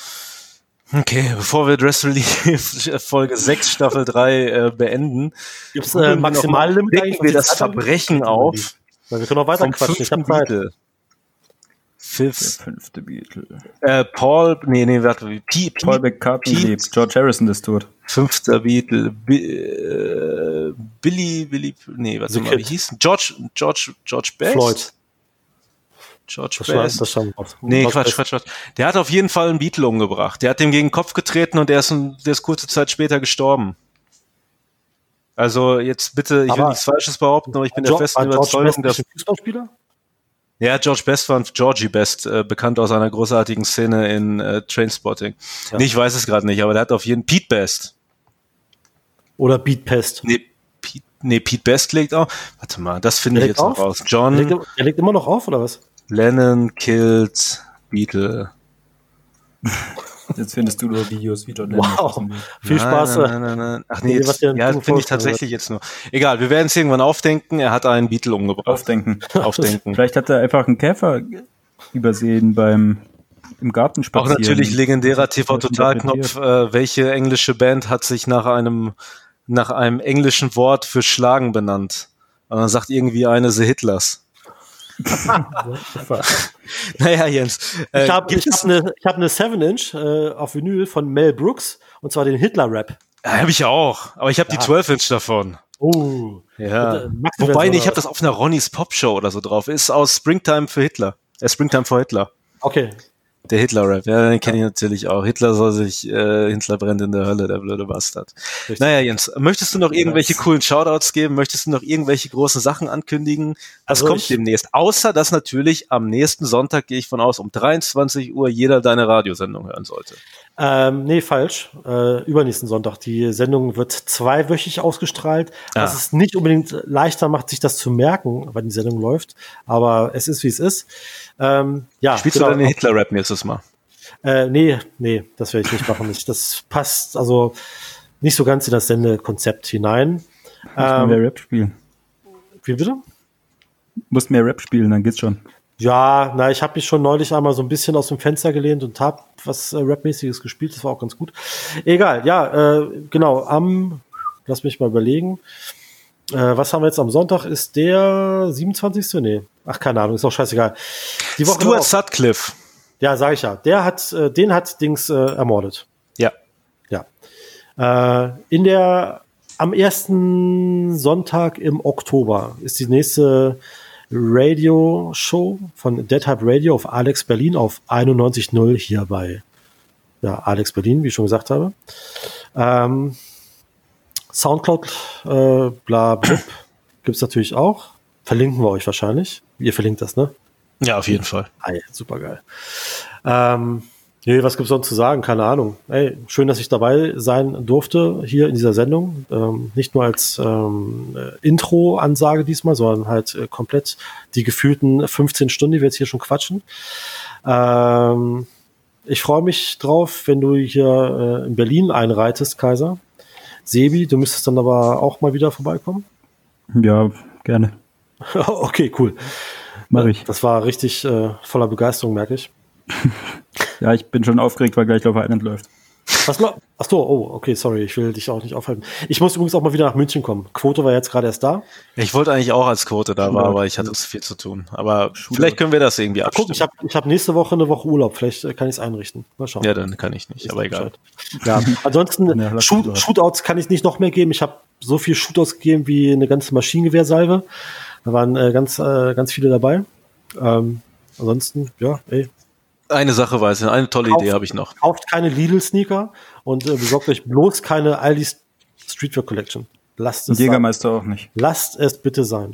Okay, bevor wir Dress Relief Folge sechs Staffel drei äh, beenden, Gibt es googeln äh, wir noch mal- Maximallimit? decken eigentlich, wir was die das Zeit angeht? Verbrechen auf Weil wir können auch weiter vom quatschen. Ich fünften hab Zeit. Beatle. Der Fifth, fünfte Beatle. äh, Paul, nee, nee, warte, P, P, Paul McCartney Pete- lebt. George Harrison ist tot. fünfter Beatle, Bi, äh, Billy, Billy, nee, warte The mal, wie Kid. hieß? George, George, George Best? Floyd. George Das war, Best. das schon was. Nee, Was Quatsch, Best. Quatsch, Quatsch. Der hat auf jeden Fall einen Beatle umgebracht. Der hat dem gegen den Kopf getreten und der ist, ein, der ist kurze Zeit später gestorben. Also jetzt bitte, ich will Aber- nichts Falsches behaupten, aber ich bin der George- festen war George Überzeugung, Best dass... nicht ein Fußballspieler? Ja, George Best war Georgie Best, äh, bekannt aus einer großartigen Szene in äh, Trainspotting. Ja. Nee, ich weiß es gerade nicht, aber der hat auf jeden Pete Best. Oder Beat Pest? Nee, Pete, nee, Pete Best legt auch... Warte mal, das finde Der ich legt jetzt noch auf? raus. Der John legt, der legt immer noch auf, oder was? Lennon killed Beatle. Jetzt findest du nur Videos wie John Lennon. Wow. Viel Spaß. Nein, nein, nein, nein. Ach nee, Nee, was jetzt, dir in ja, Zukunft finde ich vorstellen tatsächlich jetzt nur. Egal, wir werden es irgendwann aufdenken. Er hat einen Beatle umgebracht. Aufdenken. Aufdenken. Vielleicht hat er einfach einen Käfer übersehen beim im Garten Auch spazieren. natürlich legendärer Das T ist V-Totalknopf. Äh, welche englische Band hat sich nach einem, nach einem englischen Wort für Schlagen benannt? Und dann sagt irgendwie eine The Hitlers. Naja, Jens. Äh, Ich habe gibt ich es- hab eine hab ne seven Inch äh, auf Vinyl von Mel Brooks, und zwar den Hitler-Rap. Ja, habe ich ja auch. Aber ich habe die Ja. zwölf Inch davon. Oh. Ja. Mit, äh, Maxi-Version Wobei, nee, ich oder habe das auf einer Ronnies Popshow oder so drauf. Ist aus Springtime für Hitler. Äh, Springtime for Hitler. Okay. Der Hitler-Rap, ja, den kenne ich natürlich auch. Hitler soll sich, äh, Hitler brennt in der Hölle, der blöde Bastard. Richtig. Naja, Jens, möchtest du noch irgendwelche coolen Shoutouts geben? Möchtest du noch irgendwelche großen Sachen ankündigen? Das Also kommt ich- demnächst. Außer, dass natürlich am nächsten Sonntag, gehe ich von aus, um dreiundzwanzig Uhr jeder deine Radiosendung hören sollte. Ähm, nee, falsch. Äh, übernächsten Sonntag. Die Sendung wird zweiwöchig ausgestrahlt, was Ah. es nicht unbedingt leichter macht, sich das zu merken, wann die Sendung läuft. Aber es ist, wie es ist. Ähm, ja, Spielst genau. du deinen Hitler-Rap nächstes Mal? Äh, nee, nee, das werde ich nicht machen. Ich, das passt also nicht so ganz in das Sendekonzept hinein. Musst mehr Ähm, Rap spielen. wie bitte? Musst mehr Rap spielen, dann geht's schon. Ja, na, ich habe mich schon neulich einmal so ein bisschen aus dem Fenster gelehnt und habe was äh, Rap-mäßiges gespielt. Das war auch ganz gut. Egal, ja, äh, genau. Am, lass mich mal überlegen. Äh, was haben wir jetzt am Sonntag? Ist der siebenundzwanzigste? Nee. Ach, keine Ahnung, ist auch scheißegal. Die Woche Stuart drauf. Sutcliffe. Ja, sag ich ja. Der hat, äh, den hat Dings äh, ermordet. Ja. Ja. Äh, in der, am ersten Sonntag im Oktober ist die nächste Radio-Show von Dead Hype Radio auf Alex Berlin auf einundneunzig Komma null hier bei ja, Alex Berlin, wie ich schon gesagt habe. Ähm, Soundcloud, äh, bla, blub, gibt's natürlich auch. Verlinken wir euch wahrscheinlich. Ihr verlinkt das, ne? Ja, auf jeden Fall. Ah, ja, super geil. Ähm, nee, was gibt's sonst zu sagen? Keine Ahnung. Ey, schön, dass ich dabei sein durfte hier in dieser Sendung. Ähm, nicht nur als ähm, äh, Intro-Ansage diesmal, sondern halt äh, komplett die gefühlten fünfzehn Stunden, die wir jetzt hier schon quatschen. Ähm, ich freue mich drauf, wenn du hier äh, in Berlin einreitest, Kaiser. Sebi, du müsstest dann aber auch mal wieder vorbeikommen. Ja, gerne. Okay, cool. Mach ich. Das war richtig äh, voller Begeisterung, merke ich. Ja, ich bin schon aufgeregt, weil gleich Love Island läuft. Was noch? Ach so, oh, okay, sorry, ich will dich auch nicht aufhalten. Ich muss übrigens auch mal wieder nach München kommen. Quote war jetzt gerade erst da. Ich wollte eigentlich auch als Quote da war, aber ich hatte zu viel zu tun. Aber vielleicht können wir das irgendwie abstimmen. Guck, ich habe ich hab nächste Woche eine Woche Urlaub. Vielleicht äh, kann ich es einrichten. Mal schauen. Ja, dann kann ich nicht, Ist aber egal. Bescheid. Ja, ansonsten, Ja, lass Shoot, mich Shootouts kann ich nicht noch mehr geben. Ich habe so viel Shootouts gegeben wie eine ganze Maschinengewehrsalve. Da waren äh, ganz, äh, ganz viele dabei. Ähm, ansonsten, ja, ey. Eine Sache weiß ich, eine tolle Kauft- Idee habe ich noch. Kauft keine Lidl-Sneaker und äh, besorgt euch bloß keine Aldi Streetwear Collection. Lasst es Und sein. Jägermeister auch nicht. Lasst es bitte sein.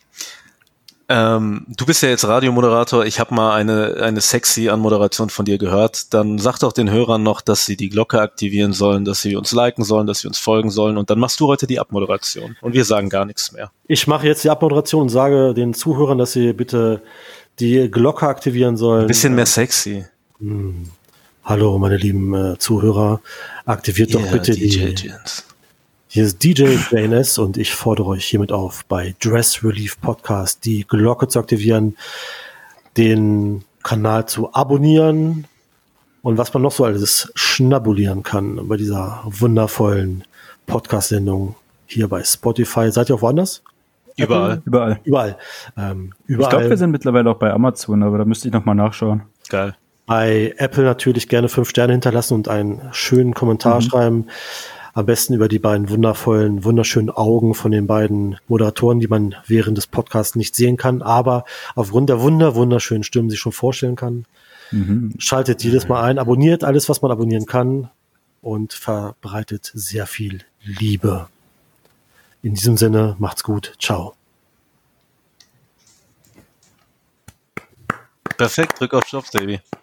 Ähm, du bist ja jetzt Radiomoderator. Ich habe mal eine, eine sexy Anmoderation von dir gehört. Dann sag doch den Hörern noch, dass sie die Glocke aktivieren sollen, dass sie uns liken sollen, dass sie uns folgen sollen. Und dann machst du heute die Abmoderation. Und wir sagen gar nichts mehr. Ich mache jetzt die Abmoderation und sage den Zuhörern, dass sie bitte die Glocke aktivieren sollen. Ein bisschen mehr sexy. Hallo, meine lieben äh, Zuhörer. Aktiviert doch Yeah, bitte D J die. Jens. Hier ist D J J N S und ich fordere euch hiermit auf, bei Dress Relief Podcast die Glocke zu aktivieren, den Kanal zu abonnieren und was man noch so alles schnabulieren kann bei dieser wundervollen Podcast-Sendung hier bei Spotify. Seid ihr auch woanders? Überall. Überall. Überall. Ähm, Ich überall. glaube, wir sind mittlerweile auch bei Amazon, aber da müsste ich nochmal nachschauen. Geil. Bei Apple natürlich gerne fünf Sterne hinterlassen und einen schönen Kommentar Mhm. schreiben. Am besten über die beiden wundervollen, wunderschönen Augen von den beiden Moderatoren, die man während des Podcasts nicht sehen kann, aber aufgrund der wunder, wunderschönen Stimmen sich schon vorstellen kann. Mhm. Schaltet jedes Mal ein, abonniert alles, was man abonnieren kann und verbreitet sehr viel Liebe. In diesem Sinne, macht's gut. Ciao. Perfekt, drück auf Stopp, Baby.